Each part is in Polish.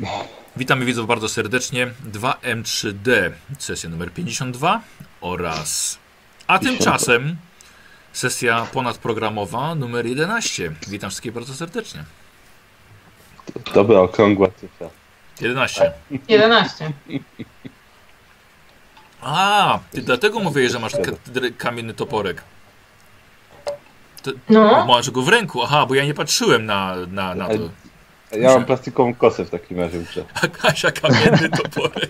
Witamy widzów bardzo serdecznie. 2M3D, sesja numer 52 a tymczasem sesja ponadprogramowa numer 11. Witam wszystkich bardzo serdecznie. Dobra, okrągła cyfra. 11. 11. A, ty dlatego mówię, że masz kamienny toporek. No. Masz go w ręku. Aha, bo ja nie patrzyłem na to. Ja mam plastikową kosę w takim razie. A Kasia kamienny toporek.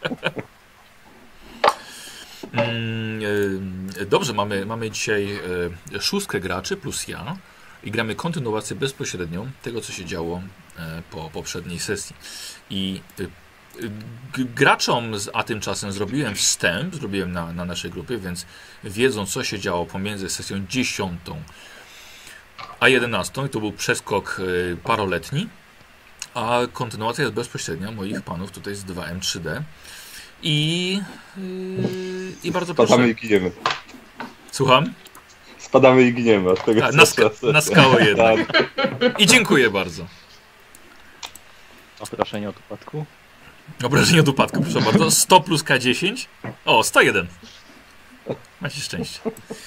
Dobrze, mamy dzisiaj 6 graczy plus ja i gramy kontynuację bezpośrednią tego, co się działo po poprzedniej sesji. I graczom a tymczasem zrobiłem wstęp, na naszej grupie, więc wiedzą, co się działo pomiędzy sesją 10 a 11 i to był przeskok paroletni. A kontynuacja jest bezpośrednia moich panów tutaj z 2M3D. I bardzo proszę. Spadamy i giniemy. Słucham? Spadamy i giniemy od tego, na skałę jednak. I dziękuję bardzo. Obrażenie od upadku. Obrażenie od upadku, proszę bardzo. 100 plus K10. O, 101. Macie szczęście.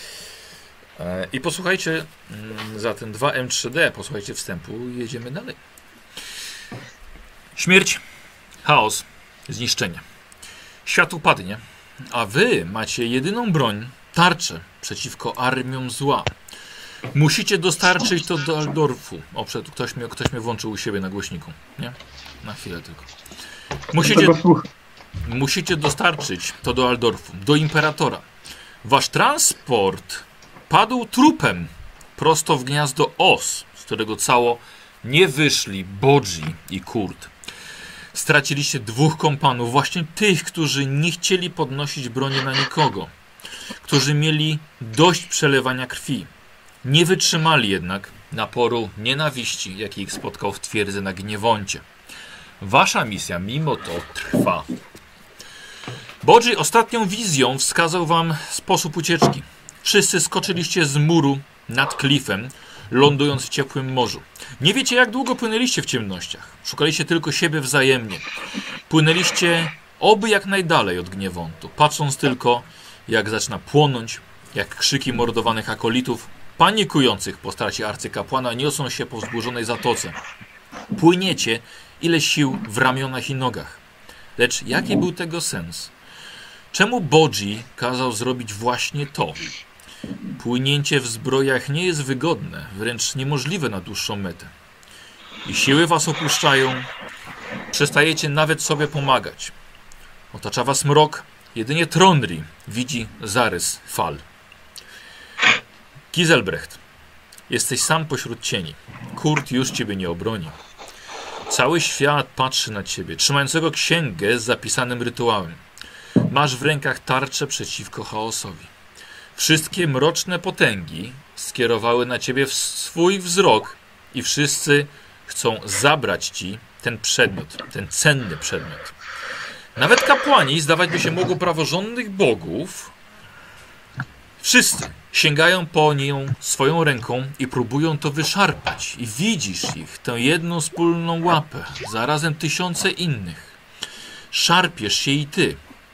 I posłuchajcie zatem 2M3D, posłuchajcie wstępu i jedziemy dalej. Śmierć, chaos, zniszczenie. Świat upadnie, a wy macie jedyną broń, tarczę przeciwko armiom zła. Musicie dostarczyć to do Aldorfu. O, ktoś mnie włączył u siebie na głośniku. Nie? Na chwilę tylko. Musicie dostarczyć to do Aldorfu, do Imperatora. Wasz transport padł trupem prosto w gniazdo Os, z którego cało nie wyszli Bodzi i Kurt. Straciliście 2 kompanów, właśnie tych, którzy nie chcieli podnosić broni na nikogo, którzy mieli dość przelewania krwi. Nie wytrzymali jednak naporu nienawiści, jaki ich spotkał w twierdzy na Gniewoncie. Wasza misja mimo to trwa. Bodzi ostatnią wizją wskazał wam sposób ucieczki. Wszyscy skoczyliście z muru nad klifem, lądując w ciepłym morzu. Nie wiecie, jak długo płynęliście w ciemnościach. Szukaliście tylko siebie wzajemnie. Płynęliście oby jak najdalej od Gniewontu, patrząc tylko, jak zaczyna płonąć, jak krzyki mordowanych akolitów, panikujących po stracie arcykapłana, niosą się po wzburzonej zatoce. Płyniecie, ile sił w ramionach i nogach. Lecz jaki był tego sens? Czemu Bodzi kazał zrobić właśnie to? Płynięcie w zbrojach nie jest wygodne, wręcz niemożliwe na dłuższą metę. I siły was opuszczają, przestajecie nawet sobie pomagać. Otacza was mrok, jedynie Tronri widzi zarys fal. Giselbrecht, jesteś sam pośród cieni. Kurt już ciebie nie obroni. Cały świat patrzy na ciebie, trzymającego księgę z zapisanym rytuałem. Masz w rękach tarczę przeciwko chaosowi. Wszystkie mroczne potęgi skierowały na ciebie swój wzrok i wszyscy chcą zabrać ci ten przedmiot, ten cenny przedmiot. Nawet kapłani, zdawać by się mogło praworządnych bogów, wszyscy sięgają po nią swoją ręką i próbują to wyszarpać. I widzisz ich, tę jedną wspólną łapę, zarazem tysiące innych. Szarpiesz się i ty.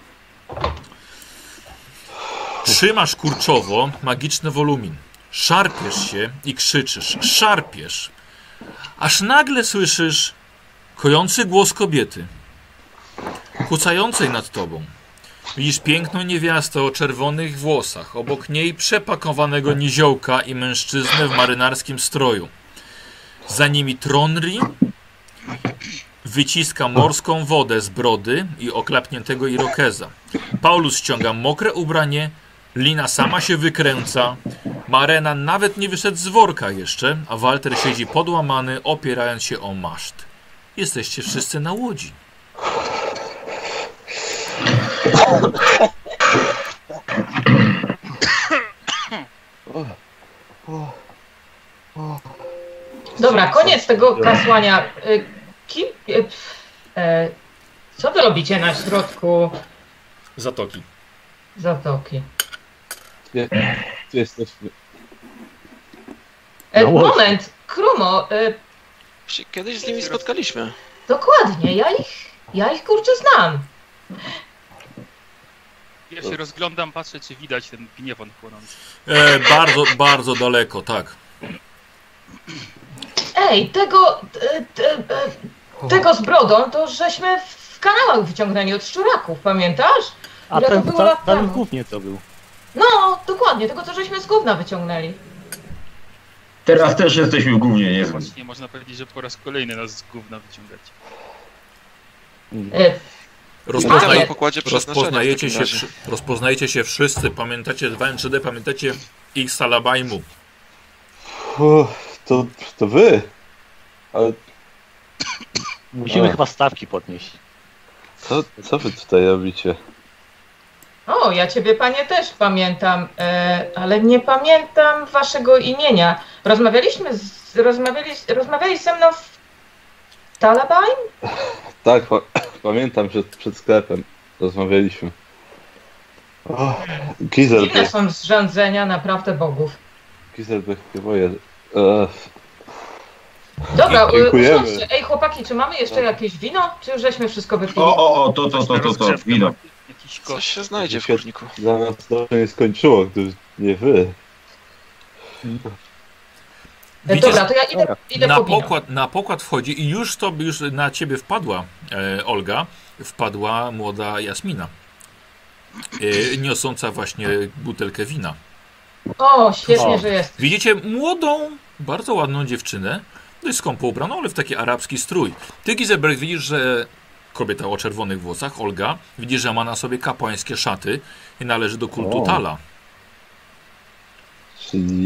Trzymasz kurczowo magiczny wolumin. Szarpiesz się i krzyczysz. Szarpiesz. Aż nagle słyszysz kojący głos kobiety, kucającej nad tobą. Widzisz piękną niewiastę o czerwonych włosach. Obok niej przepakowanego niziołka i mężczyznę w marynarskim stroju. Za nimi Tronri wyciska morską wodę z brody i oklapniętego irokeza. Paulus ściąga mokre ubranie, Lina sama się wykręca, Marena nawet nie wyszedł z worka jeszcze, a Walter siedzi podłamany, opierając się o maszt. Jesteście wszyscy na łodzi. Dobra, koniec tego kasłania. Co wy robicie na środku Zatoki. zatoki? Tu jesteśmy. Moment, Krumo, Kiedyś z nimi spotkaliśmy. Dokładnie, ja ich kurczę znam. Ja się rozglądam, patrzę, czy widać ten gniewon płonący. Bardzo, bardzo daleko, tak. Ej, tego z brodą to żeśmy w kanałach wyciągnęli od szczuraków, pamiętasz? A Ile to ten było lat tam temu? głównie co był. No, dokładnie, tego co żeśmy z gówna wyciągnęli. Teraz też jesteśmy w gównie, nie znam. Właśnie można powiedzieć, że po raz kolejny nas z gówna wyciągać. Rozpoznaje, na pokładzie przeznaczenia w takim razie. rozpoznajecie się wszyscy. Pamiętacie 2-3D, pamiętacie ich Salabajmu. To wy. Ale Musimy chyba stawki podnieść. co wy tutaj robicie? O, ja ciebie, panie, też pamiętam, ale nie pamiętam waszego imienia. Rozmawiali ze mną w Talabain? Tak, pamiętam, że przed sklepem rozmawialiśmy. Dziwne Gizelbrecht, są zrządzenia, naprawdę bogów. nie boję. Dobra, Dziękujemy. usiądźcie. Ej, chłopaki, czy mamy jeszcze jakieś wino? Czy już żeśmy wszystko wypili? To, wino. Jakiś Coś kosz. się znajdzie w kurniku. Dla nas to nie skończyło, gdyby nie wy. Dobra, to ja idę po wino. Na pokład wchodzi i już na ciebie wpadła Olga. Wpadła młoda Jasmina. Niosąca właśnie butelkę wina. O, świetnie, że jest. Widzicie młodą, bardzo ładną dziewczynę. Dość skąpo ubraną, ale w taki arabski strój. Ty, Gizelbrecht, widzisz, że kobieta o czerwonych włosach, Olga, widzisz, że ma na sobie kapłańskie szaty i należy do kultu Tala. Czyli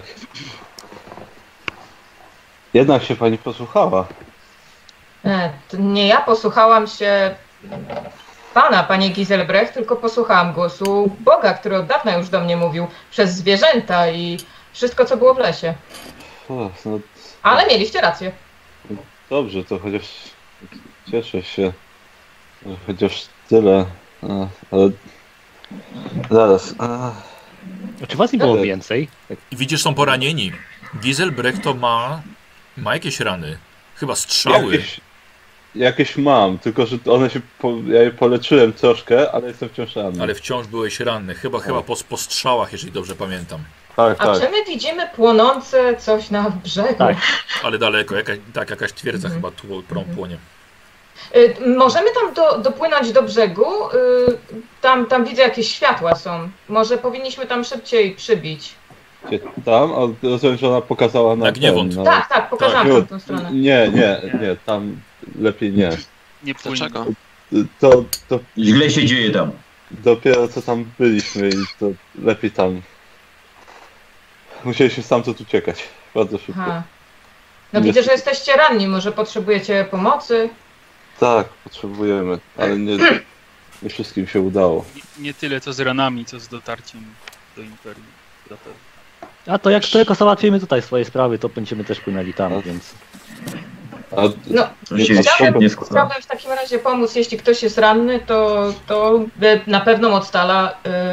jednak się pani posłuchała. To nie ja posłuchałam się pana, panie Gizelbrecht, tylko posłuchałam głosu Boga, który od dawna już do mnie mówił przez zwierzęta i wszystko, co było w lesie. No, Ale mieliście rację. dobrze, to chociaż cieszę się, że chociaż tyle. Ale zaraz. Czy was nie było więcej? I widzisz, są poranieni. Gizelbrecht to ma jakieś rany. Chyba strzały. Jakieś mam, tylko że one się. Ja je poleczyłem troszkę, ale jestem wciąż ranny. Ale wciąż byłeś ranny. Chyba po strzałach, jeżeli dobrze pamiętam. Tak, A czy my widzimy płonące coś na brzegu? Tak. Ale daleko, jakaś twierdza chyba płonie. Możemy tam dopłynąć do brzegu? Tam widzę, jakieś światła są. Może powinniśmy tam szybciej przybić. Tam, a rozumiem, że ona pokazała na Gniewont. Tak, pokazałam Tak. tą stronę. Nie, tam lepiej nie. Nie płynie. Dlaczego? To Źle się dzieje tam. dopiero co tam byliśmy i to lepiej tam. Musieliśmy stamtąd uciekać. Bardzo szybko. Aha. No widzę, że jesteście ranni. Może potrzebujecie pomocy? Tak, potrzebujemy, ale nie wszystkim się udało. Nie tyle co z ranami, co z dotarciem do Imperium. Zapewne. A to jak tylko załatwimy tutaj swoje sprawy, to będziemy też płynęli tam, No. więc... No, To się świetnie składa. chciałbym w takim razie pomóc. Jeśli ktoś jest ranny, to na pewno od Tala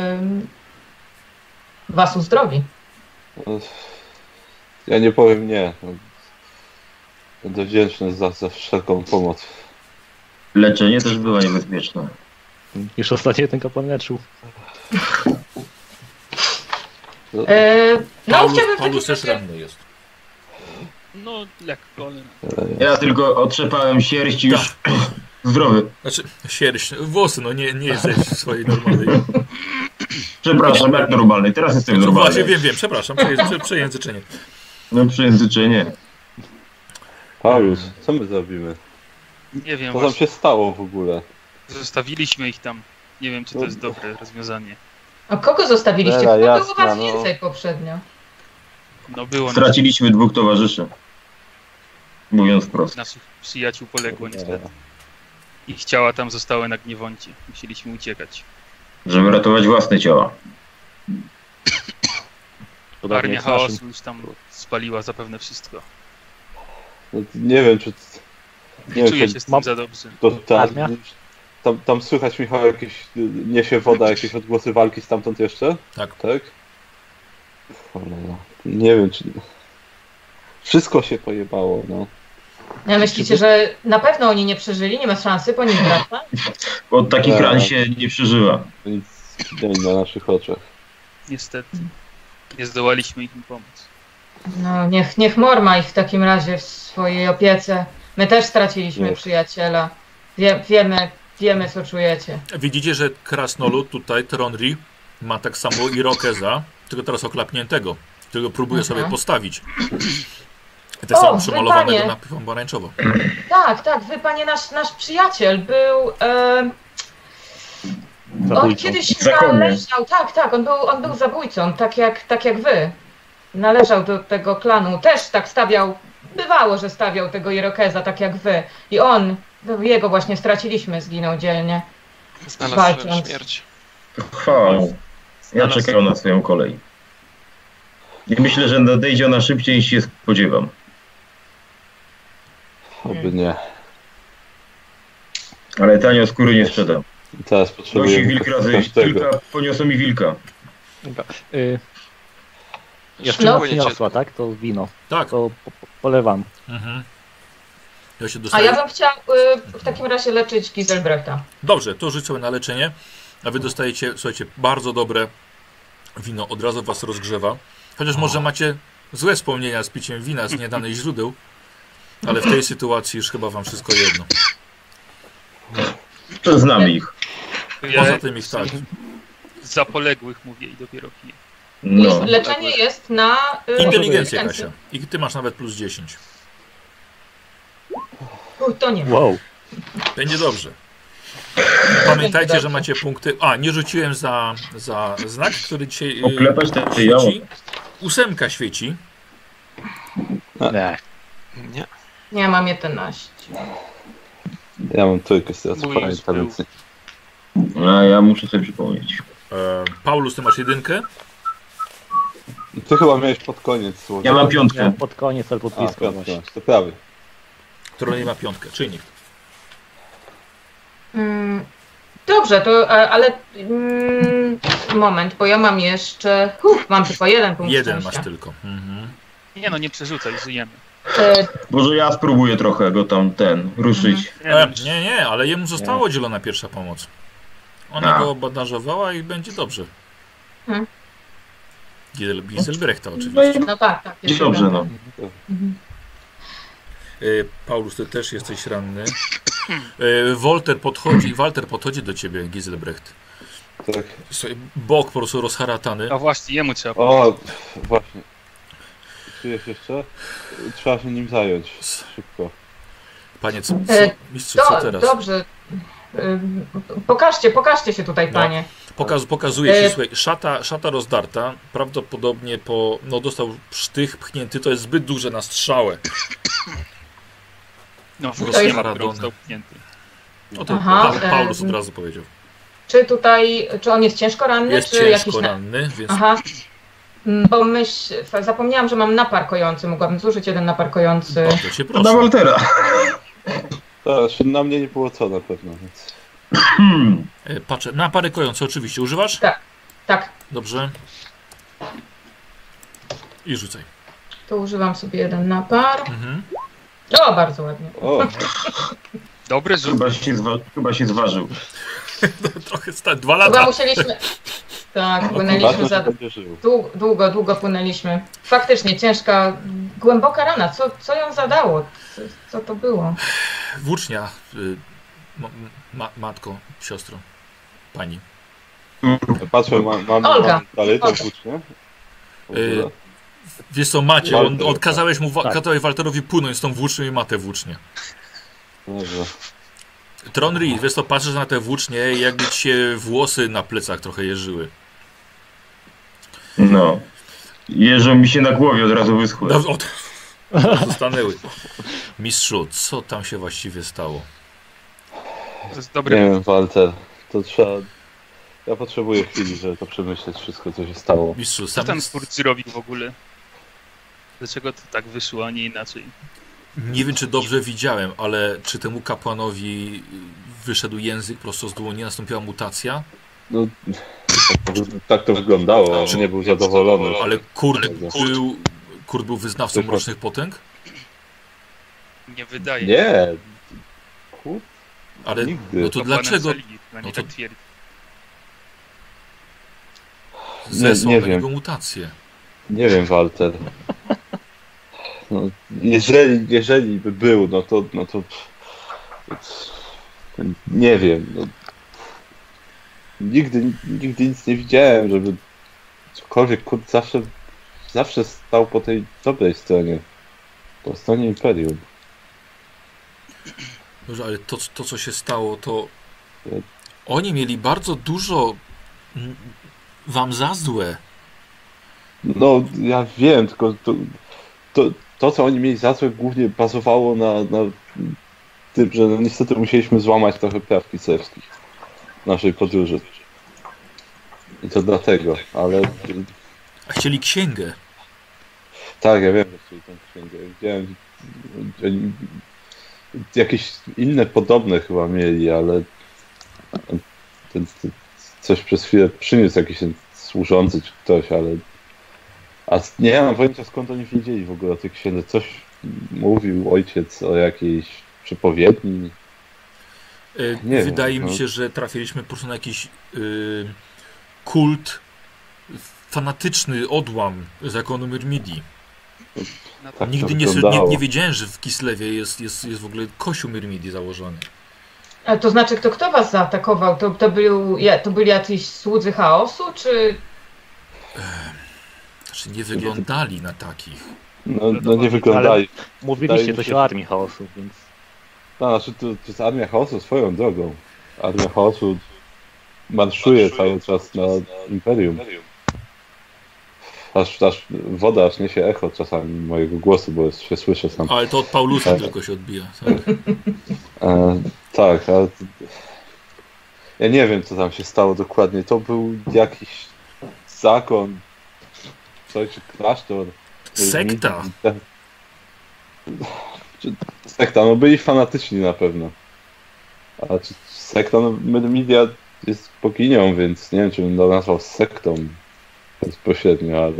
was uzdrowi. Ja nie powiem nie. Będę wdzięczny za wszelką pomoc. Leczenie też bywa niebezpieczne. Już ostatnio ten kapłan leczył. No, chciałbym w Paulus takim też razie... ranny jest. No lekko, ale... Ja tylko otrzepałem sierść i już zdrowy. Znaczy, sierść, włosy, no nie jesteś w swojej normalnej. Przepraszam, jak normalny. Teraz jestem Właśnie normalny. wiem, przepraszam, przejęzyczenie. No przejęzyczenie. Paulus, co my zrobimy? Nie wiem, Co tam właśnie się stało w ogóle? zostawiliśmy ich tam. Nie wiem, czy to jest dobre rozwiązanie. A kogo zostawiliście? Dobra, Chyba było jasna, was no. więcej poprzednio. No było Straciliśmy 2 towarzyszy. Mówiąc wprost. naszych przyjaciół poległo niestety. Ich ciała tam zostały na Gniewoncie. Musieliśmy uciekać. Żeby ratować własne ciała. Podobnie Armia jak naszym. chaosu już tam spaliła zapewne wszystko. No, nie wiem, czy... Nie czuję się z tym mam- za dobrze. Armia? Tam słychać, Michał, jakieś... Niesie woda, jakieś odgłosy walki stamtąd jeszcze? Tak. Tak? Cholera. Nie wiem, czy... Wszystko się pojebało, no. Ja myślicie, że na pewno oni nie przeżyli? Nie ma szansy po nich wracać? Od takich ran się nie przeżywa. Nic na naszych oczach. Niestety. Nie zdołaliśmy im pomóc. No, niech Mor ma ich w takim razie w swojej opiece. My też straciliśmy Nie. przyjaciela. Wiemy, co czujecie. Widzicie, że krasnolud tutaj, Tronri, ma tak samo Irokeza, tylko teraz oklapniętego, którego próbuje sobie postawić. I tak O, samo wy przemalowanego panie. na pomarańczowo. Tak, wy panie, nasz przyjaciel był... on Zabójcą. kiedyś Zakonnie. należał, tak, on był zabójcą, tak jak wy. Należał do tego klanu, też tak stawiał, bywało, że stawiał tego Irokeza, tak jak wy. I jego właśnie straciliśmy, zginął dzielnie. Znalazł swoją Walcząc. śmierć. Chwała mu. Ja czekam na swoją kolej. I myślę, że nadejdzie ona szybciej niż się spodziewam. Oby nie. Ale tanio skóry nie sprzedam. Teraz Nosi potrzebuję wilk razy każdego. kilka, poniosą mi wilka. Jeszcze No. no. przyniosła, tak? To wino. Tak. To polewam. Mhm. Ja się A dostaję. ja bym chciał w takim razie leczyć Giselbrechta. Dobrze, to rzuć sobie na leczenie, a wy dostajecie, słuchajcie, bardzo dobre wino, od razu was rozgrzewa. Chociaż może macie złe wspomnienia z piciem wina z niedanych źródeł, ale w tej sytuacji już chyba wam wszystko jedno. To znamy ich. Poza tym ich tak. Za poległych mówię i dopiero piję. No. Leczenie jest na... Inteligencja, Kasia. I ty masz nawet plus 10. To nie. Wow. Będzie dobrze. Pamiętajcie, że macie punkty... A, nie rzuciłem za znak, który dzisiaj Oklepać te jało. świeci. 8 świeci. Nie. Nie. Nie, mam 11. Ja mam trójkę z teraz, Mój już pamiętam, był. więc nie. A ja muszę sobie przypomnieć. Paulus, ty masz 1. Ty chyba miałeś pod koniec słowa. Ja mam 5. Ja pod koniec ale A, podpiską piątkę właśnie. masz, to prawy. Który nie ma 5. Czyjnik. Dobrze, to ale moment, bo ja mam jeszcze... mam tylko jeden punkt 1 szczęścia. masz tylko. Mhm. Nie no, nie przerzucaj, żyjemy. Może ja spróbuję trochę go tam ruszyć. Nie, ale jemu została dzielona pierwsza pomoc. Ona A. go bandażowała i będzie dobrze. Hmm. Giselbrechta No oczywiście. i No tak. jest dobrze, dobra. no. Paulus, ty też jesteś ranny. Walter podchodzi do ciebie, Giselbrecht. Tak. Słuchaj, bok po prostu rozharatany. A właśnie, jemu trzeba powiedzieć. O, właśnie. Czujesz jeszcze? Trzeba się nim zająć. Szybko. Panie, mistrzu, co teraz? Dobrze. Pokażcie się tutaj, No. panie. Pokazuje się, słuchaj, szata rozdarta, prawdopodobnie dostał sztych pchnięty, to jest zbyt duże na strzałę. No, To wóz nie jest- ma, który został pchnięty. No to Aha, Paulus od razu powiedział. Czy on jest ciężko ranny, Jest czy jakiś... ciężko ranny, więc Aha. Bo zapomniałam, że mam napar kojący. Mogłabym zużyć jeden napar kojący. bardzo cię Na proszę. Waltera. Teraz na mnie nie było co na pewno, więc... Patrzę, napary kojące oczywiście. Używasz? Tak, Dobrze. I rzucaj. to używam sobie jeden napar. Mhm. O, bardzo ładnie. O, Dobry rzut. Chyba się zważył. Trochę 2 Chyba lata. musieliśmy... Tak, płynęliśmy ważne, za... że będzie żył. Długo płynęliśmy. Faktycznie ciężka, głęboka rana. Co ją zadało? Co to było? Włócznia, matko, siostro, pani. Patrzę, mam Olga. dalej tą Olga. włócznię. Wiesz co, macie, Walter. kazałeś Tak. Walterowi płynąć z tą włócznią i ma tę włócznię. Dobrze. Tronri, wiesz co, patrzysz na tę włócznię i jakby ci się włosy na plecach trochę jeżyły. No. Jeżą mi się na głowie, od razu wyschły. Zostanęły. Mistrzu, co tam się właściwie stało? To jest Nie dobry. wiem, Walter, to trzeba... Ja potrzebuję chwili, żeby to przemyśleć wszystko, co się stało. Mistrzu, Co ten twórcy robił w ogóle? Dlaczego to tak wyszło, a nie inaczej? nie wiem, czy dobrze widziałem, ale czy temu kapłanowi wyszedł język prosto z dłoni, nastąpiła mutacja? No, tak to wyglądało, on nie był zadowolony. Ale Kurt był wyznawcą Dokładnie. mrocznych potęg? Nie wydaje. Nie. Kur... Ale Nigdy. no to dlaczego No no to... to- tak twierdzi. zesłał nie na wiem. niego mutację? Nie wiem, Walter. No, jeżeli by był, no to nie wiem. No. Nigdy nic nie widziałem, żeby cokolwiek zawsze stał po tej dobrej stronie. Po stronie Imperium. Dobrze, ale to co się stało, to oni mieli bardzo dużo wam za złe. No, ja wiem, tylko to co oni mieli za złe, głównie bazowało na tym, że no, niestety musieliśmy złamać trochę praw pisarskich naszej podróży. I to dlatego, ale A chcieli księgę. tak, ja wiem, że chcieli tą księgę. Widziałem, oni jakieś inne podobne chyba mieli, ale coś przez chwilę przyniósł jakiś służący czy ktoś, ale nie mam pojęcia, skąd oni wiedzieli w ogóle o tej księdze. Coś mówił ojciec o jakiejś przepowiedni. Nie Wydaje wiem, mi no. się, że trafiliśmy po prostu na jakiś kult, fanatyczny odłam zakonu Myrmidii. No to... Tak Nigdy to nie wyglądało. wiedziałem, że w Kislewie jest w ogóle kościół Myrmidii założony. A to znaczy, kto was zaatakował? To byli jacyś słudzy chaosu, czy... Znaczy nie wyglądali na takich. No nie wyglądali. Mówiliście Wydaje mi coś się- o armii chaosu, więc... No, znaczy to jest Armia Chaosu swoją drogą. Armia Chaosu marszuje cały czas na Imperium. Aż woda aż niesie echo czasami mojego głosu, bo się słyszę sam. Ale to od Paulusa Tak. tylko się odbija. Tak? Tak, ale ja nie wiem, co tam się stało dokładnie. To był jakiś zakon, coś, klasztor. Sekta. Sekta, no byli fanatyczni na pewno. A czy sekta, no Myrmidia jest boginią, więc nie wiem, czy bym to nazwał sektą bezpośrednio, ale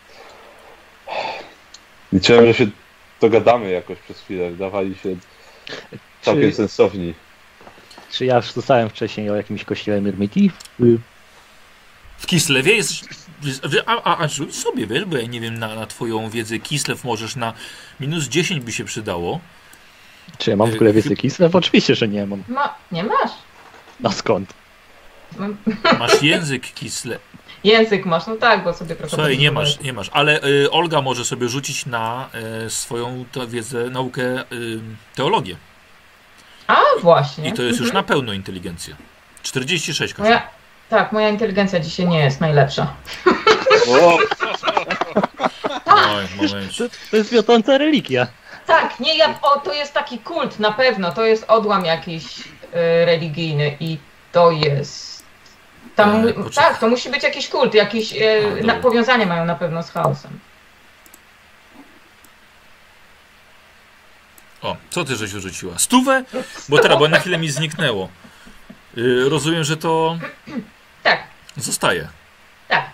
liczyłem, że się dogadamy jakoś przez chwilę. Wydawali się całkiem sensowni. Czy ja już słyszałem wcześniej o jakimś kościele Myrmidii? W Kislewie jest... A rzuć sobie, wiesz, bo ja nie wiem, na twoją wiedzę Kislew możesz na -10 by się przydało. Czy ja mam w ogóle wiedzę Kislew? Oczywiście, że nie mam. Nie masz? A skąd? Masz język Kislew. Język masz, no tak, bo sobie trochę... Słuchaj, nie masz, ale Olga może sobie rzucić na swoją wiedzę, naukę, teologię. A, właśnie. I to jest już na pełną inteligencję. 46, Kasia. Moja inteligencja dzisiaj nie jest najlepsza. Oj, moment. To jest wiodąca religia. Tak, nie, to jest taki kult na pewno, to jest odłam jakiś religijny i to jest... Tak, to musi być jakiś kult, jakieś powiązanie mają na pewno z chaosem. O, co ty żeś wyrzuciła? 100? Bo na chwilę mi zniknęło. Rozumiem, że to Tak, zostaje. tak.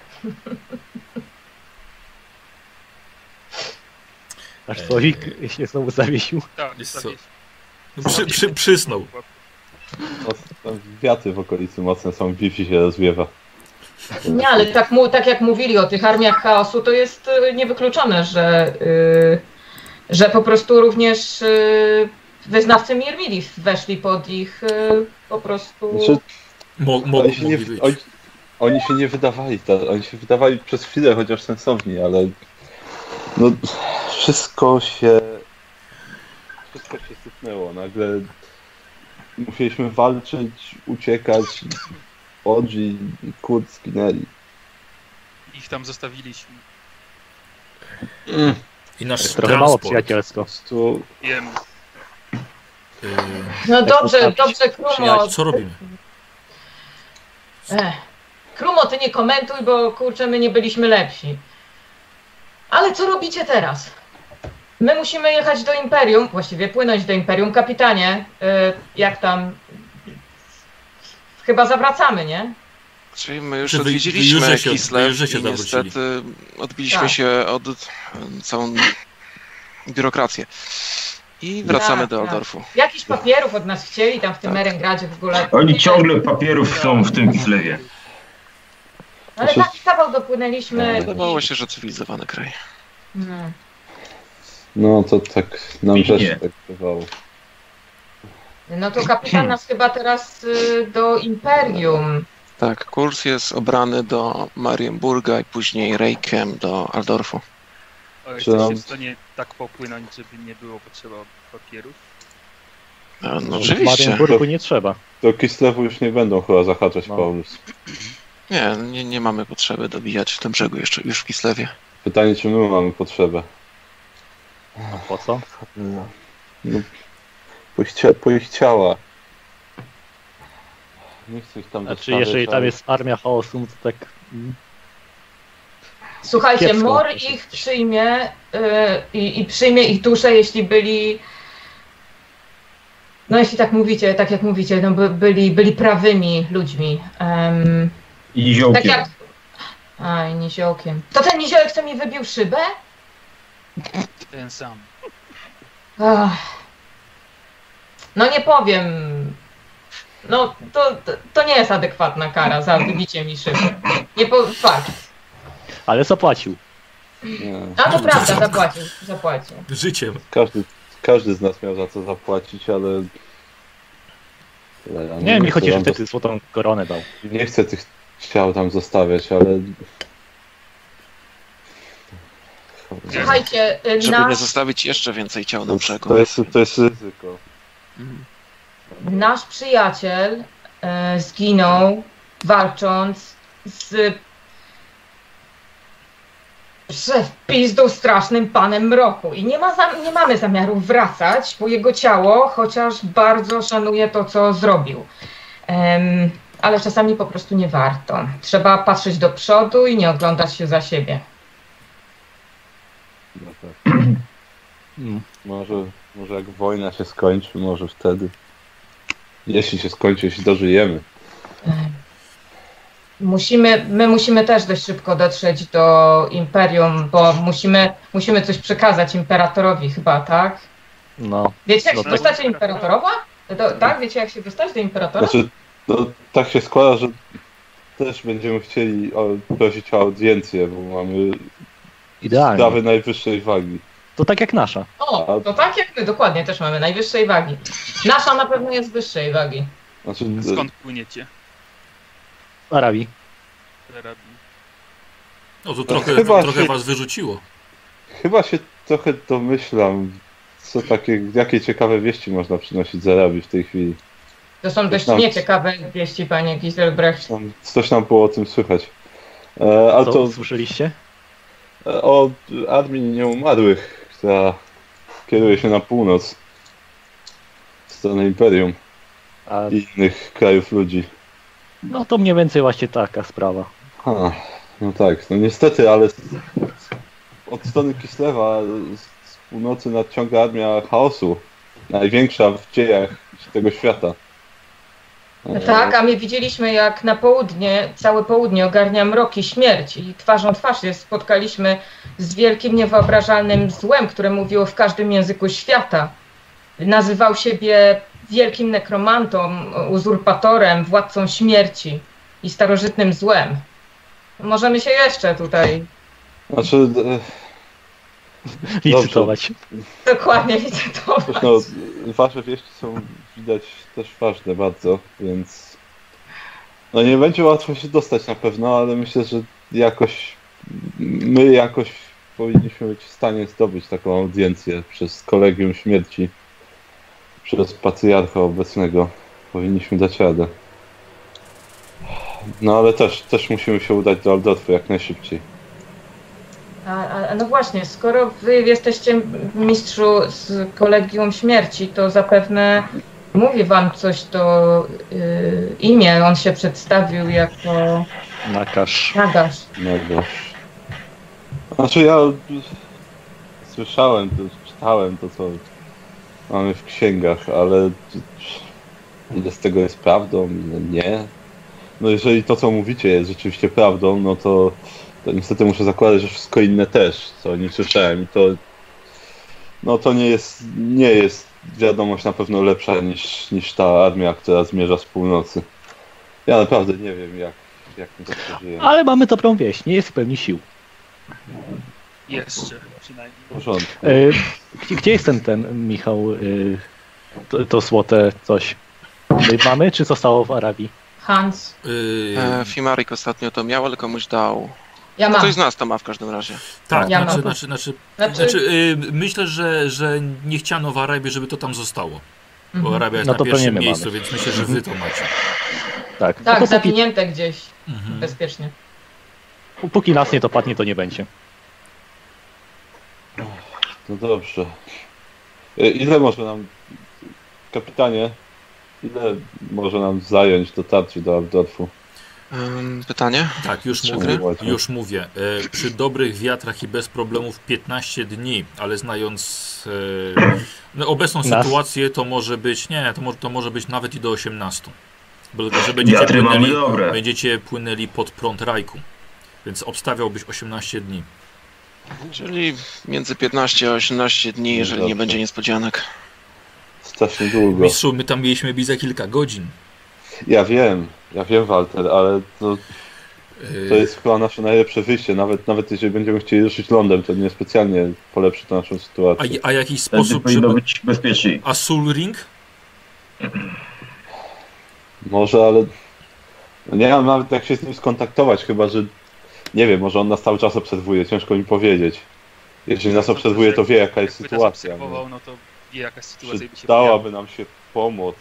Aż słowik się znowu zawiesił. Tak, Jest tak co? jest. No, przysnął. Tam wiaty w okolicy mocne są, Wi-Fi się rozwiewa. Nie, ale tak jak mówili o tych armiach chaosu, to jest niewykluczone, że po prostu również wyznawcy Myrmidii weszli pod ich po prostu... Znaczy, Mogli być. Oni się nie wydawali, oni się wydawali przez chwilę, chociaż sensowni, ale no wszystko się sypnęło. Nagle musieliśmy walczyć, uciekać, Odzi i Kurt zginęli. Ich tam zostawiliśmy. I nasz Trochę mało transport. przyjacielsko. Tu Wiemy. No dobrze, Krumo. Przyjaciół, co robimy? Krumo, ty nie komentuj, bo kurczę, my nie byliśmy lepsi. Ale co robicie teraz? My musimy jechać do Imperium, właściwie płynąć do Imperium. Kapitanie, jak tam? Chyba zawracamy, nie? Czyli my już Czy wy odwiedziliśmy już Kislev żeście i zawrócili? niestety odbiliśmy Tak. się od całą biurokrację. I wracamy Tak, do tak. Aldorfu. Jakichś papierów od nas chcieli tam w tym Erengradzie w ogóle. Oni ciągle papierów chcą w tym Kislewie. Ale taki kawał dopłynęliśmy. Wydawało się, że cywilizowany kraj. Hmm. No to tak nam Nie. też tak bywało. No to kapitan nas chyba teraz do Imperium. Tak, kurs jest obrany do Marienburga i później Rejkiem do Aldorfu. O, Czy jesteście nam- w stanie tak popłynąć, żeby nie było potrzeba papierów? No W oczywiście. Marienburgu nie trzeba. Do Kislewu już nie będą chyba zahaczać No. Paulus. Nie mamy potrzeby dobijać do brzegu jeszcze już w Kislewie. Pytanie, czy my mamy potrzebę. A po co? No, po ich ciała. Nie chcę ich tam Znaczy, dostawiać, jeżeli tam ale- jest armia chaosu, no to tak... Słuchajcie, Kiepsko. Mor ich przyjmie i przyjmie ich duszę, jeśli byli. No jeśli tak mówicie, tak jak mówicie, no byli prawymi ludźmi. I Tak ziołkiem. jak. Aj, niziołkiem. To ten niziołek, co mi wybił szybę? Ten sam. Ach. No nie powiem. No to nie jest adekwatna kara za wybicie mi szyby. Fakt. Ale zapłacił. Nie. A to prawda, zapłacił. Życiem. Każdy z nas miał za co zapłacić, ale... Ja Nie, mi chodzi, że chcę tam wtedy złotą koronę dał. Nie chcę tych ciał tam zostawiać, ale... Słuchajcie, Żeby nie nasz, zostawić jeszcze więcej ciał na brzegu. To jest ryzyko. Mhm. nasz przyjaciel zginął walcząc z pizdą strasznym panem mroku i nie mamy zamiaru wracać po jego ciało, chociaż bardzo szanuję to, co zrobił. Ale czasami po prostu nie warto. Trzeba patrzeć do przodu i nie oglądać się za siebie. No tak. Mm. Może jak wojna się skończy, może wtedy. Jeśli się skończy, jeśli dożyjemy. My musimy też dość szybko dotrzeć do Imperium, bo musimy coś przekazać Imperatorowi chyba, tak? No. Wiecie jak No się tak. dostać do Imperatorowa? Tak? Wiecie jak się dostać do Imperatora? Znaczy, no, tak się składa, że też będziemy chcieli prosić o audiencję, bo mamy Idealnie. sprawy najwyższej wagi. To tak jak nasza. O, to tak jak my, dokładnie, też mamy najwyższej wagi. Nasza na pewno jest wyższej wagi. Znaczy, Skąd płyniecie? Arabii. Z Arabii. No to chyba trochę się- was wyrzuciło. chyba się trochę domyślam, jakie ciekawe wieści można przynosić z Arabii w tej chwili. To są dość Tam- nieciekawe wieści, panie Giselbrecht. Coś nam było o tym słychać. A Co, to słyszeliście? o armii nieumarłych, która kieruje się na północ, w stronę Imperium A, i innych krajów ludzi. no to mniej więcej właśnie taka sprawa. No tak, no niestety, ale od strony Kislewa z północy nadciąga armia chaosu. Największa w dziejach tego świata. Tak, a my widzieliśmy jak na południe, całe południe ogarnia mrok i śmierć i twarzą w twarz się spotkaliśmy z wielkim, niewyobrażalnym złem, które mówiło w każdym języku świata. Nazywał siebie wielkim nekromantą, uzurpatorem, władcą śmierci i starożytnym złem. Możemy się jeszcze tutaj Znaczy, Licytować. dokładnie licytować. no, wasze wieści są widać też ważne bardzo, więc no nie będzie łatwo się dostać na pewno, ale myślę, że my jakoś powinniśmy być w stanie zdobyć taką audiencję przez Kolegium Śmierci, przez patriarcha obecnego. Powinniśmy dać radę. No ale też musimy się udać do Aldorfu jak najszybciej. No właśnie, skoro wy jesteście mistrzu z Kolegium Śmierci, to zapewne mówi wam coś to imię. On się przedstawił jako Nakaż. Nagasz. Nagasz. Znaczy ja słyszałem, czytałem to, co mamy w księgach, ale ile z tego jest prawdą, ile nie. No jeżeli to, co mówicie, jest rzeczywiście prawdą, no to niestety muszę zakładać, że wszystko inne też, co o nim słyszałem. I to no to nie jest wiadomość na pewno lepsza niż ta armia, która zmierza z północy. Ja naprawdę nie wiem, jak my to przeżyjemy. Ale mamy dobrą wieść, nie jest w pełni sił. Jeszcze przynajmniej. W porządku. Gdzie jest ten Michał, to złote coś? My mamy, czy zostało w Arabii? Hans. Fimarik ostatnio to miał, ale komuś dał. Ja No mam. ktoś z nas to ma w każdym razie. Tak, Ja mam. myślę, że nie chciano w Arabii, żeby to tam zostało. Bo Arabia jest No na to pierwszym pewnie my miejscu, mamy. więc myślę, że wy to macie. Tak, Tak, no to zawinięte gdzieś. Mhm. Bezpiecznie. póki nas nie dopadnie, to nie będzie. No dobrze. Ile może nam, kapitanie, ile może nam zająć dotarcie do Altdorfu? Pytanie? Tak, już Czekaj. mówię. Już mówię. Przy dobrych wiatrach i bez problemów 15 dni, ale znając obecną Nas? sytuację, to może być, to może być nawet i do 18. Bo tylko, że Wiatry mamy dobre. będziecie płynęli pod prąd Rajku. Więc obstawiałbyś 18 dni. Czyli między 15 a 18 dni, jeżeli nie będzie niespodzianek. Strasznie długo. Mistrzu, my tam mieliśmy być za kilka godzin. Ja wiem, Walter, ale to jest chyba nasze najlepsze wyjście. Nawet jeżeli będziemy chcieli ruszyć lądem, to niespecjalnie polepszy to naszą sytuację. A jakiś Wtedy sposób, powinno żeby... być bezpieczniej. A Soul Ring? Może, ale nie mam nawet jak się z nim skontaktować, chyba że nie wiem, może on nas cały czas obserwuje, ciężko mi powiedzieć. Jeżeli nas obserwuje, to wie jaka jest Jakby nas sytuacja. obserwował, no to wie jaka sytuacja by Czy się dałaby nam się pomoc,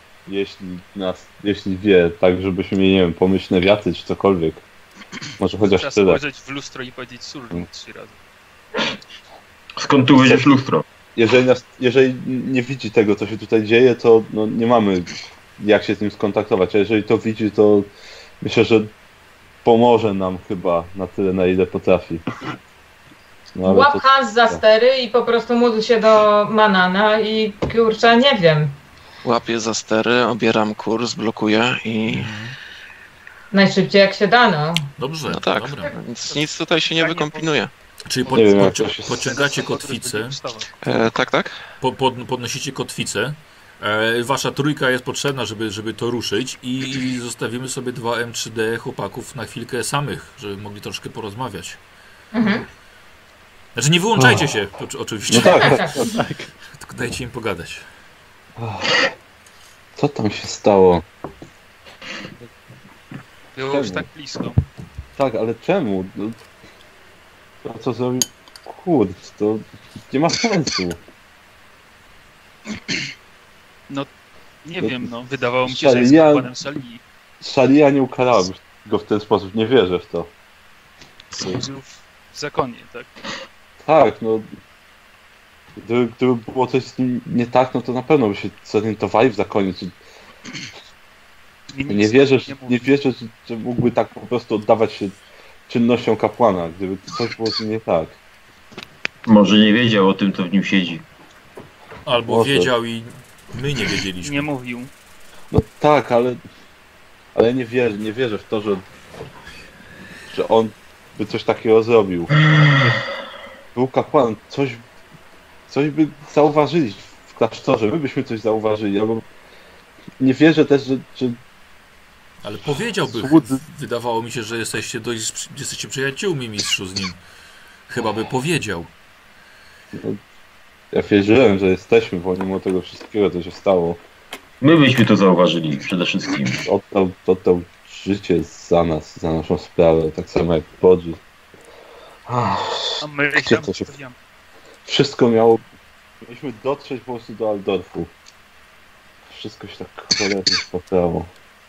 jeśli wie, tak żebyśmy mieli, nie wiem, pomyślne wiatry czy cokolwiek. Może chociaż Trzeba tyle. spojrzeć w lustro i powiedzieć Surling 3 razy. Skąd tu wyjdziesz lustro? Jeżeli nie widzi tego, co się tutaj dzieje, to no, nie mamy jak się z nim skontaktować. A jeżeli to widzi, to myślę, że pomoże nam chyba na tyle, na ile potrafi. No, ale Łap to- Hans za stery i po prostu módl się do Manana i kurczę, nie wiem. Łapię za stery, obieram kurs, blokuję i... Najszybciej jak się da, no. Dobrze, No tak, dobra. nic tutaj się nie wykombinuje. Czyli Nie wiem, jak to się- pociągacie kotwicę, Tak? podnosicie kotwicę. Wasza trójka jest potrzebna, żeby to ruszyć i zostawimy sobie 2 M3D chłopaków na chwilkę samych, żeby mogli troszkę porozmawiać. Mhm. Znaczy nie wyłączajcie się, oczywiście, No tak, tylko dajcie im pogadać. co tam się stało? Było już tak blisko. Tak, ale czemu? No, to co zrobił? Kurde, to nie ma sensu. Nie No, wiem, no. Wydawało mi się, że jest Szalia- panem Szalii. Szalia nie ukarała go w ten sposób, nie wierzę w to. Służył w zakonie, tak? Tak, no. Gdyby było coś z nim nie tak, no to na pewno by się zorientowali w zakonie. Nie wierzę, że mógłby tak po prostu oddawać się czynnościom kapłana, gdyby coś było z nim nie tak. Może nie wiedział o tym, co w nim siedzi. Albo Może. wiedział i my nie wiedzieliśmy. Nie mówił. No tak, ale nie wierzę w to, że on by coś takiego zrobił. Był kapłan, coś by zauważyli w klasztorze, my byśmy coś zauważyli, albo nie wierzę też, że Ale powiedziałby, Słudzy- wydawało mi się, że jesteście przyjaciółmi, mistrzu, z nim. Chyba by powiedział. ja wierzyłem, że jesteśmy, pomimo tego wszystkiego, co się stało. My byśmy to zauważyli przede wszystkim. Oddał życie za nas, za naszą sprawę, tak samo jak Bodzi. A my Gdzie tam to się- stawiamy. Wszystko mieliśmy dotrzeć po prostu do Altdorfu. Wszystko się tak cholernie spotkało.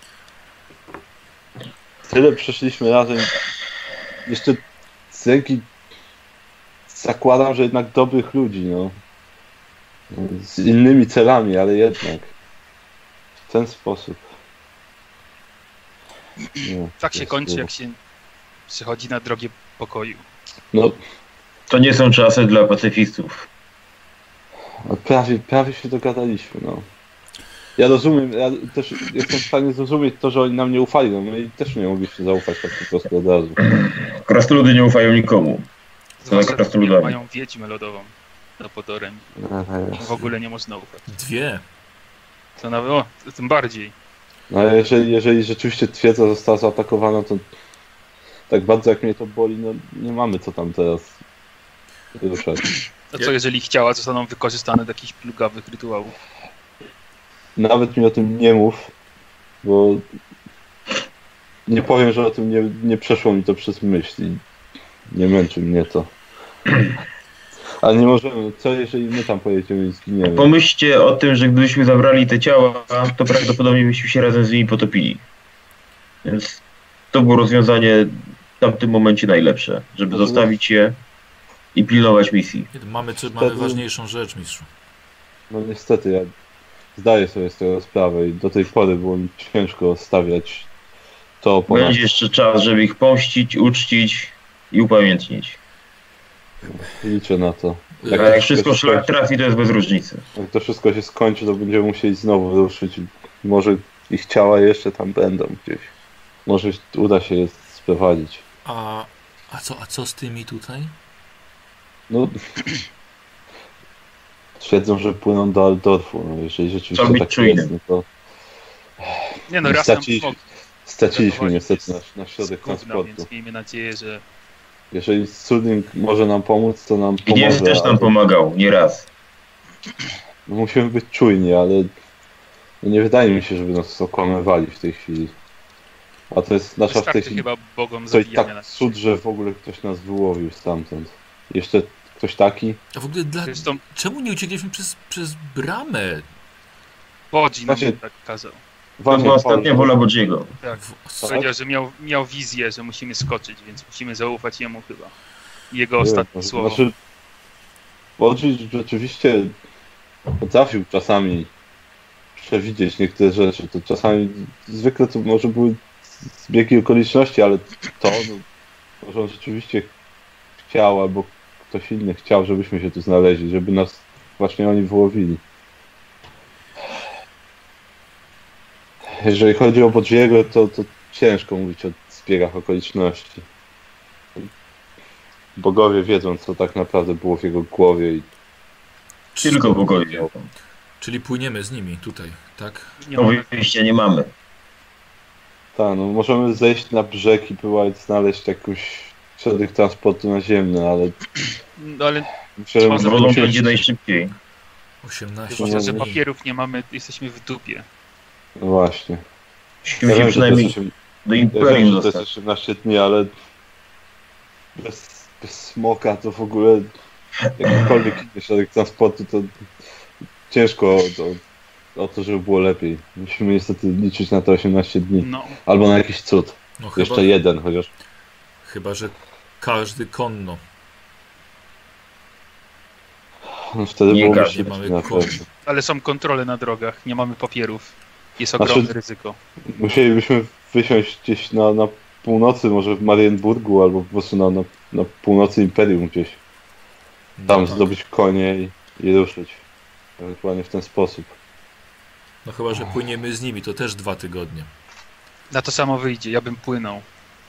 Tyle przeszliśmy razem. Jeszcze z ręki zakładam, że jednak dobrych ludzi, no. Z innymi celami, ale jednak. W ten sposób. No, Tak się jest kończy, było. jak się przychodzi na drogę pokoju. No, To nie są czasy dla pacyfistów. no prawie się dogadaliśmy, no. Ja rozumiem, ja też jestem w stanie zrozumieć to, że oni nam nie ufali, no my też nie mogliśmy zaufać tak po prostu od razu. Krasnoludy nie ufają nikomu. Zwłaszcza, że krasnoludami. mają wiedźmę lodową. Podorem. No, W ogóle nie można ufać. 2. To nawet, tym bardziej. No ale jeżeli rzeczywiście twierdza została zaatakowana, to tak bardzo jak mnie to boli, no nie mamy co tam teraz ruszać. A co jeżeli chciała, zostaną wykorzystane do jakichś plugawych rytuałów? Nawet mi o tym nie mów, bo nie powiem, że o tym nie przeszło mi to przez myśl i nie męczy mnie to. Ale nie możemy, co jeżeli my tam pojedziemy i zginiemy? Pomyślcie o tym, że gdybyśmy zabrali te ciała, to prawdopodobnie byśmy się razem z nimi potopili. Więc to było rozwiązanie w tamtym momencie najlepsze, żeby zostawić je i pilnować misji. Mamy ważniejszą rzecz, mistrzu. No niestety, ja zdaję sobie z tego sprawę i do tej pory było mi ciężko stawiać to ponad... Będzie jeszcze czas, żeby ich pomścić, uczcić i upamiętnić. Liczę na to. Jak wszystko szlak trafi, to jest bez różnicy. Jak to wszystko się skończy, to będziemy musieli znowu ruszyć. Może ich ciała jeszcze tam będą gdzieś. Może uda się je sprowadzić. A co z tymi tutaj? No... Twierdzą, że płyną do Aldorfu. No, jeżeli rzeczywiście tak jest, no to... Nie no, raz nam straciliśmy niestety nasz środek transportu. Więc miejmy nadzieję, że... Jeżeli Suding może nam pomóc, to nam pomoże. Gniew też nam pomagał, nie raz. No, musimy być czujni, ale nie wydaje mi się, żeby nas okłamywali w tej chwili. A to jest nasza w tej chwili... chyba bogom to i zabijania tak nas. cud, że w ogóle ktoś nas wyłowił stamtąd. Jeszcze ktoś taki? A w ogóle Zresztą czemu nie uciekliśmy przez bramę? Bodzi nam Właśnie- tak kazał. To była ostatnia wola Bodziego. Tak. Powiedział, że miał wizję, że musimy skoczyć, więc musimy zaufać jemu chyba. Jego ostatnie słowo. Znaczy, Bodzi rzeczywiście potrafił czasami przewidzieć niektóre rzeczy. To czasami, zwykle to może były zbiegi okoliczności, ale to, no, może on rzeczywiście chciał, albo ktoś inny chciał, żebyśmy się tu znaleźli, żeby nas właśnie oni wyłowili. Jeżeli chodzi o Bodziego, to ciężko mówić o zbiegach okoliczności. Bogowie wiedzą, co tak naprawdę było w jego głowie i Tylko bogowie. Czyli płyniemy z nimi tutaj, tak? Nie No mamy, wyjścia nie mamy. tak, no możemy zejść na brzeg i próbować znaleźć jakiś środek transportu naziemny, ale no ale myślę, że Trzeba będziemy Wodą musieli- będzie najszybciej. 18 zwłaszcza, że nie. papierów nie mamy, jesteśmy w dupie. No właśnie. Musimy Ja się wiem, że to jest przynajmniej osiem- do ja wiem, Imperium że to jest dostać. 18 dni, ale bez smoka to w ogóle jakikolwiek inny środek transportu to ciężko o to, żeby było lepiej. Musimy niestety liczyć na te 18 dni. No, Albo na jakiś cud. No Jeszcze jeden, chociaż chyba, że każdy konno. no, wtedy Nie byłoby każdy się mamy na koń. pewno. ale są kontrole na drogach, nie mamy papierów. Jest Znaczy- ogromne ryzyko. Musielibyśmy wysiąść gdzieś na północy, może w Marienburgu, albo po prostu na północy Imperium gdzieś. Tam No tak. zdobyć konie i ruszyć. Ewentualnie w ten sposób. No chyba, że płyniemy z nimi, to też 2 tygodnie. Na to samo wyjdzie, ja bym płynął.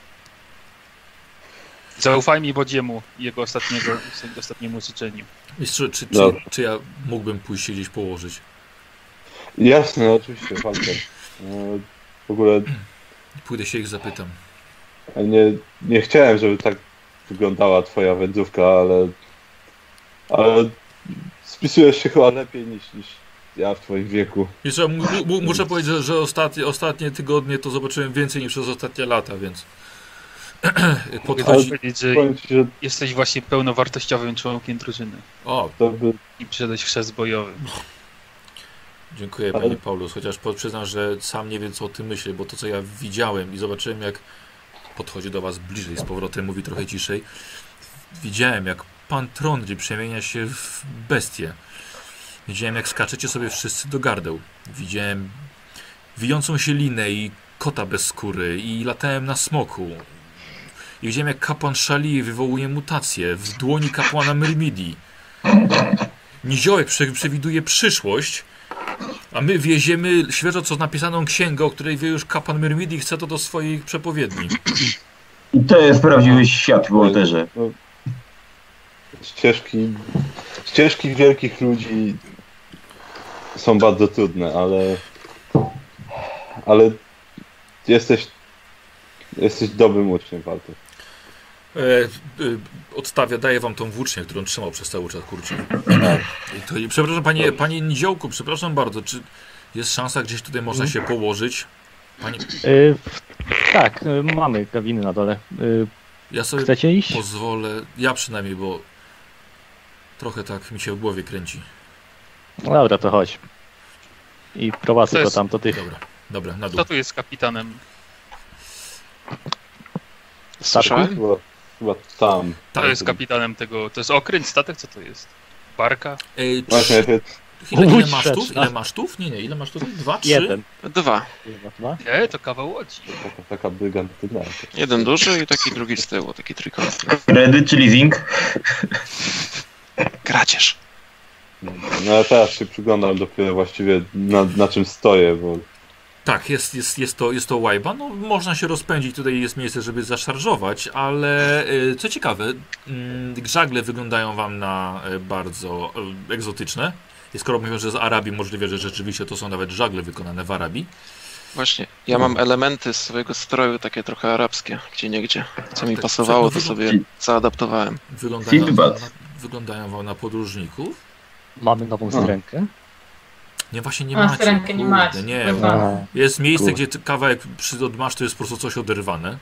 Zaufaj mi Bodziemu i jego ostatniemu życzeniu. Mistrzu, Dobra. czy ja mógłbym pójść się gdzieś położyć? Jasne, no, oczywiście, Walter. W ogóle Pójdę się ich zapytam. nie chciałem, żeby tak wyglądała twoja wędrówka, ale spisujesz się chyba lepiej niż ja w twoim wieku. Jeszcze muszę powiedzieć, że ostatnie tygodnie to zobaczyłem więcej niż przez ostatnie lata, więc Mogę podchodzi... powiedzieć, że Powiem ci, że jesteś właśnie pełnowartościowym członkiem drużyny O, to by... i przyszedłeś w chrzest bojowy. dziękuję panie Paulus, chociaż przyznam, że sam nie wiem co o tym myślę, bo to co ja widziałem i zobaczyłem jak podchodzi do was bliżej z powrotem, mówi trochę ciszej, widziałem jak pan Trondri przemienia się w bestię. Widziałem jak skaczecie sobie wszyscy do gardeł. Widziałem wijącą się linę i kota bez skóry i latałem na smoku. I widziałem jak kapłan Szali wywołuje mutacje w dłoni kapłana Myrmidii. Niziołek przewiduje przyszłość, a my wieziemy świeżo co napisaną księgę, o której wie już kapłan Myrmidii i chce to do swoich przepowiedni. I to jest prawdziwy świat w Wolterze. ścieżki wielkich ludzi są bardzo trudne, ale jesteś dobrym uczniem, Walter. Odstawia, daję wam tą włócznię, którą trzymał przez cały czas, kurczę. Przepraszam, panie Niziołku, przepraszam bardzo, czy jest szansa gdzieś tutaj można się położyć? Tak, mamy kabiny na dole. Ja sobie Chcecie iść? pozwolę, ja przynajmniej, bo trochę tak mi się w głowie kręci. No dobra, to chodź. I prowadzę go tam do tych... Dobra, na dół. Kto tu jest kapitanem? Słyszałem? Chyba tam. Kto jest kapitanem tego? To jest okręt, statek? Co to jest? Barka? Właśnie, Ile masz tów? Ile masz tów? Nie, ile masz tów? 2, 3? 1. 2. Nie, to kawał łodzi. taka brygantyna. Jeden duży i taki drugi z tyłu, taki trójkątny. Kredyt czy leasing? Kradzież. No ale teraz się przyglądam dopiero właściwie na czym stoję, bo... Tak, jest to łajba. No, można się rozpędzić, tutaj jest miejsce, żeby zaszarżować, ale co ciekawe, żagle wyglądają wam na bardzo egzotyczne. I skoro mówią, że z Arabii, możliwe, że rzeczywiście to są nawet żagle wykonane w Arabii. Właśnie, ja mam elementy z swojego stroju takie trochę arabskie, gdzieniegdzie. Co mi pasowało, to sobie zaadaptowałem. Wyglądają wam na podróżników. Mamy nową syrenkę. Nie, właśnie nie macie. Syrenkę nie macie. Nie, jest miejsce, gdzie kawałek od masztu jest po prostu coś oderwane.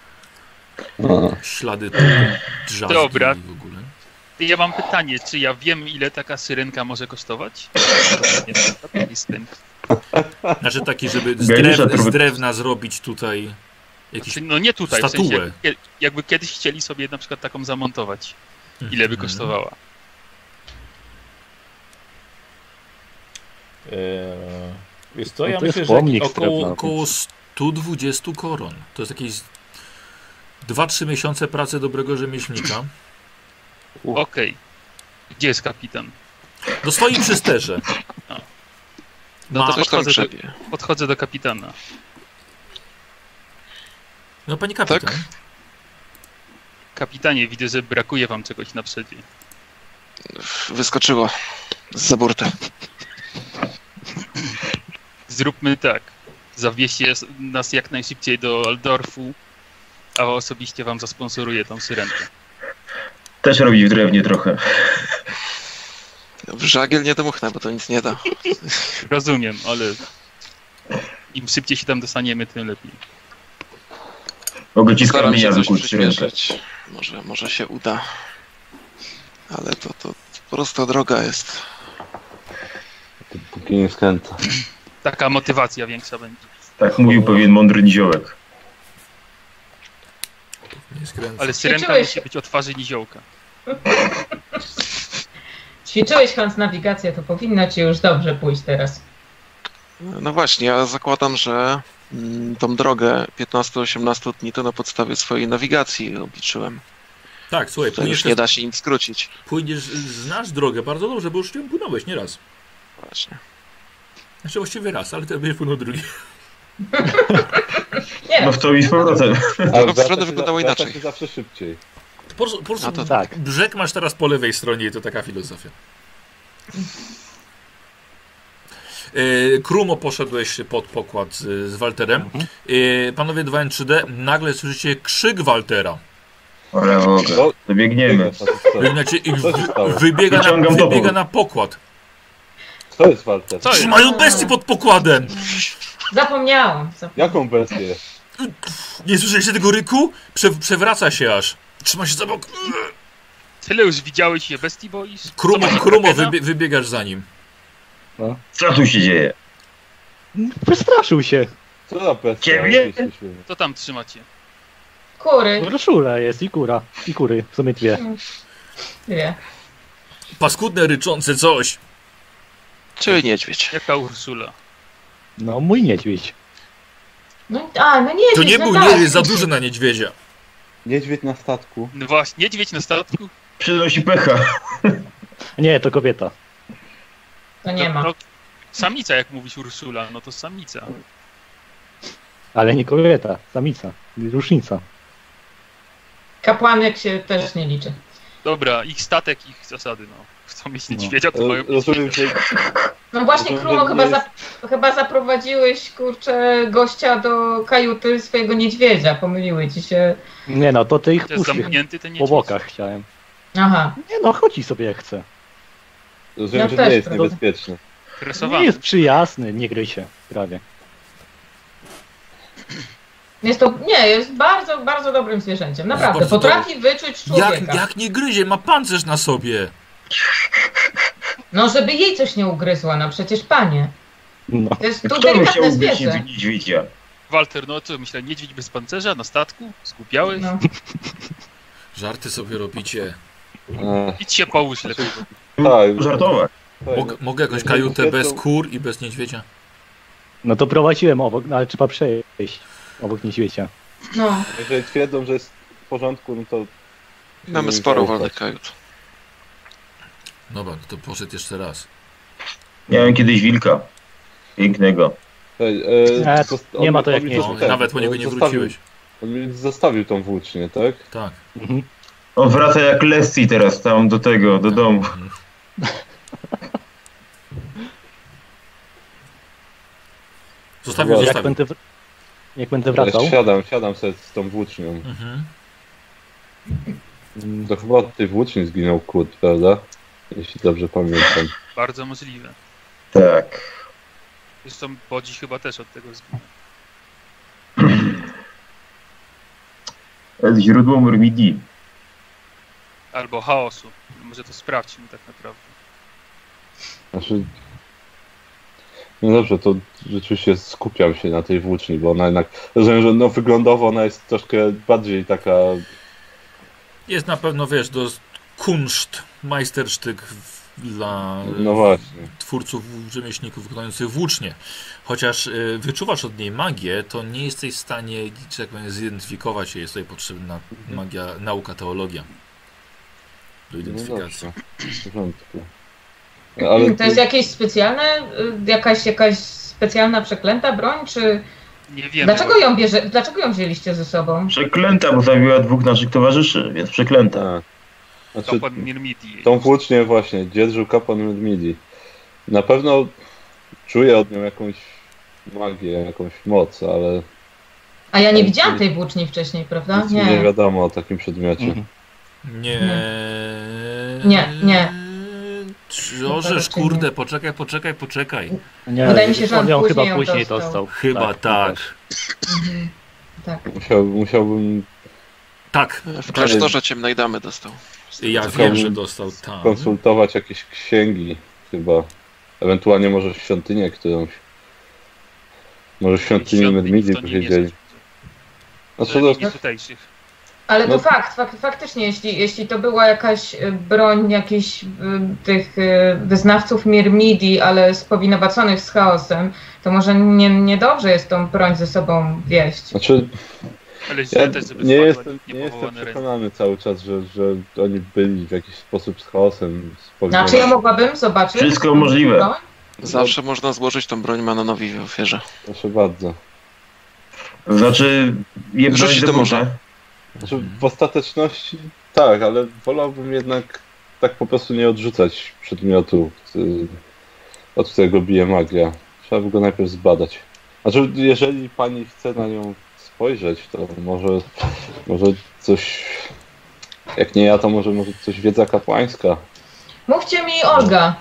Ślady drzazgi Dobra. w ogóle. Ja mam pytanie, czy ja wiem, ile taka syrenka może kosztować? Znaczy taki, żeby z drewna zrobić tutaj jakiś no nie tutaj, statuę. w sensie, jakby kiedyś chcieli sobie na przykład taką zamontować. Ile by kosztowała? Wiesz co, ja to jest myślę, że pomnik około 120 koron. To jest jakieś 2-3 miesiące pracy dobrego rzemieślnika. Okej. Gdzie jest kapitan? No stoi przy sterze. No to Coś tam grzebie. podchodzę do kapitana. No pani kapitan. Tak? Kapitanie, widzę, że brakuje wam czegoś na przedzie. Wyskoczyło z burty. Zróbmy tak. Zawieźcie nas jak najszybciej do Aldorfu, a osobiście wam zasponsoruję tą syrenkę. Też robi w drewnie trochę. W żagiel nie dmuchnę, bo to nic nie da. Rozumiem, ale im szybciej się tam dostaniemy, tym lepiej. Mogę ci z Staram się kamienia coś wykuć syrenkę. przyspieszyć. Może się uda. Ale to prosta droga jest. Póki nie skręca. Taka motywacja większa będzie. Tak mówił pewien mądry niziołek. Nie skręca. Ale syrenka Ćwiczyłeś musi być o twarzy niziołka. Ćwiczyłeś, Hans, nawigację, to powinno ci już dobrze pójść teraz. No właśnie, ja zakładam, że tą drogę 15-18 dni to na podstawie swojej nawigacji obliczyłem. Tak, słuchaj, To już nie da się nic skrócić. znasz drogę bardzo dobrze, bo już ją płynąłeś nieraz. Właśnie. Znaczy właściwie raz, ale to będzie płynął drugi. Nie, No w to i z powrotem. Drugą stronę wyglądało inaczej. Zawsze szybciej. Po prostu A to tak. brzeg masz teraz po lewej stronie i to taka filozofia. Krumo poszedłeś pod pokład z Walterem. Panowie 2N3D, nagle słyszycie krzyk Waltera. Ale mogę. Dobiegniemy. Znaczy, Co się stało? wybiega na pokład. Co jest Walter? Co jest? Trzymają bestii pod pokładem! zapomniałam. Jaką bestię? Nie słyszeliście tego ryku? Przewraca się aż. Trzyma się za bok. Tyle już widziałeś się bestii boisz? Krumo wybiegasz za nim. Co tu się dzieje? Wystraszył się. Co za bestia? Ciebie? Co tam trzymacie? Kury. Urszula jest i kura. I kury. W sumie dwie. Dwie. Paskudne, ryczące coś. Czyli niedźwiedź. Jaka Ursula? No mój niedźwiedź. No nie, To nie no był tak. nie za duży na niedźwiedzia. Niedźwiedź na statku. No właśnie, niedźwiedź na statku? Przynosi pecha. Nie, to kobieta. To nie ma. No, samica, jak mówisz Ursula, no to samica. Ale nie kobieta. Samica. Różnica. Kapłanek się też nie liczy. Dobra, ich statek, ich zasady, no. Chcą mieć niedźwiedzia, to mają Rozumiem, niedźwiedzia. że No właśnie, Krumo, chyba zaprowadziłeś, kurczę, gościa do kajuty swojego niedźwiedzia. Pomyliły ci się. Nie no, to ty ich To jest puść zamknięty ten po niedźwiedź. bokach chciałem. Aha. Nie no, chodzi sobie jak chce. rozumiem, Ja że też nie jest próbuję. niebezpieczny. Nie Rysowany. jest przyjazny, nie gryj się, prawie. Jest bardzo, bardzo dobrym zwierzęciem. Naprawdę. Bardzo Potrafi wyczuć człowieka. Jak nie gryzie, ma pancerz na sobie. No, żeby jej coś nie ugryzła, no przecież panie. No. To jest tu Kto by chciał delikatne ubić zwierzę. niedźwiedzia? Walter, no co, myślę, niedźwiedź bez pancerza na statku? Skupiałeś? No. Żarty sobie robicie. Idź się połóż lepiej. Tak, Żartować. Mogę jakąś kajutę bez kur i bez niedźwiedzia? No to prowadziłem obok, no ale trzeba przejść obok niedźwiedzia. No. jeżeli twierdzą, że jest w porządku, no to... Mamy sporo wolnych kajut. Dobra, to poszedł jeszcze raz. Miałem kiedyś wilka. Pięknego. Nie ma to jak nie No, nawet po niego nie wróciłeś. On mi zostawił tą włócznię, tak? Tak. Mhm. On wraca jak Leslie teraz tam do tego, do domu. Zostawił, Jak Jak zostawił. będę wracał, Siadam sobie z tą włócznią. Mhm. To chyba od tej włóczni zginął Kurt, prawda? Jeśli dobrze pamiętam. Bardzo możliwe. Tak. Zresztą Bodzi chyba też od tego zginął. To jest źródło Myrmidii. Albo chaosu. Może to sprawdźmy tak naprawdę. Znaczy... No dobrze, to rzeczywiście skupiam się na tej włóczni, bo ona jednak... Rozumiem, że no wyglądowo ona jest troszkę bardziej taka... Jest na pewno, wiesz, kunszt, majstersztyk dla No właśnie. twórców, rzemieślników wykonujących włócznie. Chociaż wyczuwasz od niej magię, to nie jesteś w stanie, że tak powiem, zidentyfikować się. Jest tutaj potrzebna magia, nauka, teologia do No identyfikacji. dobrze, w porządku. Ale To jest jakieś specjalne, jakaś specjalna przeklęta broń, czy... Nie wiemy. Dlaczego ją wzięliście ze sobą? Przeklęta, bo zabiła dwóch naszych towarzyszy, więc przeklęta. Tak. Znaczy, Kapłan Myrmidii. tą włócznię właśnie dzierżył kapłan Myrmidii. Na pewno czuję od nią jakąś magię, jakąś moc, ale A ja nie widziałam tej włóczni wcześniej, prawda? nic mi nie wiadomo o takim przedmiocie. Mhm. Nie. Orzesz, kurde, poczekaj. Nie, Wydaje mi się, że on ją później chyba ją później dostał. dostał. Chyba tak. Mhm. Tak. Musiałbym Tak, W klasztorze ciemnej damy dostał. ja wiem, że dostał tam. konsultować jakieś księgi chyba. Ewentualnie może świątynię którąś. Może w świątyni Myrmidii to nie powiedzieli. jest. Znaczy, Nie tutejszych. Ale to No. faktycznie, jeśli to była jakaś broń jakichś tych wyznawców Myrmidii, ale spowinowaconych z chaosem, to może niedobrze jest tą broń ze sobą wieść. znaczy Ale ja źle też, żeby nie spadła jestem niepowołane ręce. przekonany cały czas, że oni byli w jakiś sposób z chaosem spowinowani. Znaczy ja mogłabym zobaczyć? Wszystko możliwe. broń? Zawsze można złożyć tą broń Manonowi w ofierze. Proszę bardzo. To znaczy, je Rzucić broń to może. może. Znaczy, w ostateczności tak, ale wolałbym jednak tak po prostu nie odrzucać przedmiotu, od którego bije magia. Trzeba by go najpierw zbadać. Znaczy, jeżeli pani chce na nią spojrzeć, to może coś, jak nie ja, to może coś wiedza kapłańska. Mówcie mi, Olga.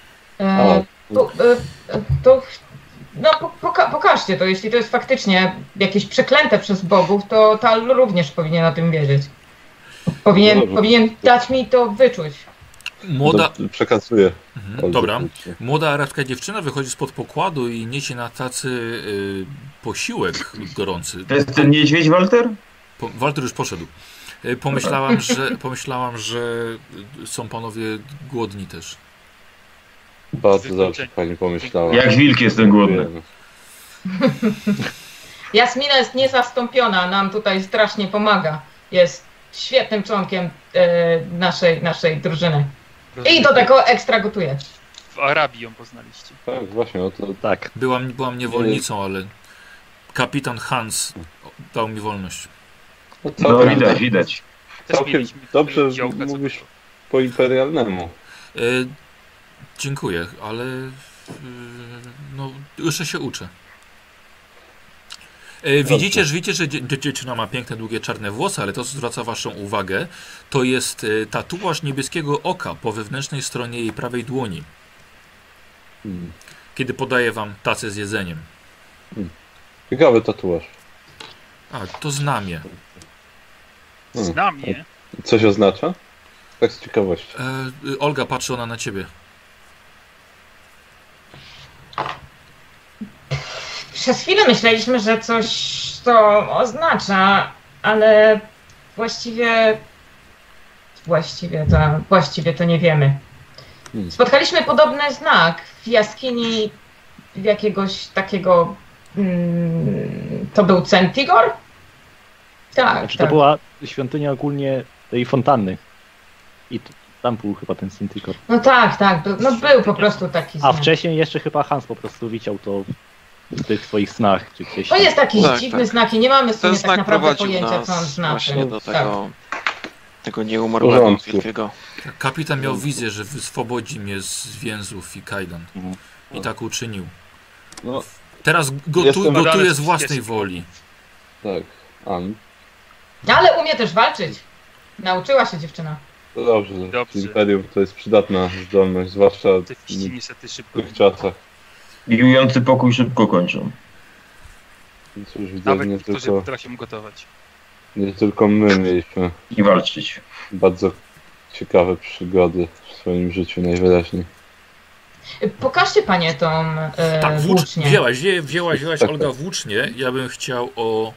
Pokażcie to, jeśli to jest faktycznie jakieś przeklęte przez bogów, to Tal również powinien o tym wiedzieć. Powinien dać mi to wyczuć. Przekazuję. Dobra. Młoda arabska dziewczyna wychodzi spod pokładu i niesie na tacy posiłek gorący. To jest ten niedźwiedź, Walter? Walter już poszedł. Pomyślałam, że są panowie głodni też. Bardzo dobrze pani pomyślała. Jak wilk jestem głodny. Jasmina jest niezastąpiona, nam tutaj strasznie pomaga. Jest świetnym członkiem naszej drużyny. I do tego ekstra gotuje. W Arabii ją poznaliście. Tak, właśnie, to Tak. Byłam niewolnicą, ale kapitan Hans dał mi wolność. No widać. Też Całkiem mieliśmy dobrze działka, co mówisz. było. po imperialnemu. Dziękuję, ale no, jeszcze się uczę. Widzicie, że dziewczyna ma piękne, długie, czarne włosy, ale to, co zwraca waszą uwagę, to jest tatuaż niebieskiego oka po wewnętrznej stronie jej prawej dłoni. Kiedy podaje wam tacę z jedzeniem. Ciekawy tatuaż. A, to znamie. Znamie? Coś oznacza? Tak z ciekawości. Olga, patrzy ona na ciebie. Przez chwilę myśleliśmy, że coś to oznacza, ale właściwie to nie wiemy. Spotkaliśmy podobny znak w jaskini jakiegoś takiego... to był Centigor? Tak, Znaczy, tak. to była świątynia ogólnie tej fontanny. I tam był chyba ten Centigor. No tak, był po prostu taki znak. A wcześniej jeszcze chyba Hans po prostu widział to w tych swoich snach, czy gdzieś. To jest jakiś Tak, dziwny tak. znak i nie mamy w Ten sumie tak znak naprawdę prowadził pojęcia, co on nas znaczy. właśnie do Tak. tego nieumarłego Porządku. wielkiego. Kapitan miał wizję, że wyswobodzi mnie z więzów i kajdan. I tak uczynił. No, Teraz Jestem- gotuje z własnej woli. tak. Ale umie też walczyć. Nauczyła się dziewczyna. To dobrze. Dobrze. Imperium to jest przydatna zdolność, zwłaszcza Te w fiści niestety szybko. tych czasach. Miłujący pokój szybko kończą. Cóż, widzę, że Nawet nie niektórzy tylko, potrafią gotować. nie tylko my mieliśmy I walczyć. bardzo ciekawe przygody w swoim życiu najwyraźniej. Pokażcie panie tą Tak, włócznię. wzięłaś Tak, Olga tak. włócznię. Ja bym chciał o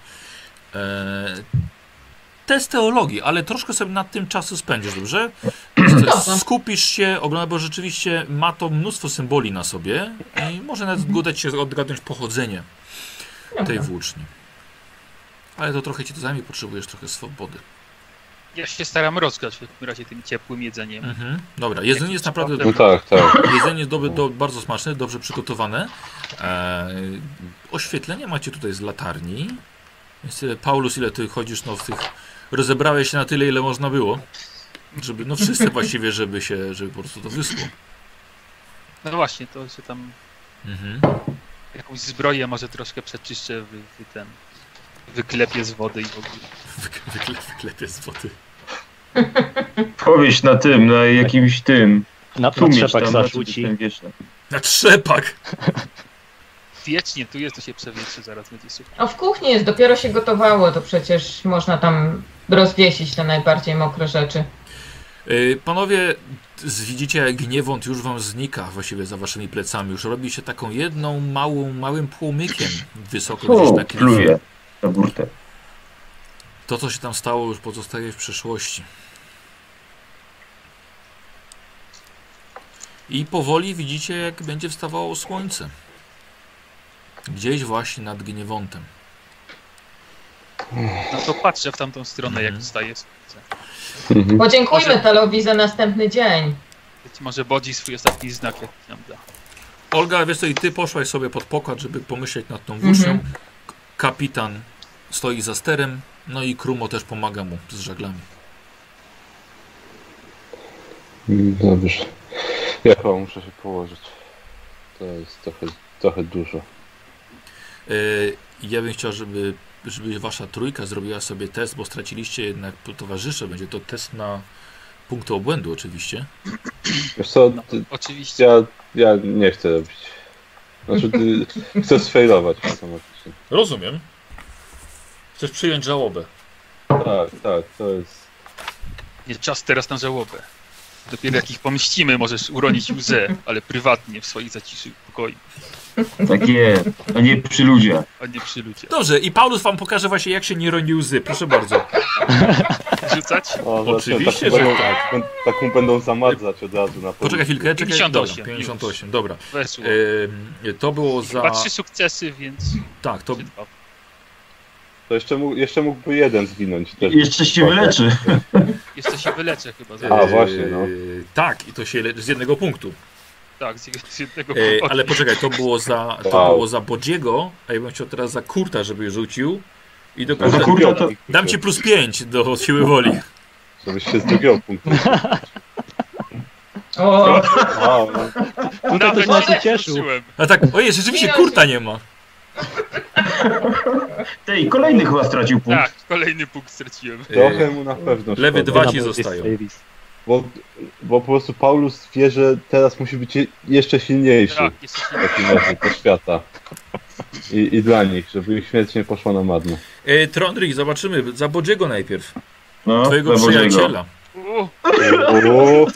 test teologii, ale troszkę sobie nad tym czasu spędzisz, dobrze? Dobrze. Skupisz się, oglądasz, bo rzeczywiście ma to mnóstwo symboli na sobie i może nawet udać się odgadnąć pochodzenie tej włóczni. Ale to trochę ci to zajmie, potrzebujesz trochę swobody. Ja się staram rozgrać w takim razie tym ciepłym jedzeniem. Dobra, jedzenie jest naprawdę... No tak. Jedzenie jest bardzo smaczne, dobrze przygotowane. Oświetlenie macie tutaj z latarni. Więc Paulus, ile ty chodzisz, no w tych... Rozebrałeś się na tyle, ile można było. Żeby, no wszyscy właściwie, żeby po prostu to wyschło. No właśnie, to się tam jakąś zbroję może troszkę przeczyszczę, wyklepię z wody i w ogóle. Wyklepie z wody. Powieś na tym, na jakimś tym. Na Tumieć trzepak tam, zarzuci. na tym wieczne. Na trzepak! Wiecznie tu jest, to się przewietrzy, zaraz będzie sucho. O, w kuchni jest, dopiero się gotowało, to przecież można tam rozwiesić te najbardziej mokre rzeczy. Panowie, widzicie jak gniewąt już wam znika właściwie za waszymi plecami. Już robi się taką jedną małym płomykiem wysoko gdzieś na klifie. Pluje na burtę. To, co się tam stało, już pozostaje w przeszłości. I powoli widzicie, jak będzie wstawało słońce. Gdzieś właśnie nad Gniewontem. No to patrzę w tamtą stronę, jak wstaje słońce. Podziękujmy Talowi za następny dzień. Być może Bodzi swój ostatni znak jakiś nam da. Olga, wiesz co, i ty poszłaś sobie pod pokład, żeby pomyśleć nad tą włócznią. Kapitan stoi za sterem, no i Krumo też pomaga mu z żaglami. Dobrze. Ja chyba muszę się położyć. To jest trochę dużo. Ja bym chciał, żeby wasza trójka zrobiła sobie test, bo straciliście jednak towarzysze. Będzie to test na punkty obłędu oczywiście. Wiesz co, Oczywiście. ja nie chcę robić. Znaczy, chcę sfejlować automatycznie. Rozumiem. Chcesz przyjąć żałobę. Tak, to jest... Nie czas teraz na żałobę. Dopiero jak ich pomścimy, możesz uronić łzę, ale prywatnie w swoich zaciszych pokoju, Tak jest, a nie przy ludziach. a nie przy ludziach. Dobrze, i Paulus wam pokaże właśnie, jak się nie roni łzy. Proszę bardzo. Rzucać? Oczywiście, taką, że tak. Taką będą zamadzać od razu na Poczekaj chwilkę, czekaj. 58, Dobra, 58, dobra. Wesło. To było za... Chyba 3 sukcesy, więc... Tak, to... To jeszcze mógłby jeden zginąć. Też. Jeszcze się wyleczy. Jeszcze się wyleczę chyba. A, właśnie, no. Tak, i to się z jednego punktu. Tak, z jednego punktu. Ale poczekaj, to było za Bodziego, a ja bym chciał teraz za Kurta, żeby rzucił. I do Za Kurta to... dam ci +5 do siły woli. Żebyś się z drugiego punktu. O, Wow. Tutaj ktoś nas ucieszył. A tak, ojej, rzeczywiście Kurta nie ma. Tej, kolejny chyba stracił punkt. Tak, kolejny punkt straciłem. Trochę mu na pewno Lewy szkoda. dwa ci zostają. Bo po prostu Paulus wie, że teraz musi być jeszcze silniejszy Tak, jest w takim razie do świata. I dla nich, żeby ich śmierć nie poszła na marne. Trondrik, zobaczymy. Za Bodziego najpierw. No, Twojego za Bożego. przyjaciela. O,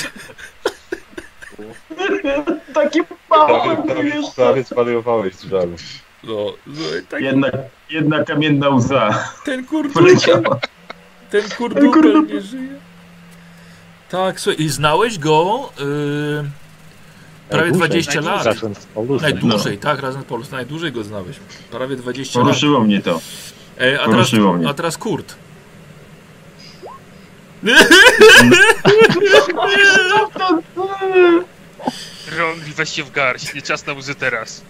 Taki mały był jeszcze. prawie zwariowałeś z żalu. No, tak, Jedna kamienna łza ten kurdupel, poleciała. ten kurdupel nie żyje. Tak, słuchaj, i znałeś go prawie 20 lat. Razem z Paulusem. Najdłużej, tak, razem z Paulusem. Najdłużej go znałeś. Prawie 20 lat. Poruszyło mnie to. Poruszyło mnie. A teraz Kurt. Ron, weź się w garść, nie czas na łzy teraz.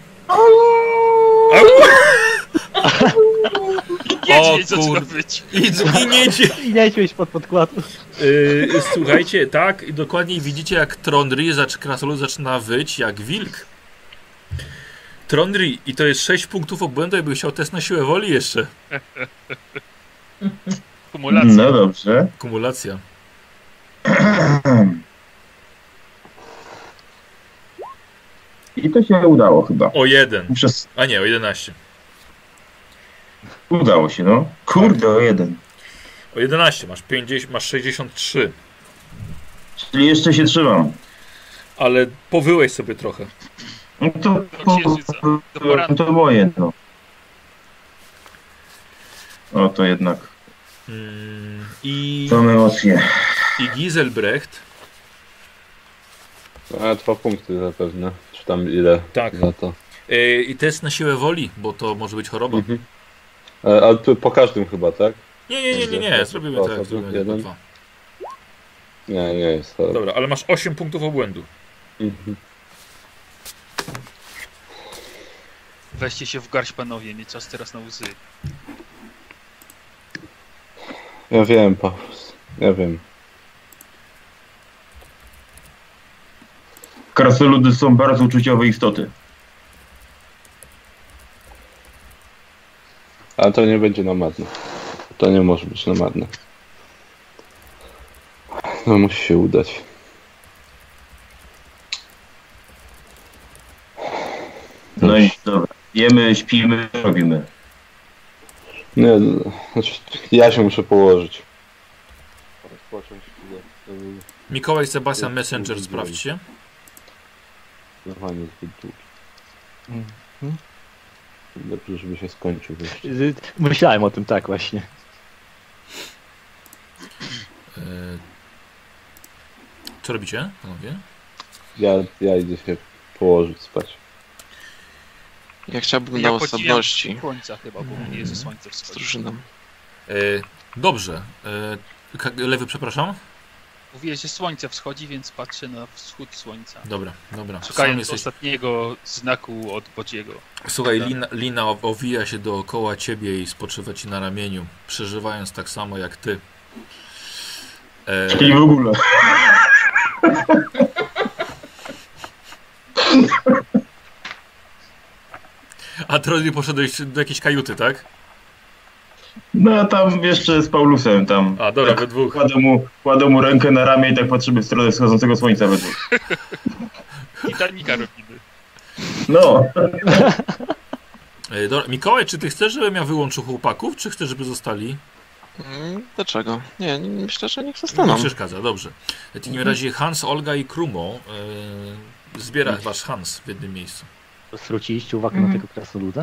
Niedźwiedź zaczyna być. I niecie. I niedźwiedź pod podkładu. Słuchajcie, tak, i dokładniej widzicie, jak Trondri, Krasnolud zaczyna wyć jak wilk. Trondri, i to jest 6 punktów obłędu, jakby chciał test na siłę woli jeszcze. Kumulacja. No dobrze. Kumulacja. I to się udało chyba. O 1. Przez... A nie, o 11. Udało się, no. Kurde, o 1. O 11, masz 50, masz 63. Czyli jeszcze się trzymam. Ale powyłeś sobie trochę. No to, Do księżyca, do poranka. to moje, no. O, to jednak. I Są emocje. Giselbrecht. A 2 punkty zapewne. Czy tam ile Tak. za to? I test na siłę woli, bo to może być choroba. Mhm. Ale tu po każdym chyba, tak? Nie. Zrobimy O, tak. to Zrobimy jeden. tylko 2. Nie jest choroba. Dobra, ale masz 8 punktów obłędu. Mhm. Weźcie się w garść, panowie, nie czas teraz na łzy. Ja wiem, Paulus. Ja wiem. Krasnoludy są bardzo uczuciowe istoty. Ale to nie będzie na marne. To nie może być na marne. No musi się udać. No i dobra. Jemy, śpimy, robimy. Nie, znaczy ja się muszę położyć. Mikołaj, Sebastian, Messenger, sprawdźcie. Zdecydowanie zbyt długi. Mhm. Dobrze, żeby się skończył wreszcie. Myślałem o tym tak właśnie. Co robicie, panowie? Ja idę się położyć spać. Ja chciałbym na Ja osobności słońca chyba, bo mnie ze słońca z wschodzi. drużyną. Dobrze. Lewy, przepraszam? Mówiłeś, że słońce wschodzi, więc patrzę na wschód słońca. Dobra. Sam Szukając jesteś... ostatniego znaku od Bodziego. Słuchaj, lina owija się dookoła ciebie i spoczywa ci na ramieniu, przeżywając tak samo jak ty. Czyli w ogóle. A Trondri poszedłeś do jakiejś kajuty, tak? No a tam jeszcze z Paulusem tam. A, dobra, tak, we dwóch. Kładę mu rękę na ramię i tak patrzymy w stronę wschodzącego słońca we dwóch. Titanica robimy. No. Dobra, Mikołaj, czy ty chcesz, żebym ja wyłączył chłopaków, czy chcesz, żeby zostali? Dlaczego? Nie, myślę, że niech Nie zostaną. przeszkadza, dobrze. W takim razie Hans, Olga i Krumo zbiera wasz Hans w jednym miejscu. Zwróciliście uwagę na tego krasnoluda?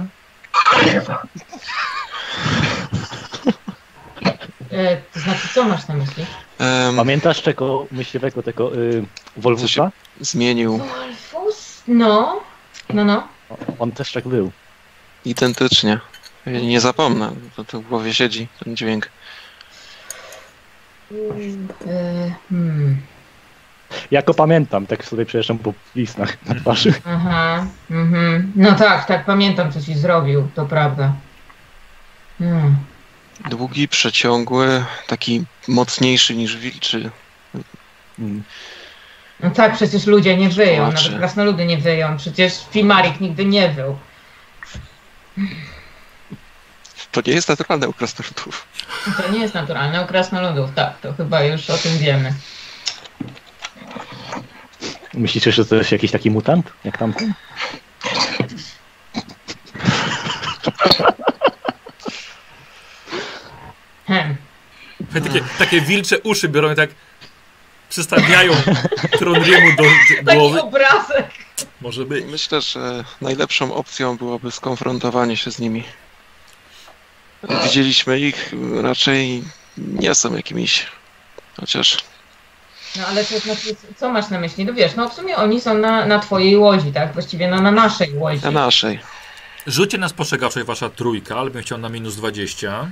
To znaczy, co masz na myśli? Pamiętasz tego myśliwego, tego Wolfusa? Zmienił Wolfus? No. On też tak był. identycznie. Ja nie zapomnę, to w głowie siedzi ten dźwięk. Ja go pamiętam, tak sobie przejeżdżam po listach na twarzy. Aha. No tak, pamiętam, co ci zrobił, to prawda. Długi, przeciągły, taki mocniejszy niż wilczy. No tak, przecież ludzie nie wyją, Płacze. nawet krasnoludy nie wyją, przecież Filmarik nigdy nie wył. To nie jest naturalne u krasnoludów. To nie jest naturalne u krasnoludów, tak, to chyba już o tym wiemy. Myślicie, że to jest jakiś taki mutant, jak tamten? Takie wilcze uszy biorą i tak przystawiają Tronriemu do Taki głowy. obrazek! Może być. Myślę, że najlepszą opcją byłoby skonfrontowanie się z nimi. Widzieliśmy ich, raczej nie są jakimiś... Chociaż... No ale to znaczy, co masz na myśli? No wiesz, no w sumie oni są na twojej łodzi, tak? Właściwie na naszej łodzi. Na naszej. Rzućcie na spostrzegawczość wasza trójka, ale bym chciał na minus 20.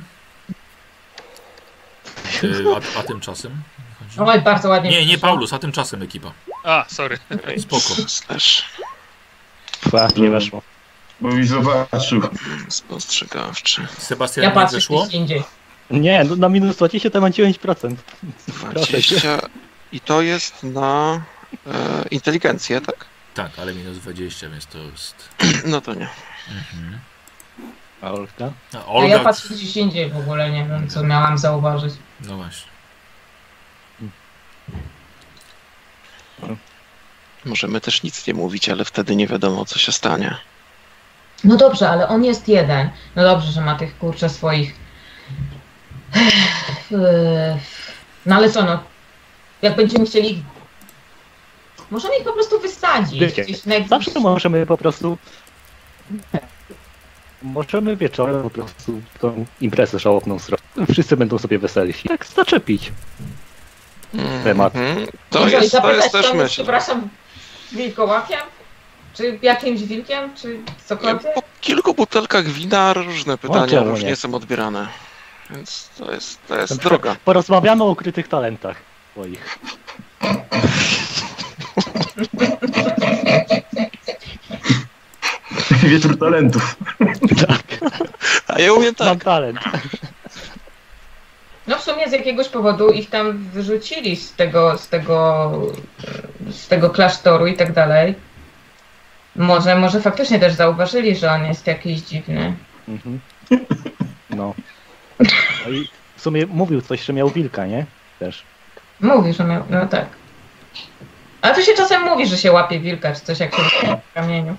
A tymczasem? Oj, bardzo ładnie. Nie, Paulus, a tymczasem ekipa. A, sorry. Spoko. Slash. Nie weszło. Bo mi zobaczył. Spostrzegawczy. Sebastian, Ja nie patrzę wyszło? gdzieś indziej. Nie, no na minus 20 to mam 9%. Proszę cię. 20. I to jest na inteligencję, tak? Tak, ale minus 20, więc to jest... No to nie. Mhm. A Olga? A A ja Olga... patrzę gdzieś indziej w ogóle, nie wiem co miałam zauważyć. No właśnie. Możemy też nic nie mówić, ale wtedy nie wiadomo, co się stanie. No dobrze, ale on jest jeden. No dobrze, że ma tych kurczę swoich... No ale co no? Jak będziemy chcieli ich... Możemy ich po prostu wysadzić. Wiecie, Gdzieś najbliżej. zawsze możemy po prostu... Możemy wieczorem po prostu tą imprezę żałobną zrobić. Wszyscy będą sobie weseli. Tak zaczepić temat. To Jeżeli jest zapytać, też to, myśl. przepraszam, wilkołakiem? Czy jakimś wilkiem? Czy cokolwiek? Po kilku butelkach wina różne pytania czemu różnie nie? są odbierane. Więc to jest droga. Porozmawiamy o ukrytych talentach swoich. Wieczór talentów. A ja umiem Mam tak. talent. No w sumie z jakiegoś powodu ich tam wyrzucili z tego klasztoru i tak dalej. Może faktycznie też zauważyli, że on jest jakiś dziwny. Mhm. No. No i w sumie mówił coś, że miał wilka, nie? Też. Mówi, że miał, no tak. A to się czasem mówi, że się łapie wilka, czy coś jak się w kamieniu.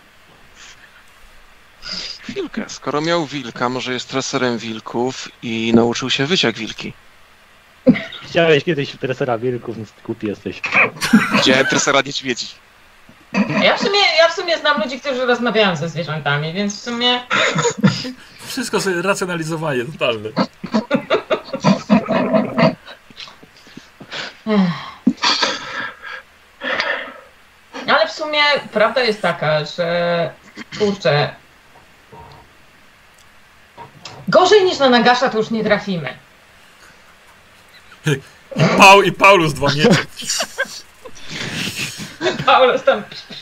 Wilkę. Skoro miał wilka, może jest treserem wilków i nauczył się wyć jak wilki. Chciałeś kiedyś tresera wilków, no głupi jesteś. Widziałem tresera niedźwiedzi. Ja w sumie znam ludzi, którzy rozmawiają ze zwierzętami, więc w sumie... Wszystko sobie racjonalizowanie totalne. Ale w sumie prawda jest taka, że kurczę, gorzej niż na Nagasza to już nie trafimy. I Paulus dwa miecze. Paulus tam...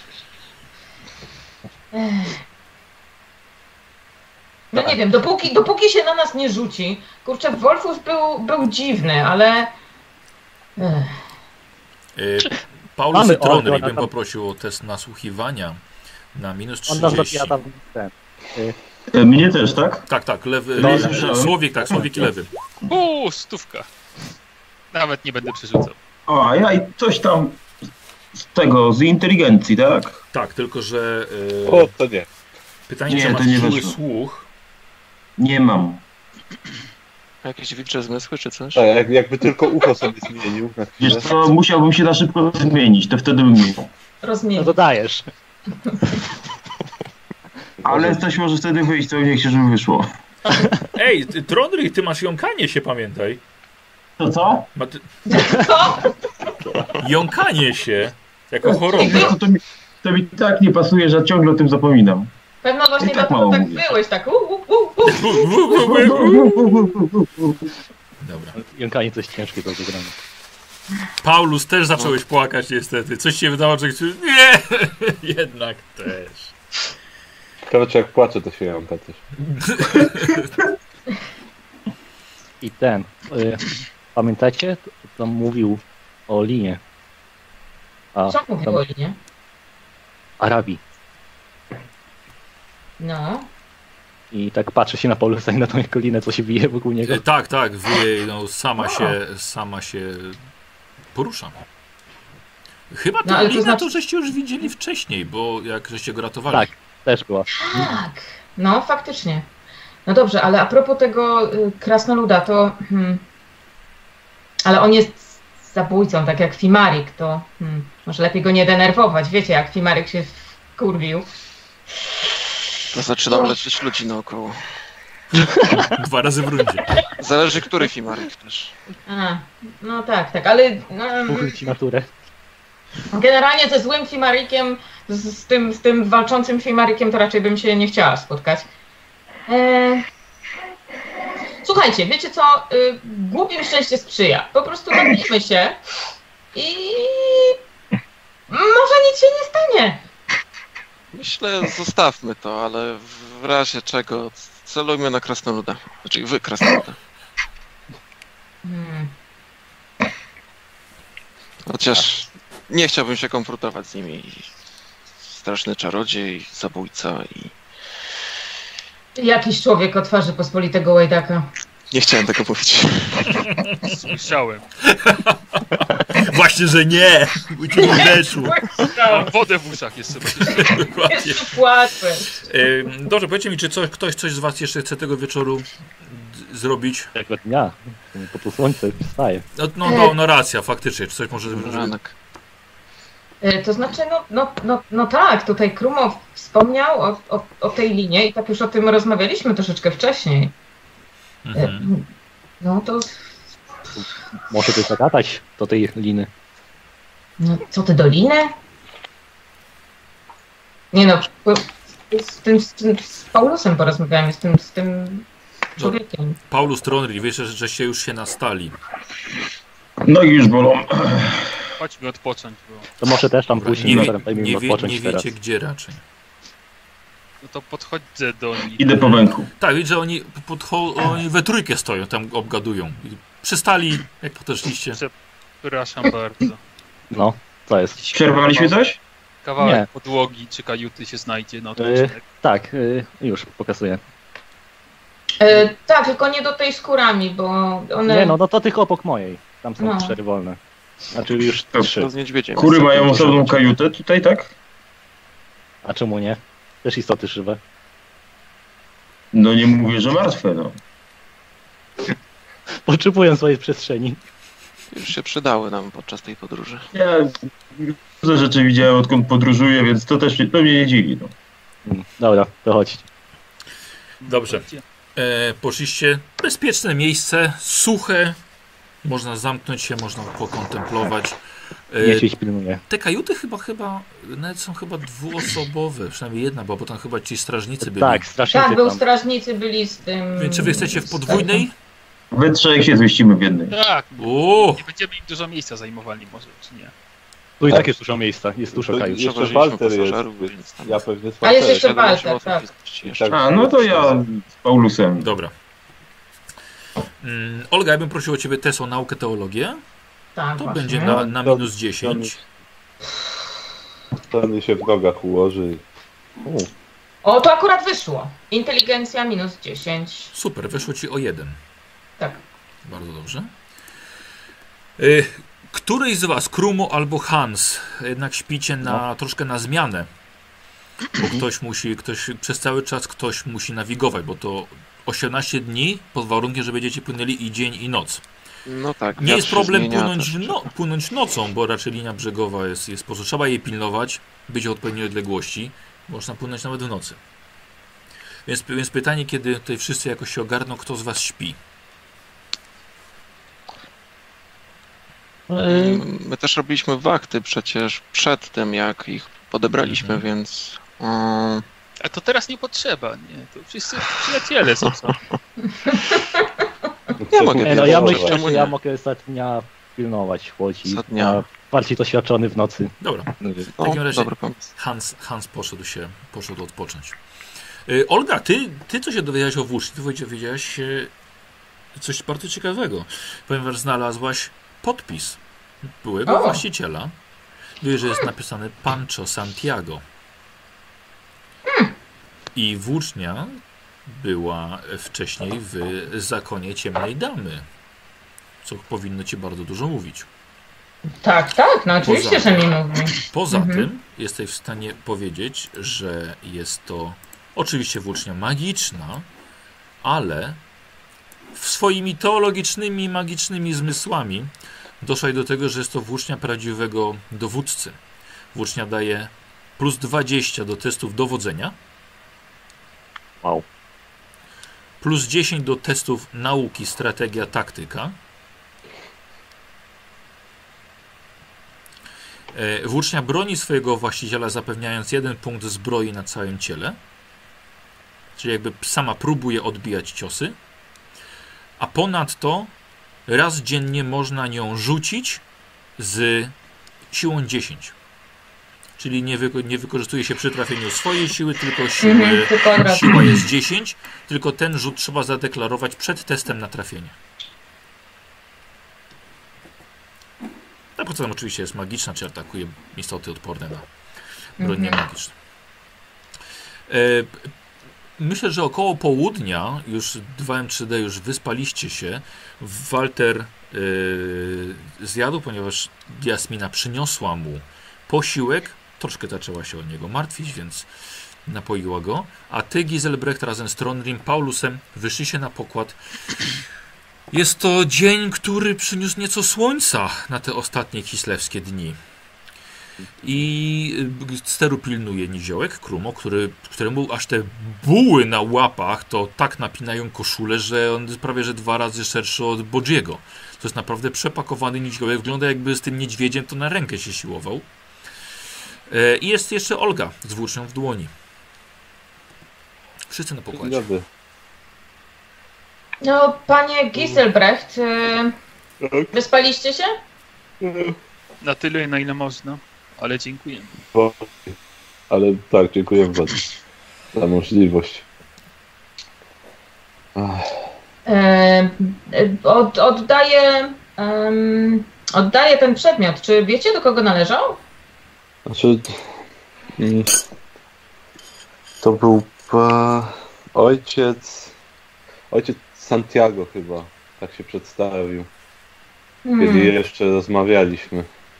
No nie wiem, dopóki się na nas nie rzuci. Kurczę, Wolfus był dziwny, ale... Paulus Mamy i Tronry Olga, bym tam- poprosił o test nasłuchiwania na minus On nas 30. zabija tam ten. Mnie też, tak? Tak, lewy. No, słyszałem. Słowik i lewy. Stówka. Nawet nie będę przerzucał. O, a ja i coś tam z inteligencji, tak? Tak, tylko że O, to nie. pytanie, Nie, czy to masz nie czuły weszło. słuch? Nie mam. Jakieś wilcze zmysły czy coś? Tak, jakby tylko ucho sobie zmienił na chwilę. Wiesz co, musiałbym się na szybko zmienić, to wtedy bym miał. No Rozmienić. to dajesz. Ale coś może wtedy wyjść, co nie chcę, żeby wyszło. Ej, Tronry, ty masz jąkanie się, pamiętaj. To co? Co? Jąkanie się jako choroba. To mi tak nie pasuje, że ciągle o tym zapominam. Pewno właśnie I tak dlatego mało tak mówię. byłeś, tak Dobra. Jąkanie coś ciężkiego do wygrania. Paulus, też zacząłeś płakać niestety. Coś się wydawało, że... Nie! Jednak też. Ciekawe, czy jak płacze, to się jąka też. I ten. Pamiętacie? Co mówił o linie. A Co mówił o linie? Arabii. No. I tak patrzy się na Paulusa i na tą jego linę, co się bije wokół niego. Tak, wie, no, sama się porusza. Chyba No, tę ale to linę znaczy- to żeście już widzieli wcześniej, bo jak żeście go ratowali. Tak, też była. Tak. No, faktycznie. No dobrze, ale a propos tego krasnoluda, to... Ale on jest zabójcą, tak jak Fimarik, to może lepiej go nie denerwować. Wiecie, jak Fimarik się wkurwił. To zaczynam leczyć ludzi naokoło. 2 razy w rundzie. Zależy, który Fimarik też. A, no tak, ale... No, Mówił ci naturę. generalnie ze złym Fimarikiem, z tym walczącym Fimarikiem, to raczej bym się nie chciała spotkać. Słuchajcie, wiecie co? Głupim szczęście sprzyja. Po prostu napijmy się i może nic się nie stanie. Myślę, zostawmy to, ale w razie czego celujmy na krasnoluda. Znaczy wy krasnoluda. Chociaż nie chciałbym się konfrontować z nimi. Straszny czarodziej, zabójca i... Jakiś człowiek o twarzy pospolitego łajdaka. Nie chciałem tego powiedzieć. Słyszałem. Właśnie, że nie! Bo ci nie weszło. Mam wodę w uszach jeszcze. Dokładnie. Jeszcze płacę. Dobrze, powiedzcie mi, czy ktoś coś z was jeszcze chce tego wieczoru zrobić? Tego dnia. Po prostu słońce wstaje. No racja, faktycznie. Czy coś może... Ranek. To znaczy, no tak, tutaj Krumo wspomniał o tej linie i tak już o tym rozmawialiśmy troszeczkę wcześniej. No to... Może ty zagadać do tej liny. No, co ty do liny? Nie no, z Paulusem porozmawiałem, z tym człowiekiem. Paulus Tronry, wiesz, żeście już się nastali. Nogi już bolą. Chodźmy odpocząć, bo... To może też tam później Nie odpocząć teraz. wiecie gdzie raczej. No to podchodźcie do nich. Idę po węku. Tak, widzę, że oni we trójkę stoją, tam obgadują. I przystali, jak podeszliście. Przepraszam bardzo. No, co jest? Przerwaliśmy coś? Kawałek Nie. podłogi czy kajuty się znajdzie na odpoczynek. Tak, już pokazuję. Tak, tylko nie do tej skórami, bo one... Nie no to tych obok mojej. Tam są No. 4 wolne. Znaczy już To 3. To z niedźwiedziem. Kury mają osobną kajutę tutaj, tak? A czemu nie? Też istoty żywe. No nie mówię, że martwe, no. Potrzebują swojej przestrzeni. Już się przydały nam podczas tej podróży. Ja różne rzeczy widziałem, odkąd podróżuję, więc to też mnie nie dziwi, no. Dobra, to chodźcie. Dobrze. Poszliście bezpieczne miejsce, suche. Można zamknąć się, można pokontemplować. Nie się pilnuje. Te kajuty chyba nawet są chyba dwuosobowe, przynajmniej jedna, bo potem chyba ci strażnicy byli. Tak, strasznie Tak, był tam. strażnicy byli z tym... Więc czy wy chcecie w podwójnej? We trzech się zmieścimy w jednej. Tak, O! nie będziemy im dużo miejsca zajmowali może, czy nie? Tu i tak jest dużo miejsca, jest dużo kajut. Jeszcze Przewożyliśmy Walter jest. pasażerów, więc tam Ja pewnie z A jest Walterem. jeszcze 17 Walter, osób tak. jest jeszcze. Tak. A, no to ja z Paulusem. Dobra. Olga, ja bym prosił o ciebie test o naukę teologię. Tak, To właśnie. będzie na minus 10. To się w nogach ułoży. O, to akurat wyszło. Inteligencja minus 10. Super, weszło ci o 1. Tak. Bardzo dobrze. Któryś z was, Krumo albo Hans, jednak śpicie troszkę na zmianę. Bo ktoś przez cały czas ktoś musi nawigować, bo to 18 dni pod warunkiem, że będziecie płynęli i dzień i noc. No tak. Nie wiatr jest się problem zmienia, płynąć nocą, bo raczej linia brzegowa jest po prostu. Trzeba jej pilnować, być w odpowiedniej odległości. Można płynąć nawet w nocy. Więc pytanie, kiedy tutaj wszyscy jakoś się ogarną, kto z was śpi? My też robiliśmy wachty przecież przed tym, jak ich podebraliśmy, więc... A to teraz nie potrzeba, nie? To wszyscy przyjaciele są. Ja mogę No ja wiedzieć, myślę, czemu że nie? ja mogę za dnia pilnować łodzi. Za dnia. A bardziej doświadczony w nocy. Dobra, w O, takim razie dobry pomysł. Hans poszedł odpocząć. Olga, ty co się dowiedziałaś o włóczni? Ty wiedziałaś coś bardzo ciekawego, ponieważ znalazłaś podpis byłego właściciela. Wiesz, że jest napisane Pancho Santiago. I włócznia była wcześniej w zakonie Ciemnej Damy, co powinno ci bardzo dużo mówić. Tak, no oczywiście, że mi mówi. Poza tym jesteś w stanie powiedzieć, że jest to oczywiście włócznia magiczna, ale swoimi teologicznymi, magicznymi zmysłami doszłaś do tego, że jest to włócznia prawdziwego dowódcy. Włócznia daje plus 20 do testów dowodzenia. Wow. Plus 10 do testów nauki, strategia, taktyka. Włócznia broni swojego właściciela, zapewniając 1 punkt zbroi na całym ciele. Czyli jakby sama próbuje odbijać ciosy. A ponadto raz dziennie można nią rzucić z siłą 10. Czyli nie wykorzystuje się przy trafieniu swojej siły, tylko siła jest 10. Tylko ten rzut trzeba zadeklarować przed testem na trafienie. Ta poza oczywiście jest magiczna, czy atakuje istoty odporne na broń niemagiczną. Myślę, że około południa już 2M3D już wyspaliście się. Walter zjadł, ponieważ Jasmina przyniosła mu posiłek. Troszkę zaczęła się o niego martwić, więc napoiła go. A ty, Giselbrecht, razem z Tronrim, Paulusem wyszliście na pokład. Jest to dzień, który przyniósł nieco słońca na te ostatnie kislewskie dni. I steru pilnuje niziołek, Krumo, któremu aż te buły na łapach to tak napinają koszulę, że on jest prawie że 2 razy szerszy od Bodziego. To jest naprawdę przepakowany niziołek. Wygląda, jakby z tym niedźwiedziem to na rękę się siłował. I jest jeszcze Olga z włócznią w dłoni. Wszyscy na pokładzie. No, panie Giselbrecht, wyspaliście się? Na tyle, na ile można, ale dziękuję. Ale tak, dziękuję bardzo za możliwość. Oddaję ten przedmiot. Czy wiecie, do kogo należał? Znaczy, to był ojciec Santiago chyba, tak się przedstawił, kiedy jeszcze rozmawialiśmy.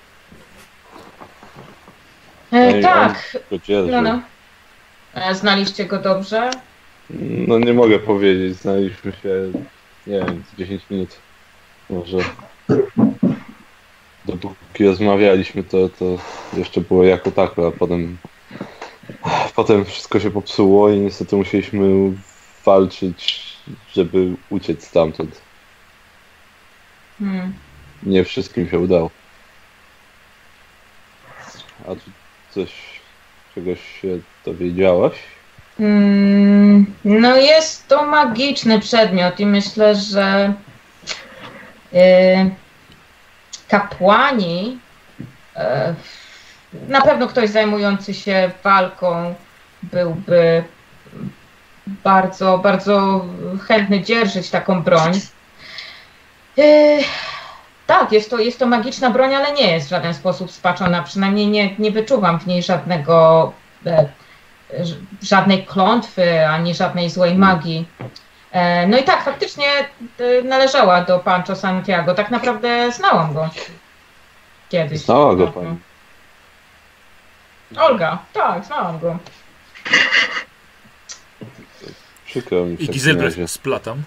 Tak. No. Znaliście go dobrze? No nie mogę powiedzieć, znaliśmy się, nie wiem, 10 minut może. Dopóki rozmawialiśmy, to jeszcze było jako tako, a potem wszystko się popsuło i niestety musieliśmy walczyć, żeby uciec stamtąd. Nie wszystkim się udało. A czy czegoś się dowiedziałaś? No jest to magiczny przedmiot i myślę, że kapłani, na pewno ktoś zajmujący się walką byłby bardzo, bardzo chętny dzierżyć taką broń. Tak, jest to magiczna broń, ale nie jest w żaden sposób spaczona. Przynajmniej nie wyczuwam w niej żadnej klątwy, ani żadnej złej magii. No i tak, faktycznie należała do Pancho Santiago. Tak naprawdę znałam go kiedyś. Znała go pani? Olga, tak, znałam go. Przykro mi. I Giselbrecht splatam.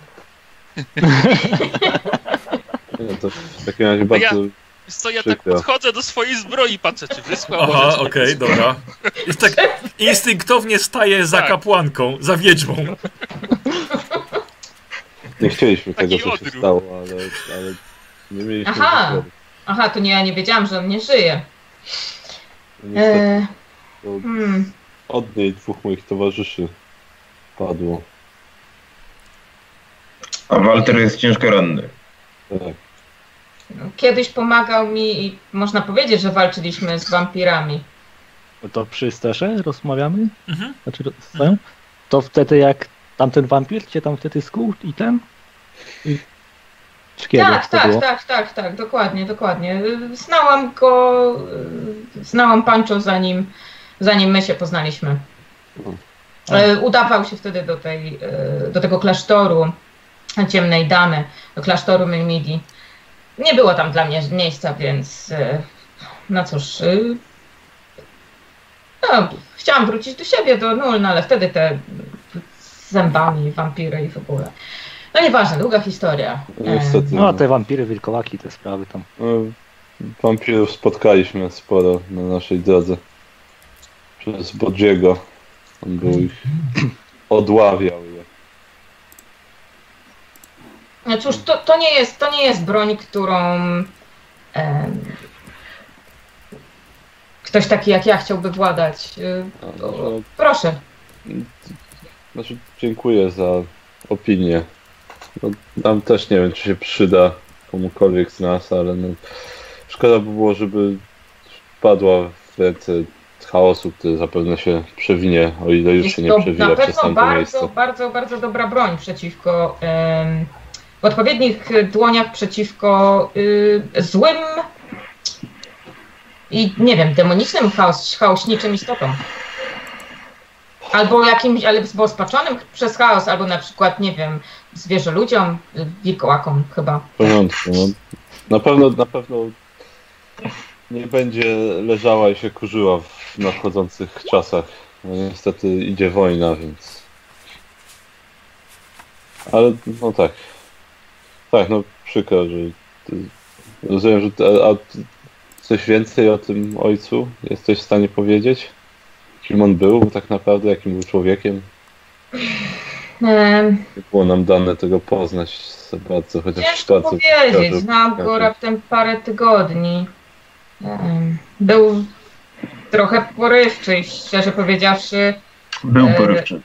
Nie, to w takim razie bardzo ja tak podchodzę do swojej zbroi, patrzę, czy wyschła. Aha, okej, dobra. I tak instynktownie staję za kapłanką, za wiedźmą. Nie chcieliśmy tego, co się stało, ale nie mieliśmy... Aha, to ja nie wiedziałam, że on nie żyje. Niestety, od niej 2 moich towarzyszy padło. A Walter jest ciężko ranny. Tak. Kiedyś pomagał mi i można powiedzieć, że walczyliśmy z wampirami. To przy sterze rozmawiamy? Znaczy, to wtedy jak tamten wampir cię tam wtedy skuł i ten? Szkielu, to było. Tak, dokładnie. Znałam Pancho zanim my się poznaliśmy. Udawał się wtedy do tego klasztoru Ciemnej Damy, do klasztoru Myrmidii. Nie było tam dla mnie miejsca, więc no cóż, chciałam wrócić do siebie, do Nuln, ale wtedy te zębami, wampiry i w ogóle. No nieważne, długa historia. Niestety. No te wampiry, wilkołaki, te sprawy tam. Wampirów spotkaliśmy sporo na naszej drodze. Przez Bodziego. On był ich odławiał je. No cóż, to nie jest broń, którą ktoś taki jak ja chciałby władać. Proszę. Znaczy, dziękuję za opinię. No, nam też nie wiem, czy się przyda komukolwiek z nas, ale no, szkoda by było, żeby padła w ręce chaosu, który zapewne się przewinie, o ile już się nie przewija przez tamto miejsce. Bardzo dobra broń przeciwko w odpowiednich dłoniach przeciwko złym i nie wiem, demonicznym, chaośniczym istotom. Albo spaczonym przez chaos, albo na przykład, nie wiem, zwierzoludziom, wilkołakom chyba. W porządku, no. Na pewno nie będzie leżała i się kurzyła w nadchodzących czasach. No niestety idzie wojna, więc... Ale no tak. Tak, no przykro, że... Rozumiem, że... A coś więcej o tym ojcu jesteś w stanie powiedzieć? Kim on był tak naprawdę, jakim był człowiekiem? Nie było nam dane tego poznać za bardzo, chociaż ciężko powiedzieć, znam go raptem parę tygodni. Był trochę porywczy i szczerze powiedziawszy... Był porywczy.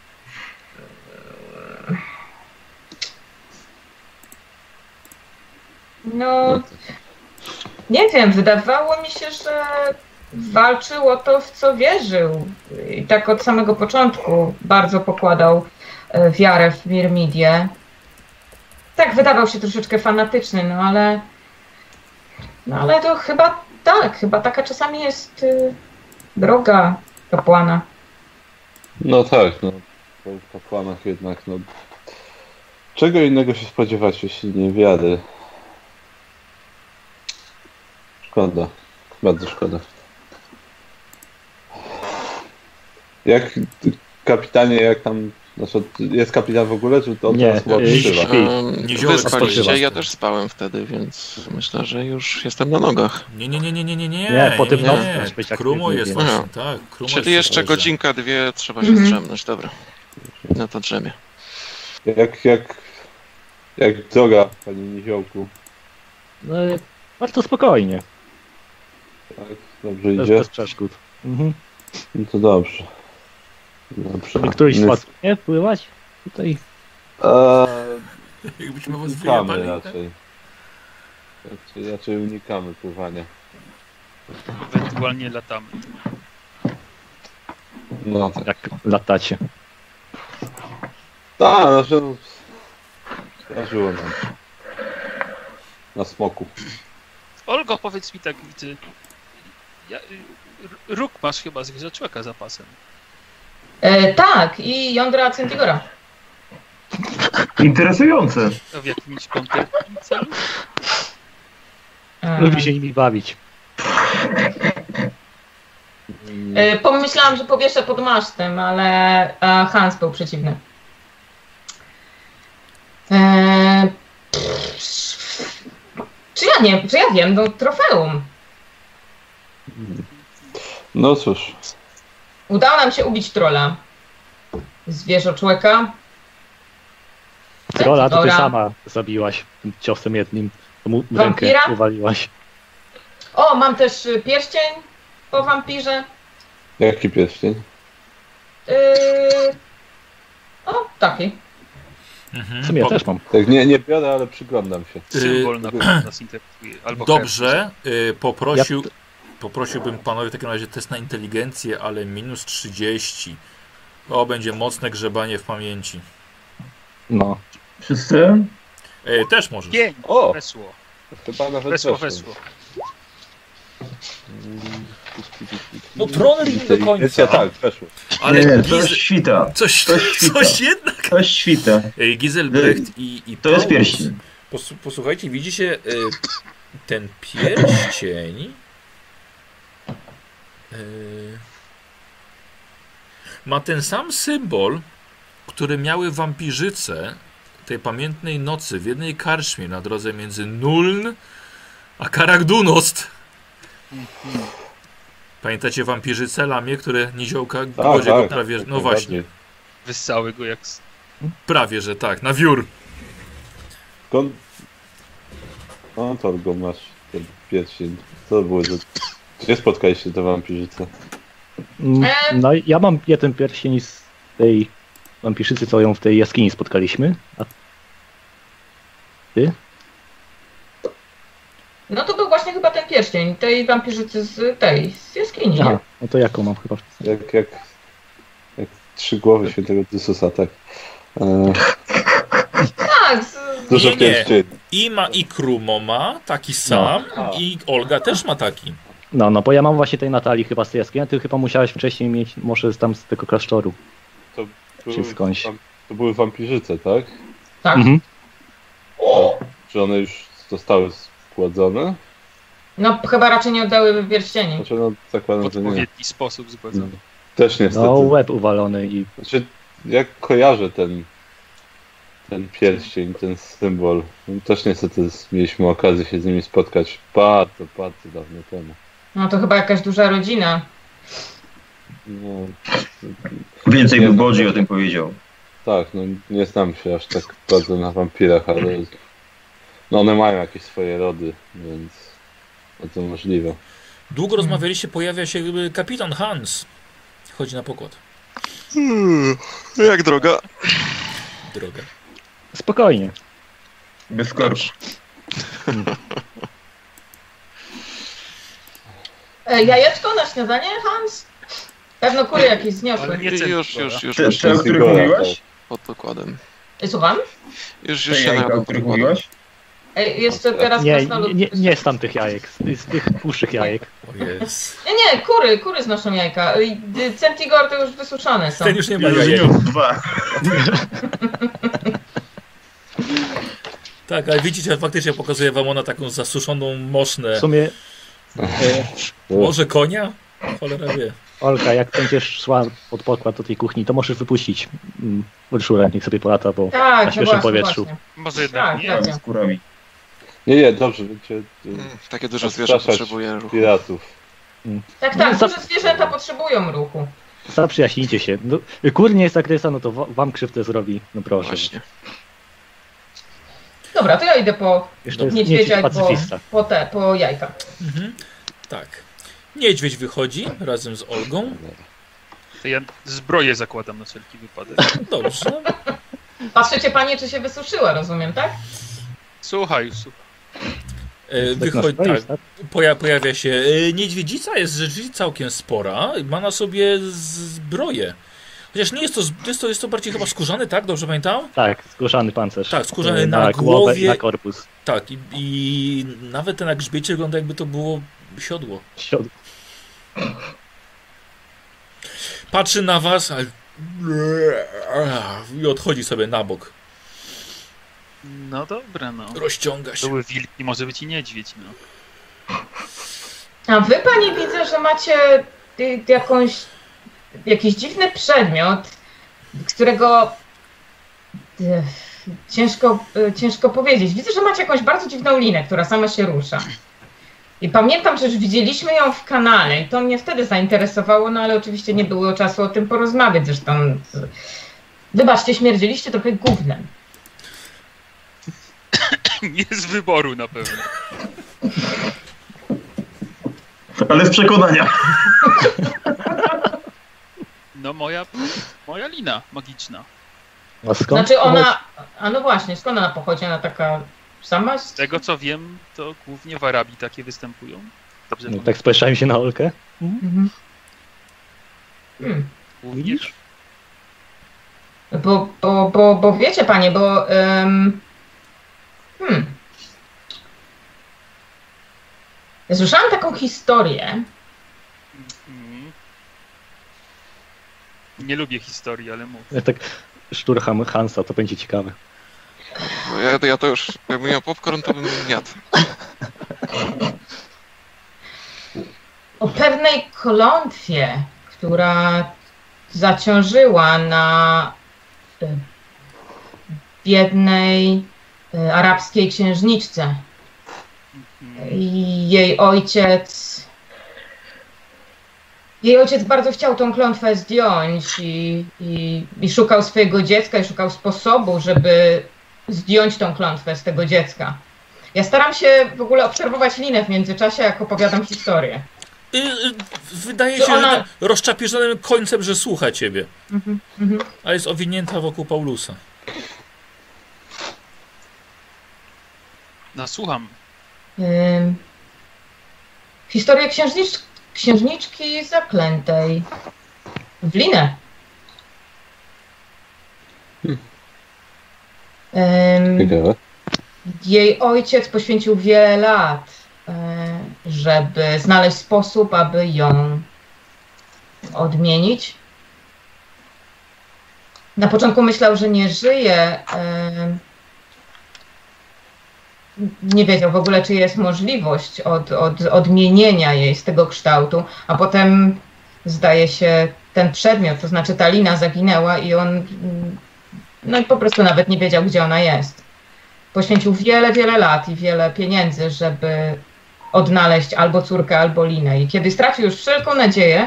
No... Nie wiem, wydawało mi się, że walczył o to, w co wierzył. I tak od samego początku bardzo pokładał wiarę w Myrmidię. Tak, wydawał się troszeczkę fanatyczny, no ale to chyba taka czasami jest droga kapłana. No tak, no w kapłanach jednak, no czego innego się spodziewać, jeśli nie wiary. Szkoda, bardzo szkoda. Jak kapitanie, jak tam, znaczy jest kapitan w ogóle, czy to nie, odpoczywa? Nie spaliście, ja też spałem wtedy, więc myślę, że już jestem na nogach. Nie, po tym nocy Krumo jest właśnie, tak. Czyli jeszcze godzinka, dwie trzeba się zdrzemnąć, dobra. No to drzemie. Jak droga, panie Niziołku? No, bardzo spokojnie. Tak, dobrze idzie? Bez przeszkód. Mhm. No to dobrze. Któryś z was nie pływać? Tutaj. Jakbyśmy was unikamy wyjebali, raczej unikamy pływania. Ewentualnie latamy. No tak. Jak latacie. Tak, znaczy zdarzyło nam. Na smoku. Olgo, powiedz mi tak, ty... Róg masz chyba zwierzaczłeka za pasem. Tak, i jądra Centigora. Interesujące. A w jakimś konkretnym celu? Lubi się nimi bawić. Pomyślałam, że powieszę pod masztem, ale Hans był przeciwny. Czy ja wiem, no trofeum. No cóż. Udało nam się ubić trolla. Zwierzoczłeka. Trolla to ty sama zabiłaś tym ciosem jednym. Mu w rękę uwaliłaś. O, mam też pierścień po wampirze. Jaki pierścień? O, taki. W sumie ja też mam. Tak, nie biorę, ale przyglądam się. Symbol na pewno nas interesuje. Albo dobrze, poprosiłbym panowie w takim razie test na inteligencję, ale minus 30. O, będzie mocne grzebanie w pamięci. No. Wszyscy? Też możesz. 5. O! Weszło. Chyba nawet Weszło. No Troner nie do końca. Tak, weszło. Ale Nie, coś świta. coś jednak. Coś świta. Giselbrecht i To jest Paulus. pierścień. Posłuchajcie, widzicie ten pierścień ma ten sam symbol, który miały wampirzyce tej pamiętnej nocy w jednej karczmie na drodze między Nuln a Karak-Dunost. Pamiętacie wampirzyce Lamie, które niziołka Głodzie go prawie... No właśnie, Wyssały go jak... prawie, że tak, na wiór. Skąd? No to go masz, ten pierścień. Co było, że... Gdzie spotkaliście te wampirzyce? No ja mam jeden pierścień z tej wampirzycy, co ją w tej jaskini spotkaliśmy. A ty? No to był właśnie chyba ten pierścień tej wampirzycy z jaskini. Aha, no to jaką mam chyba? Jak 3 głowy świętego Jezusa, tak. Tak, Dużo Nie. pierścieni. I Krumo ma taki sam i Olga też ma taki. No, bo ja mam właśnie tej Natalii chyba z tej jaskini, a ty chyba musiałeś wcześniej mieć może tam z tego klasztoru. Czy skądś. To były wampirzyce, tak? tak. Mhm. Czy one już zostały składzone? No chyba raczej nie oddały pierścieni. Znaczy, no zakładam, W że nie. odpowiedni sposób zgładzony. Też niestety. No, łeb uwalony i... Znaczy, jak kojarzę ten pierścień, ten symbol, no, też niestety mieliśmy okazję się z nimi spotkać bardzo, bardzo dawno temu. No to chyba jakaś duża rodzina. No, Więcej by Bodzi o tym powiedział. tak, no nie znam się aż tak bardzo na wampirach, ale no one mają jakieś swoje rody, więc to możliwe. Długo rozmawialiście, pojawia się kapitan Hans. Chodzi na pokład. Jak droga? Droga. Spokojnie. Bez korku. Jajeczko na śniadanie, Hans? Pewno kury jakieś zniosły. Ale nie Już Te, o których mówiłaś? pod pokładem. Słucham? Już Te się jajka, na o których mówiłaś? Jeszcze teraz krasnolud... Nie z tamtych jajek, z tych dłuższych jajek. O jest. Nie, kury znoszą jajka. Centigor to już wysuszone są. Ten już nie ma jajek. 2. Tak, ale widzicie, faktycznie pokazuje wam ona taką zasuszoną mosznę. W sumie, Może konia? Cholera wie. Olga, jak będziesz szła pod pokład do tej kuchni, to możesz wypuścić Urszulę, niech sobie polata, bo Tak, na świeżym powietrzu. Właśnie. Może jednak Tak, nie. tak. Z kurami. Nie, dobrze, będziecie Takie duże zwierzę odstraszać potrzebuje ruchu. piratów. Tak, No, duże zwierzęta potrzebują ruchu. Zaprzyjaźnijcie się. No, kur nie jest agresja, no to wam krzywdę zrobi. No proszę. Właśnie. Dobra, to ja idę po Jeszcze jest niedźwiedzia i pacyfista. po jajka. Tak. Niedźwiedź wychodzi razem z Olgą. To ja zbroję zakładam na wszelki wypadek. Dobrze. Patrzycie panie, czy się wysuszyła, rozumiem, tak? Słuchaj. Wychodzi, Tak. tak, pojawia się. Niedźwiedzica jest rzeczywiście całkiem spora. Ma na sobie zbroję. Chociaż nie jest to bardziej chyba skórzany, tak? Dobrze pamiętam? Tak, skórzany pancerz. Tak, skórzany na głowę głowie. i na korpus. Tak, i nawet ten na grzbiecie wygląda jakby to było siodło. Patrzy na was, ale... i odchodzi sobie na bok. No dobra, no. Rozciąga się. To były wilki, może być i niedźwiedź, no. A wy, panie, widzę, że macie jakiś dziwny przedmiot, z którego ciężko powiedzieć. Widzę, że macie jakąś bardzo dziwną linę, która sama się rusza. I pamiętam, że już widzieliśmy ją w kanale i to mnie wtedy zainteresowało, no ale oczywiście nie było czasu o tym porozmawiać. Zresztą, wybaczcie, śmierdziliście trochę gównem. Nie z wyboru na pewno. Ale z przekonania. No moja lina magiczna. A skąd? Znaczy ona... A no właśnie, skąd ona pochodzi? Ona taka sama? Z tego co wiem, to głównie w Arabii takie występują. Dobrze No, tak spojrzałem się na Olkę. Mhm. głównie. Widzisz? Bo wiecie panie, bo Słyszałam taką historię. Nie lubię historii, ale mów. Ja tak szturcham Hansa, to będzie ciekawe. No ja to już, jakbym miał popcorn, to bym jadł. O pewnej klątwie, która zaciążyła na biednej arabskiej księżniczce. I jej ojciec bardzo chciał tą klątwę zdjąć i szukał swojego dziecka i szukał sposobu, żeby zdjąć tą klątwę z tego dziecka. Ja staram się w ogóle obserwować Linę w międzyczasie, jak opowiadam historię. Wydaje się, że rozczapieżonym końcem, że słucha ciebie. A jest owinięta wokół Paulusa. No, słucham. Historię księżniczki zaklętej w Linę. Jej ojciec poświęcił wiele lat, żeby znaleźć sposób, aby ją odmienić. Na początku myślał, że nie żyje. Nie wiedział w ogóle, czy jest możliwość odmienienia jej z tego kształtu, a potem zdaje się ten przedmiot, to znaczy ta lina zaginęła i on no i po prostu nawet nie wiedział, gdzie ona jest. Poświęcił wiele lat i wiele pieniędzy, żeby odnaleźć albo córkę, albo linę. I kiedy stracił już wszelką nadzieję,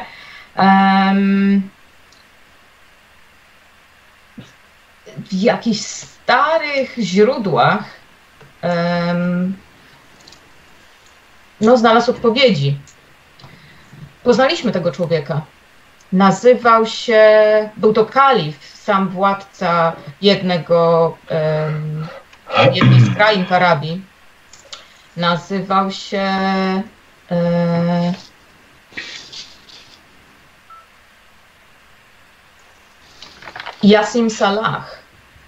w jakichś starych źródłach no, znalazł odpowiedzi. Poznaliśmy tego człowieka. Nazywał się, był to kalif, sam władca jednej z krain Arabii. Nazywał się Yassim Salah.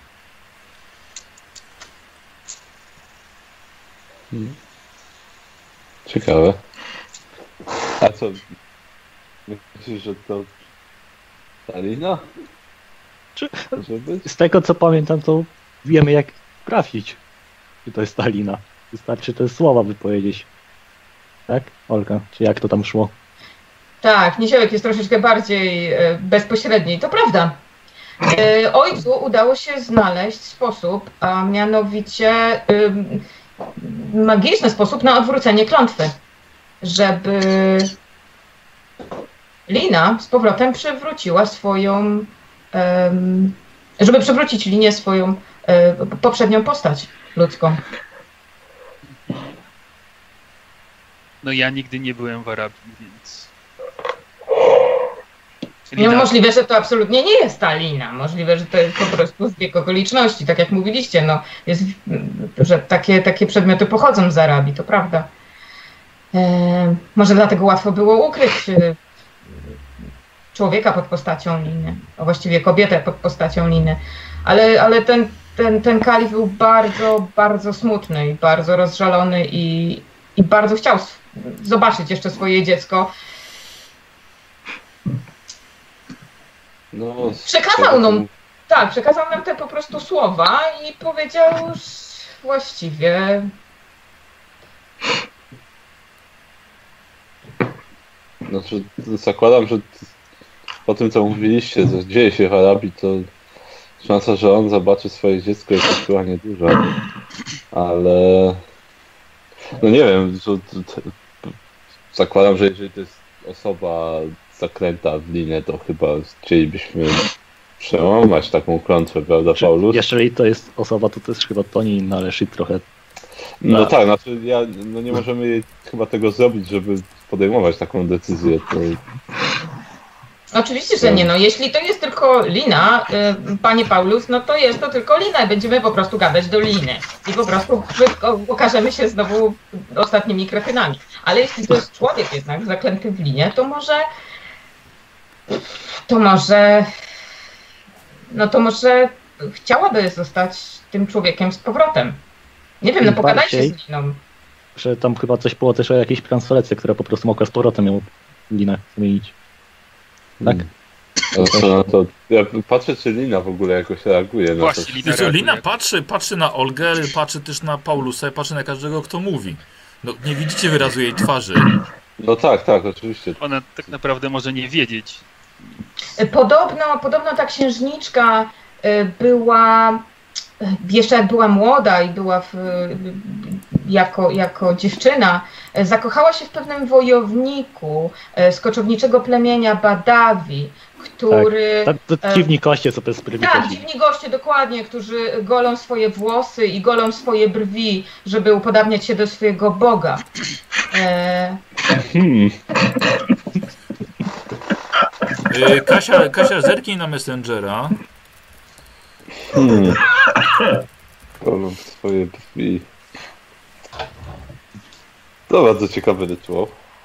Ciekawe. A co? Myślisz, że to Stalina? Z tego co pamiętam, to wiemy jak trafić, czy to jest Stalina. Wystarczy te słowa wypowiedzieć. Tak, Olga? Czy jak to tam szło? Tak, Niziołek jest troszeczkę bardziej bezpośredni. To prawda. Ojcu udało się znaleźć sposób, a mianowicie magiczny sposób na odwrócenie klątwy. Żeby Lina z powrotem przywróciła swoją, żeby przywrócić Linie swoją poprzednią postać ludzką. No ja nigdy nie byłem w Arabii, więc... No, możliwe, że to absolutnie nie jest ta Lina. Możliwe, że to jest po prostu zbieg okoliczności. Tak jak mówiliście, no, jest, że takie przedmioty pochodzą z Arabii, to prawda. Może dlatego łatwo było ukryć człowieka pod postacią Liny, a właściwie kobietę pod postacią Liny. Ale ten kalif był bardzo smutny i bardzo rozżalony i bardzo chciał zobaczyć jeszcze swoje dziecko. No, przekazał nam te po prostu słowa i powiedział właściwie... Znaczy, zakładam, że po tym, co mówiliście, co dzieje się w Arabii, to szansa, że on zobaczy swoje dziecko jest aktualnie duża. Ale... No nie wiem, zakładam, że jeżeli to jest osoba zaklęta w linę, to chyba chcielibyśmy przełamać taką klątwę, prawda, Paulus? Jeżeli to jest osoba, to też chyba to nie należy trochę... No tak, znaczy nie możemy chyba tego zrobić, żeby podejmować taką decyzję. To... Oczywiście, że nie. No, jeśli to jest tylko Lina, panie Paulus, no to jest to tylko Lina i będziemy po prostu gadać do Liny. I po prostu okażemy się znowu ostatnimi kretynami. Ale jeśli to jest człowiek jednak zaklęty w linie, to może chciałaby zostać tym człowiekiem z powrotem. Nie wiem, no pogadajcie z Liną. że tam chyba coś było też o jakiejś transferecji, która po prostu mogła z powrotem ją Linę zmienić. Tak? To ja patrzę, czy Lina w ogóle jakoś reaguje na Właśnie, to. Lina Wiesz, Lina reaguje. patrzy na Olgę, patrzy też na Paulusa i patrzy na każdego, kto mówi. No, nie widzicie wyrazu jej twarzy. No tak, oczywiście. Ona tak naprawdę może nie wiedzieć. Podobno ta księżniczka była, jeszcze jak była młoda i była jako dziewczyna, zakochała się w pewnym wojowniku z koczowniczego plemienia Badawi, który... To dziwni koście, co to jest Tak, dziwni goście, dokładnie, którzy golą swoje włosy i golą swoje brwi, żeby upodabniać się do swojego Boga. Kasia, zerknij na Messengera. Golą swoje brwi. To bardzo ciekawy rytuał.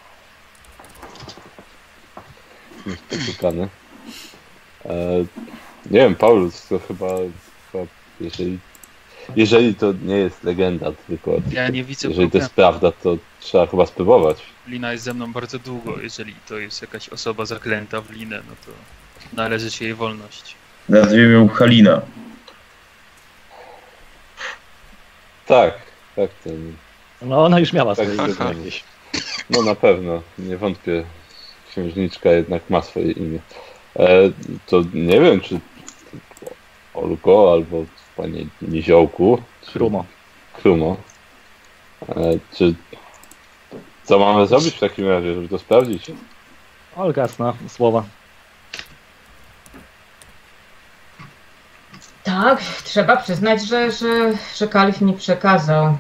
Niespotykany. Nie wiem, Paulus, to chyba jeżeli to nie jest legenda, tylko Ja nie widzę jeżeli to problemu. jest prawda, to trzeba chyba spróbować. Lina jest ze mną bardzo długo. Jeżeli to jest jakaś osoba zaklęta w Linę, no to należy się jej wolność. Nazwiemy ją Halina. Tak, No ona już miała Tak, swoje tak. gdzieś. no na pewno, nie wątpię, księżniczka jednak ma swoje imię. To nie wiem, czy Olgo albo panie Niziołku, Krumo, czy co mamy zrobić w takim razie, żeby to sprawdzić? Olga zna słowa. Tak, trzeba przyznać, że kalif mi przekazał.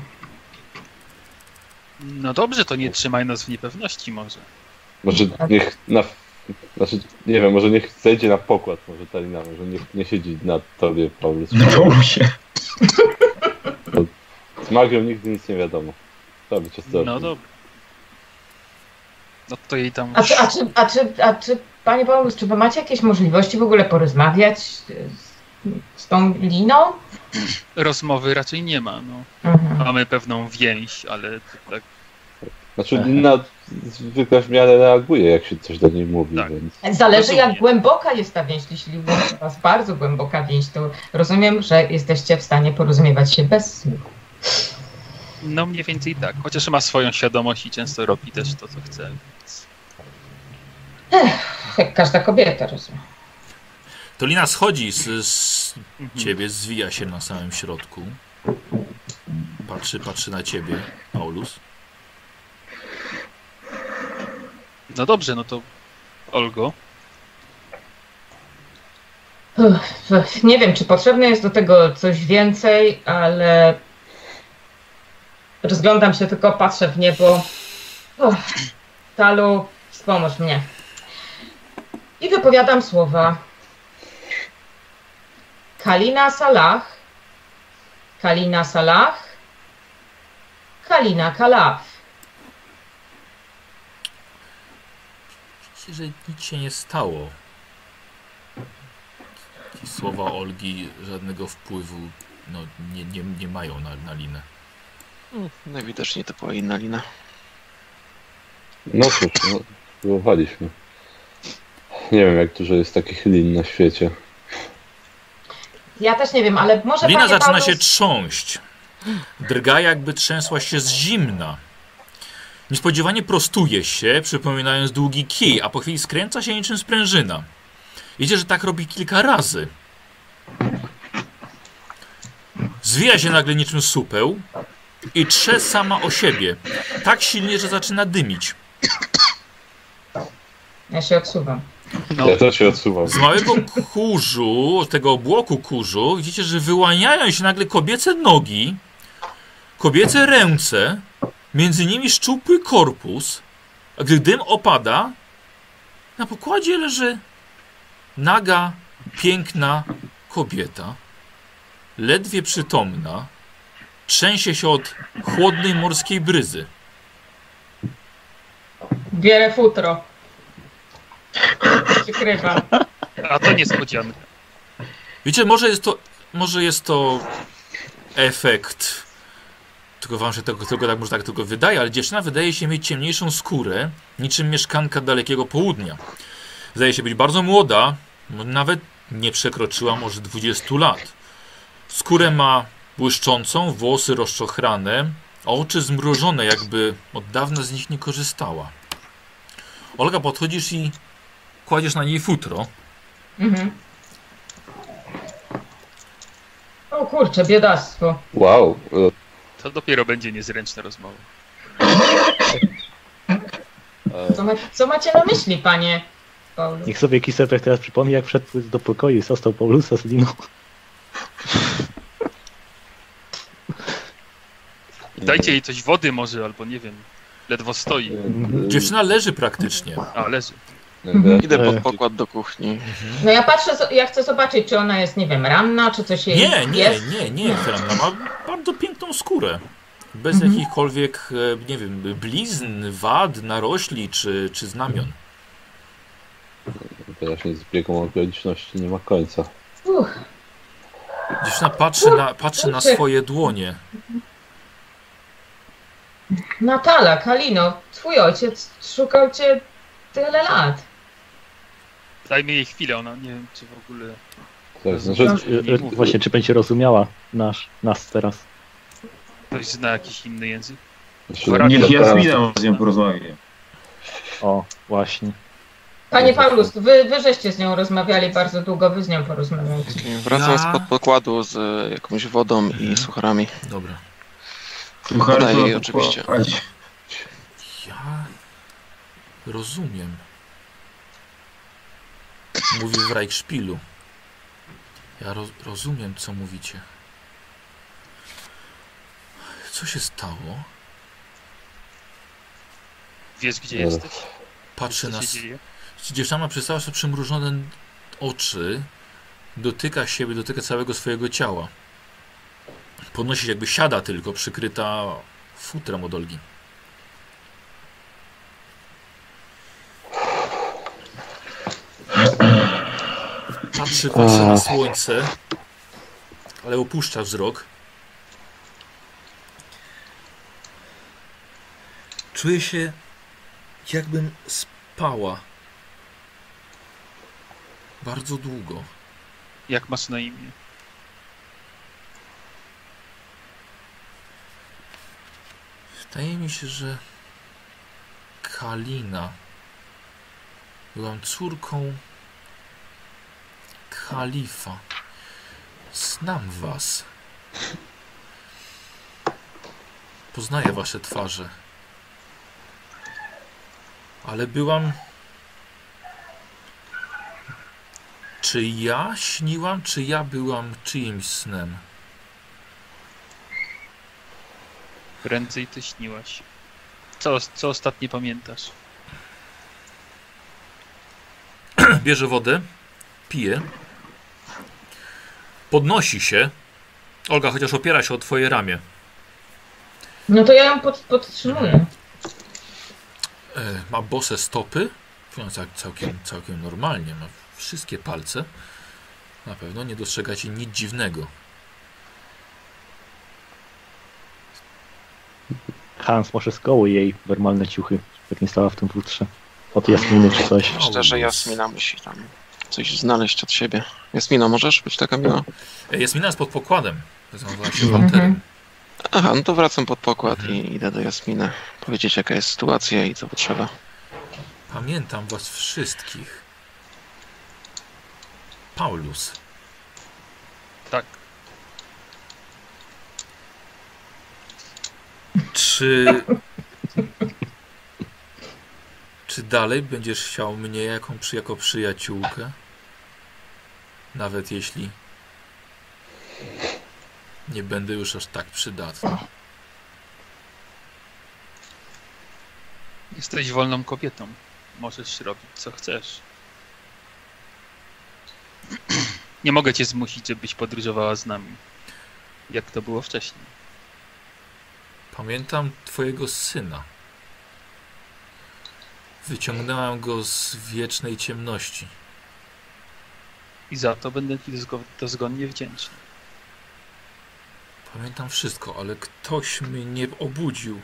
No dobrze, to nie trzymaj nas w niepewności może. Może niech znaczy, nie wiem, może niech zejdzie na pokład, może Talina, może niech nie siedzi na tobie, Paulus. No się. Z magią nigdy nic nie wiadomo. Trzeba być ostrożny. No dobra. No to jej tam... A czy panie Paulus, czy wy macie jakieś możliwości w ogóle porozmawiać z tą Liną? Rozmowy raczej nie ma, no. Mamy pewną więź, ale to tak... Znaczy Lina zwykle w miarę reaguje, jak się coś do niej mówi, Tak. więc... Zależy Rozumiem. jak głęboka jest ta więź. Jeśli jest was bardzo głęboka więź, to rozumiem, że jesteście w stanie porozumiewać się bez słów. No mniej więcej tak. Chociaż ma swoją świadomość i często robi też to, co chce. Więc... Jak każda kobieta, rozumiem. To Lina schodzi z ciebie, zwija się na samym środku. Patrzy na ciebie, Paulus. No dobrze, no to Olgo. Nie wiem, czy potrzebne jest do tego coś więcej, ale rozglądam się, tylko patrzę w niebo. Talu, wspomóż mnie. I wypowiadam słowa. Kalina Salah, Kalina Salah, Kalina Kalaf. Myślę, że nic się nie stało. Te słowa Olgi żadnego wpływu nie mają na Linę. Najwidoczniej to była inna Lina. No cóż, no, próbowaliśmy. Nie wiem, jak dużo jest takich lin na świecie. Ja też nie wiem, ale może Lina panie zaczyna Paulus... się trząść. Drga, jakby trzęsła się z zimna. Niespodziewanie prostuje się, przypominając długi kij, a po chwili skręca się niczym sprężyna. Wiecie, że tak robi kilka razy. Zwija się nagle niczym supeł i trze sama o siebie. Tak silnie, że zaczyna dymić. Ja się odsuwam. No, Ja też się odsuwam. Z małego kurzu, z tego obłoku kurzu, widzicie, że wyłaniają się nagle kobiece nogi, kobiece ręce, między nimi szczupły korpus, a gdy dym opada, na pokładzie leży naga, piękna kobieta, ledwie przytomna, trzęsie się od chłodnej morskiej bryzy. Bierę futro. Przykrywam. a to niespodzianka. Wiecie, może jest to efekt tylko wam się tylko tak może tak tylko wydaje, ale dziewczyna wydaje się mieć ciemniejszą skórę, niczym mieszkanka Dalekiego Południa. Zdaje się być bardzo młoda, nawet nie przekroczyła może 20 lat. Skórę ma błyszczącą, włosy rozczochrane, a oczy zmrużone, jakby od dawna z nich nie korzystała. Olga, podchodzisz i kładziesz na niej futro. Mhm. O kurczę, biedactwo. Wow. To dopiero będzie niezręczna rozmowa. Co macie na myśli, panie Paulus? Niech sobie Giselbrecht teraz przypomni, jak wszedł do pokoju i został Paulusa z liną. Dajcie jej coś wody może, albo nie wiem, ledwo stoi. Dziewczyna leży praktycznie. A, leży. Idę pod pokład do kuchni. No ja patrzę, ja chcę zobaczyć, czy ona jest, nie wiem, ranna, czy coś jej jest. Nie. Ona ma bardzo piękną skórę. Bez jakichkolwiek, nie wiem, blizn, wad, narośli czy znamion. Wyraźnie z biegą okoliczności nie ma końca. Dziewczyna patrzy na swoje dłonie. Natala, Kalino, twój ojciec szukał cię tyle lat. Dajmy jej chwilę, ona nie wiem, czy w ogóle... Tak, znaczy, Właśnie, czy będzie rozumiała nas teraz? Ktoś zna jakiś inny język? Niech Jasmina z nią porozmawia. O, właśnie. Panie Paulus, wy żeście z nią rozmawiali bardzo długo, wy z nią porozmawiajcie. Wracam spod pokładu z jakąś wodą i sucharami. Dobra. Podaję jej oczywiście. Ja rozumiem. Mówi w Reichspielu. Ja rozumiem, co mówicie. Co się stało? Wiesz, gdzie jesteś? Patrzy Co na... się dzieje? Dziewczyna przestała sobie przymrużone oczy. Dotyka siebie, dotyka całego swojego ciała. Podnosi się, jakby siada tylko, przykryta futrem od Olgi. Patrzy na słońce, ale opuszcza wzrok. Czuję się, jakbym spała. Bardzo długo. Jak masz na imię? Wydaje mi się, że Kalina. Byłam córką kalifa. Znam was. Poznaję wasze twarze. Ale byłam... Czy ja śniłam, czy ja byłam czyimś snem? Prędzej ty śniłaś. Co ostatnio pamiętasz? Bierze wodę, pije. Podnosi się. Olga, chociaż opiera się o twoje ramię. No to ja ją podtrzymuję. Ma bose stopy. Całkiem normalnie. Ma wszystkie palce. Na pewno nie dostrzegacie nic dziwnego. Hans, może skołuj jej normalne ciuchy, jak nie stała w tym futrze. Od Jasminy czy coś. Myślę, że Jasmina musi tam coś znaleźć od siebie. Jasmina, możesz być taka miła? Jasmina jest pod pokładem. Nazywa się Walterem. Aha, no to wracam pod pokład i idę do Jasminy. Powiedzieć, jaka jest sytuacja i co potrzeba. Pamiętam was wszystkich. Paulus. Tak. Czy dalej będziesz chciał mnie jako przyjaciółkę? Nawet jeśli nie będę już aż tak przydatny. Jesteś wolną kobietą. Możesz robić, co chcesz. Nie mogę cię zmusić, żebyś podróżowała z nami. Jak to było wcześniej. Pamiętam twojego syna. Wyciągnęłam go z wiecznej ciemności. I za to będę ci dozgonnie wdzięczny. Pamiętam wszystko, ale ktoś mnie obudził.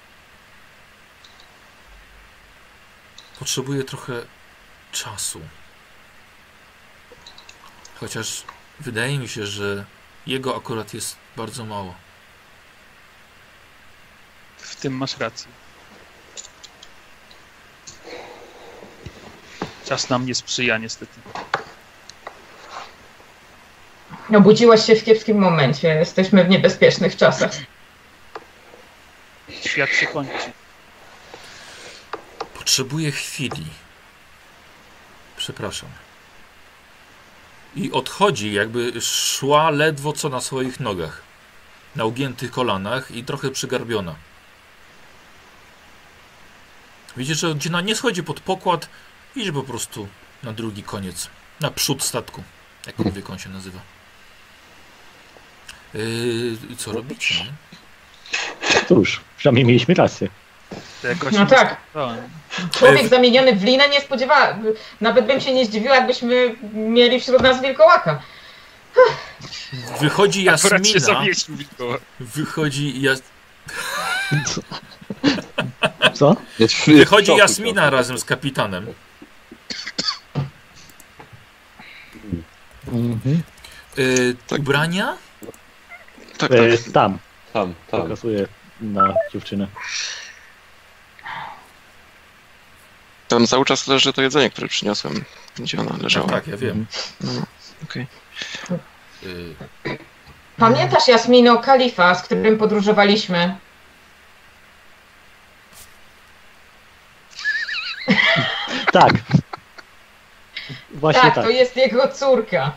Potrzebuję trochę czasu. Chociaż wydaje mi się, że jego akurat jest bardzo mało. W tym masz rację. Czas nam nie sprzyja niestety. Obudziłaś się w kiepskim momencie. Jesteśmy w niebezpiecznych czasach. Świat się kończy. Potrzebuję chwili. Przepraszam. I odchodzi, jakby szła ledwo co na swoich nogach. Na ugiętych kolanach i trochę przygarbiona. Widzisz, że dziewczyna nie schodzi pod pokład, idzie po prostu na drugi koniec. Na przód statku. Jakkolwiek on się nazywa. Co robicie? Nie? Cóż, przynajmniej mieliśmy rację. To jakoś No tak. spodziewałem. Człowiek zamieniony w linę nie spodziewała. Nawet bym się nie zdziwiła, jakbyśmy mieli wśród nas wilkołaka. Wychodzi Akurat się Jasmina. zawiesił Wilkołak. Wychodzi Co? Wychodzi Jasmina razem z kapitanem. Mhm. Ubrania? Tak, tak. Tam. Tam. Pokazuję na dziewczynę. Tam cały czas leży to jedzenie, które przyniosłem. Gdzie ona leżała? Tak, ja wiem. Okej. Pamiętasz, Jasmino, kalifa, z którym podróżowaliśmy? Tak. Właśnie Tak, tak. to jest jego córka.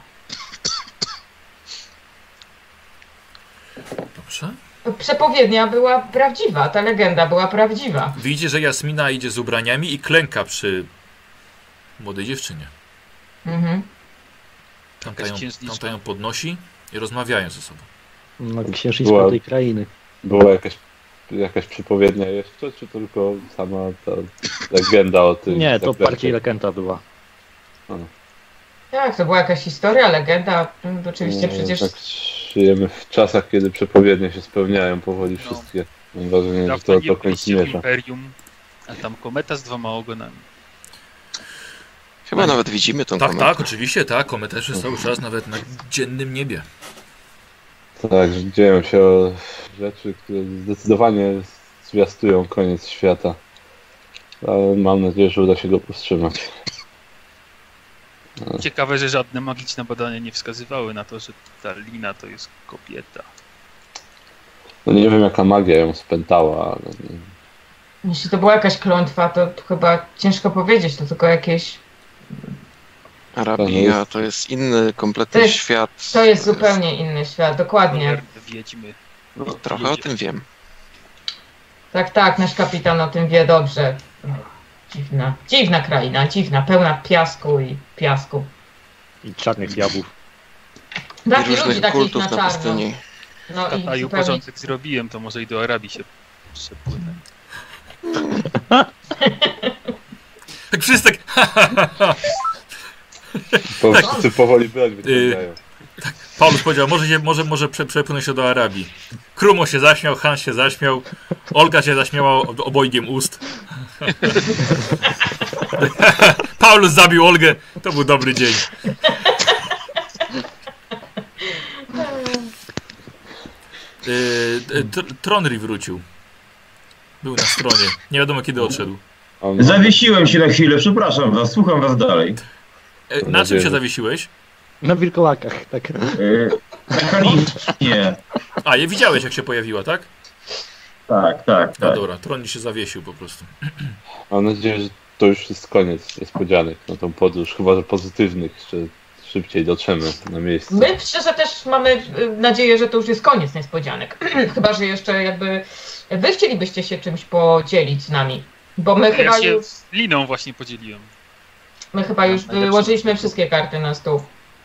Dobrze. Przepowiednia była prawdziwa, ta legenda była prawdziwa. Widzi, że Jasmina idzie z ubraniami i klęka przy młodej dziewczynie. Mhm. Tamta ją podnosi i rozmawiają ze sobą. No, księżniczka tej krainy. Była jakaś przypowiednia jeszcze, czy tylko sama ta legenda o tym? Nie, to bardziej legenda była. Tak, to była jakaś historia, legenda. Oczywiście przecież... Tak żyjemy w czasach, kiedy przepowiednie się spełniają powoli wszystkie. Mam wrażenie, że Dawno to nie do końca byliście w zmierza. Imperium, a tam kometa z 2 ogonami. Chyba nawet widzimy tą Tak, kometę. tak, oczywiście, tak. Kometa już jest cały czas nawet na dziennym niebie. Tak, że dzieją się rzeczy, które zdecydowanie zwiastują koniec świata. Ale mam nadzieję, że uda się go powstrzymać. Ciekawe, że żadne magiczne badania nie wskazywały na to, że ta Lina to jest kobieta. No nie wiem, jaka magia ją spętała, ale... Jeśli to była jakaś klątwa, to chyba ciężko powiedzieć, to tylko jakieś... Arabia to jest inny kompletnie świat. To jest zupełnie inny świat, dokładnie. Cholerne wiedźmy. Trochę o tym wiem. Tak, tak, nasz kapitan o tym wie dobrze. Dziwna kraina, dziwna, pełna piasku i piasku. I czarnych diabłów. Tak, I i ludzi różnych takich kultów na na czarno. pustyni. No i Kataju zupełnie... porządek zrobiłem, to może i do Arabii się przepłynę. Tak wszyscy tak... Wszyscy powoli broń wyciągają. Paulus powiedział, może przepłynąć się do Arabii. Krumo się zaśmiał, Hans się zaśmiał, Olga się zaśmiała obojgiem ust. Paulus zabił Olgę, to był dobry dzień. Tronry wrócił. Był na stronie. Nie wiadomo kiedy odszedł. Zawiesiłem się na chwilę, przepraszam was, słucham was dalej. Na czym się zawiesiłeś? Na wilkołakach, tak. Nie. A, je widziałeś jak się pojawiła, tak? Tak. No dobra, Tron się zawiesił po prostu. Mam nadzieję, że to już jest koniec niespodzianek na tą podróż, chyba że pozytywnych, że szybciej dotrzemy na miejsce. My szczerze też mamy nadzieję, że to już jest koniec niespodzianek. Chyba że jeszcze jakby wy chcielibyście się czymś podzielić z nami. Bo my chyba Ja się już... z Liną właśnie podzieliłem. My chyba już wyłożyliśmy wszystkie karty na stół.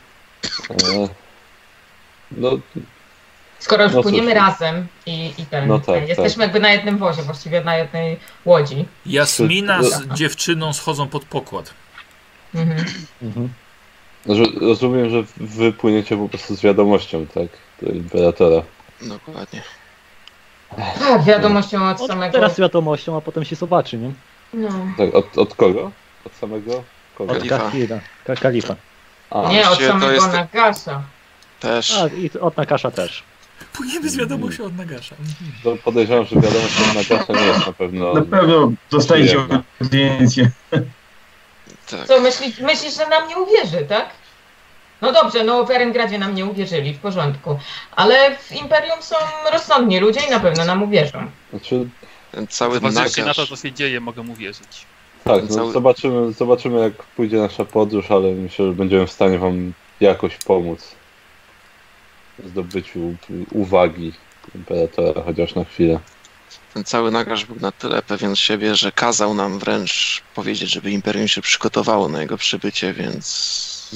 No, Skoro już No płyniemy cóż. razem i ten, No tak, jesteśmy jakby na jednym wozie, właściwie na jednej łodzi. Jasmina z dziewczyną schodzą pod pokład. Mhm. Mhm. rozumiem, że wy płyniecie po prostu z wiadomością, tak? Do Imperatora. Dokładnie. Tak, wiadomością od Od samego... teraz wiadomością, a potem się zobaczy, nie? No. Tak, od kogo? Od samego kogo? Od Kalifa. Kalifa. A, Nie, od właściwie to samego jest- Nagasa. Też. A, i od Nakasza też. Płyniemy z wiadomością od Nagasza. to podejrzewam, że wiadomość na Nagasza nie jest na pewno... Na pewno dostajecie Przyjemne. audiencję. Tak. Co, myślisz, że nam nie uwierzy, tak? No dobrze, no w Erengradzie nam nie uwierzyli, w porządku. Ale w Imperium są rozsądni ludzie i na pewno nam uwierzą. Znaczy, Ten cały Zważywszy na to, nagaż. co się dzieje, mogę uwierzyć. tak, Ten no, cały- zobaczymy jak pójdzie nasza podróż, ale myślę, że będziemy w stanie wam jakoś pomóc w zdobyciu uwagi Imperatora, chociaż na chwilę. Ten cały nagaż był na tyle pewien siebie, że kazał nam wręcz powiedzieć, żeby Imperium się przygotowało na jego przybycie, więc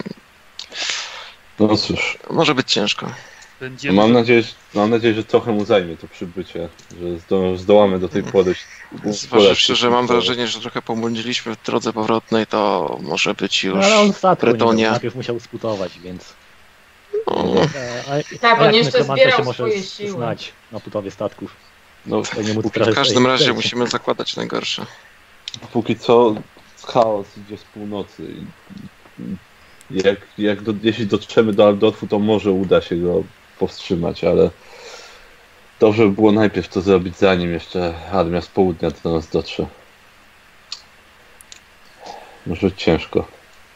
No cóż, może być ciężko. Będziemy... mam nadzieję, że trochę mu zajmie to przybycie, że zdołamy do tej pory. Zważywszy, że mam wrażenie, że trochę pomądziliśmy w drodze powrotnej, to może być już No, ale on statku nie miał, Bretonia. najpierw musiał sputować, więc... O, Tak, a on jak jeszcze nekromanta zbierał się może swoje siły. znać na budowie statków. No, To nie móc w trochę każdym swojej razie sercu. musimy zakładać najgorsze. póki co chaos idzie z północy. Jeśli dotrzemy do Aldorfu, to może uda się go powstrzymać, ale dobrze by było najpierw to zrobić, zanim jeszcze armia z południa do nas dotrze. Może być ciężko.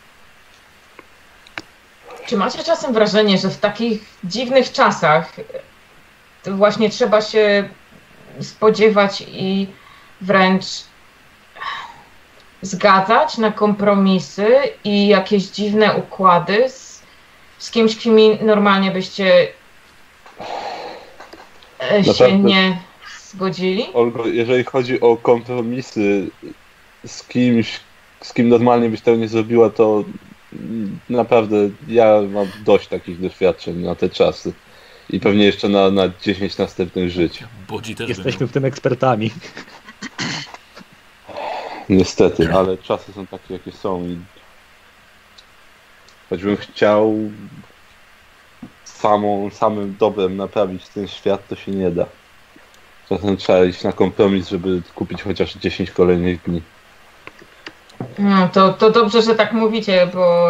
Czy macie czasem wrażenie, że w takich dziwnych czasach to właśnie trzeba się spodziewać i wręcz zgadzać na kompromisy i jakieś dziwne układy z kimś, kim normalnie byście się Naprawdę? nie zgodzili? Olgo, jeżeli chodzi o kompromisy z kimś, z kim normalnie byś tego nie zrobiła, to naprawdę ja mam dość takich doświadczeń na te czasy. I pewnie jeszcze na 10 następnych żyć. Bodzi też Jesteśmy w tym ekspertami. Niestety, ale czasy są takie, jakie są i choćbym chciał samym dobrem naprawić ten świat, to się nie da. Czasem trzeba iść na kompromis, żeby kupić chociaż 10 kolejnych dni. No, to dobrze, że tak mówicie,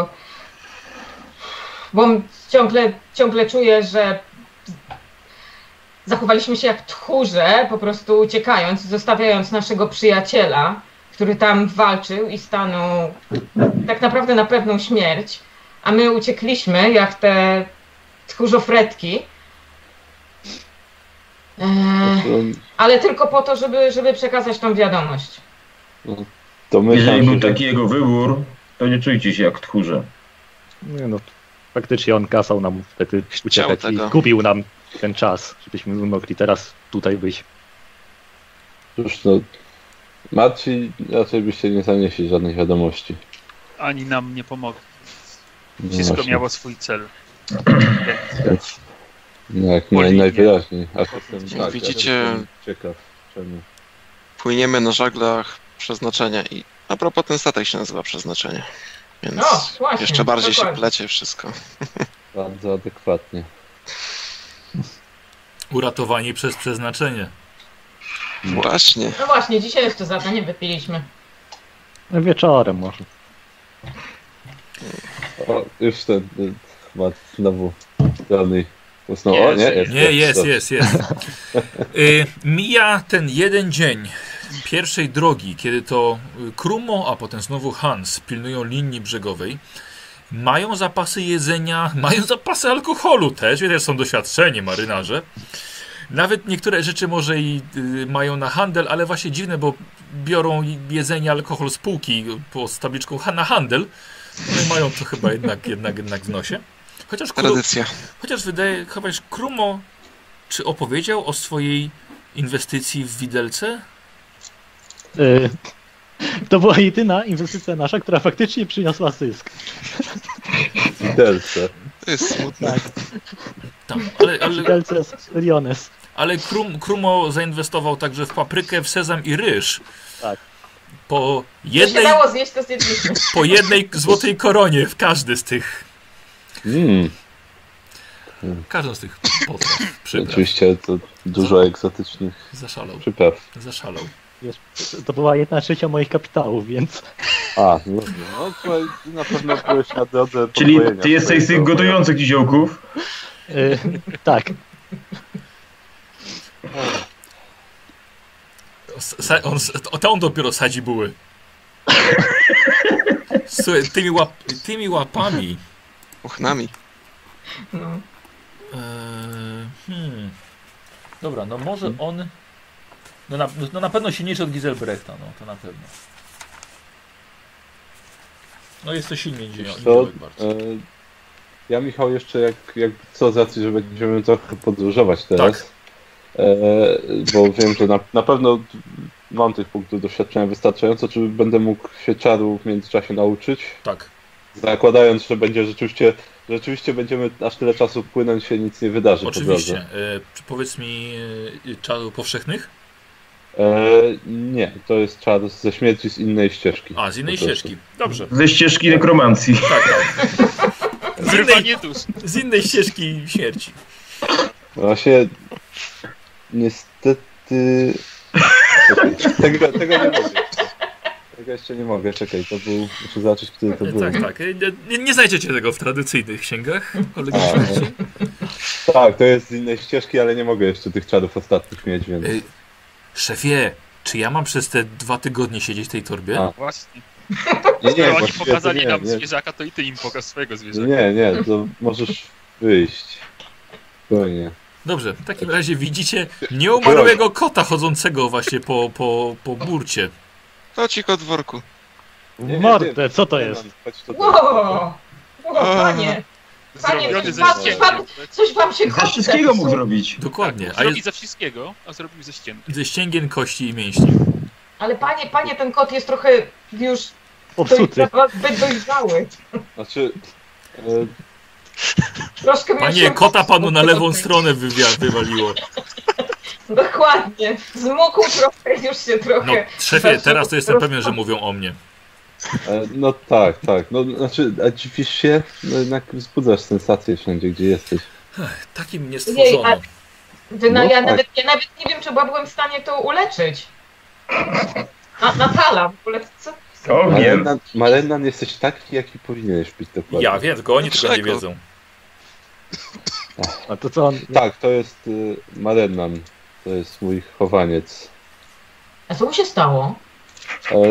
bo ciągle czuję, że zachowaliśmy się jak tchórze, po prostu uciekając, zostawiając naszego przyjaciela, który tam walczył i stanął tak naprawdę na pewną śmierć, a my uciekliśmy jak te tchórzofretki. Ale tylko po to, żeby przekazać tą wiadomość. Jeżeli był taki jego wybór, to nie czujcie się jak tchórze. Nie no, faktycznie on kasał nam wtedy uciekać tego. i kupił nam ten czas, żebyśmy mogli teraz tutaj być. Cóż, no, Marci raczej byście nie zanieśli żadnych wiadomości. Ani nam nie pomogło. No Wszystko właśnie. miało swój cel. No, jak Polinie. najwyraźniej. A potem, Jak widzicie- ja jestem ciekaw, czemu. Płyniemy na żaglach przeznaczenia i a propos ten statek się nazywa Przeznaczenie. Więc No, właśnie, jeszcze bardziej się dokładnie. plecie wszystko. Bardzo adekwatnie. Uratowanie przez przeznaczenie. Właśnie. No właśnie, dzisiaj jeszcze zadanie wypiliśmy. No, wieczorem może. O, już ten chyba znowu rany usnął. O, nie, Jest. Mija ten jeden dzień pierwszej drogi, kiedy to Krumo, a potem znowu Hans pilnują linii brzegowej. Mają zapasy jedzenia, mają zapasy alkoholu też, też są doświadczeni marynarze. Nawet niektóre rzeczy może i mają na handel, ale właśnie dziwne, bo biorą jedzenie, alkohol z półki z tabliczką na handel. No i mają to chyba jednak w nosie. Tradycja. Chociaż wydaje, chyba Krumo, czy opowiedział o swojej inwestycji w widelce? To była jedyna inwestycja nasza, która faktycznie przyniosła zysk. Widelce. To jest smutne. Tak, Tam, widelce z Liones. ale Krumo zainwestował także w paprykę, w sezam i ryż. Tak. Po Co się jednej, dało zjeść, to zjedliśmy. po jednej złotej koronie w każdy z tych. Każdą z tych potraw, przypraw. Oczywiście to dużo egzotycznych Zaszalał. przypraw. Zaszalał. Wiesz, to była 1/3 moich kapitałów, więc... A, no, no słuchaj, ty na pewno byłeś na drodze Czyli podwojenia ty jesteś z tych swojego- gotujących niziołków? Tak. On dopiero sadzi buły. Słuchaj, tymi łapami. Ochnami. No. Dobra, no może on... No na pewno silniejszy od Giselbrechta, no to na pewno. No jest to silniej Wiesz niż co, bardzo. ja Michał jeszcze jak co z racji, że będziemy trochę podróżować teraz. Tak. Bo wiem, że na pewno mam tych punktów doświadczenia wystarczająco, czy będę mógł się czarów w międzyczasie nauczyć. Tak. Zakładając, że będzie rzeczywiście będziemy aż tyle czasu płynąć, się nic nie wydarzy po Oczywiście. drodze. Powiedz mi czarów powszechnych? Nie, to jest czar ze śmierci z innej ścieżki. A, z innej Po prostu. ścieżki. Dobrze. Ze ścieżki nekromancji. Zrywanie dusz. Z innej ścieżki śmierci. Właśnie niestety tego nie mogę. Tego jeszcze nie mogę, czekaj, to był. Muszę zobaczyć, który to był. Tak. Nie znajdziecie tego w tradycyjnych księgach kolegi A, śmierci. Tak, to jest z innej ścieżki, ale nie mogę jeszcze tych czarów ostatnich mieć, więc. Szefie, czy ja mam przez te 2 tygodnie siedzieć w tej torbie? A. Właśnie. Nie, Skoro oni właściwie to pokazali nam nie. zwierzaka, to i ty im pokaż swojego zwierzaka. Nie, to możesz wyjść. Spokojnie. Dobrze, w takim razie widzicie nieumarłego kota chodzącego właśnie po burcie. To ci kot w worku. Nie, Mordę, co to jest? Chodź tutaj. Wow! Panie! Panie, Zrobiony ze coś ścięgiem. coś wam się Za wszystkiego mógł zrobić. Dokładnie. A Zrobił jest ze wszystkiego, a zrobił ze ścienki. ze ścięgien, kości i mięśni. Ale panie, ten kot jest trochę już Popsuty. zbyt dojrzały. Znaczy. Troszkę mnie Panie, się kota panu na lewą popsuł. stronę wywaliło. Dokładnie. Zmokł trochę, już się trochę... No, szefie, teraz to jestem pewien, że mówią o mnie. No tak. No, znaczy, a dziwisz się? No jednak wzbudzasz sensację wszędzie, gdzie jesteś. Takim mnie Jej, stworzono. No ja tak. nawet nie wiem, czy byłabym w stanie to uleczyć. Natala, w ogóle co? O, wiem. Marennan jesteś taki, jaki powinieneś być dokładnie. Ja wiem, tylko oni tego nie Dlaczego? wiedzą. A to co on... Tak, to jest Marennan. To jest mój chowaniec. A co mu się stało? E,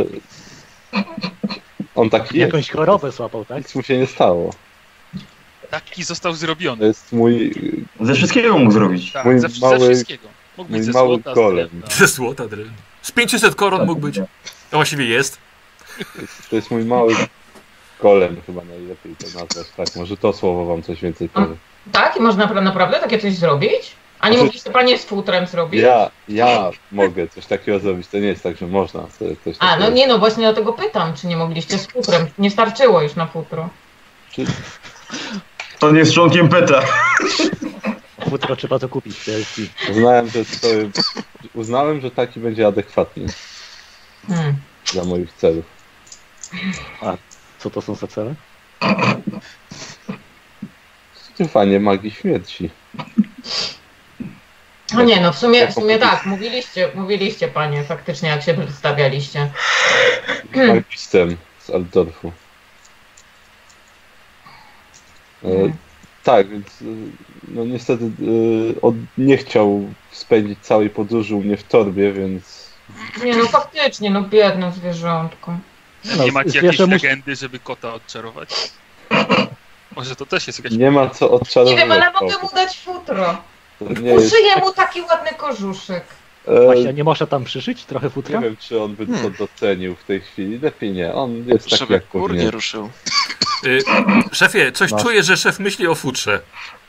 on taki jest. Jakąś chorobę złapał, tak? Nic mu się nie stało. Taki został To zrobiony. jest mój Ze wszystkiego mógł zrobić. Tak, mój ze mały- wszystkiego. Mógł być mój ze mały złota, z golem. drewna. Ze złota drewna. Z 500 koron mógł być. A właściwie jest. To jest mój mały golem, chyba najlepiej to nazwać. Tak, może to słowo wam coś więcej powie. Tak? I można naprawdę takie coś zrobić? A nie Znaczy- mogliście panie z futrem zrobić? Ja mogę coś takiego zrobić, to nie jest tak, że można sobie coś A, takiego. no nie, no właśnie dlatego pytam, czy nie mogliście z futrem. Nie starczyło już na futro. On jest członkiem PETA. Futro trzeba to kupić w DLC. Uznałem, że taki będzie adekwatny dla moich celów. Co to są za cele? Studiowanie magii śmierci. No nie, no w sumie tak, mówiliście panie faktycznie, jak się przedstawialiście. Magistrem z Altdorfu. Tak, więc no niestety on nie chciał spędzić całej podróży u mnie w torbie, więc Nie no faktycznie, no biedne zwierzątko. No, Nie macie zwierzę jakiejś mus- legendy, żeby kota odczarować? Może to też jest jakaś... nie ma co Nie odczarować. wiem, ale mogę mu dać futro. To nie jest, Uszyję mu taki ładny kożuszek. Właśnie, nie można tam przyszyć trochę futra? nie wiem, czy on by to docenił w tej chwili. Lepiej nie, on jest taki Żeby jak kur nie powinien. ruszył. Szefie, coś Masz. czuję, że szef myśli o futrze.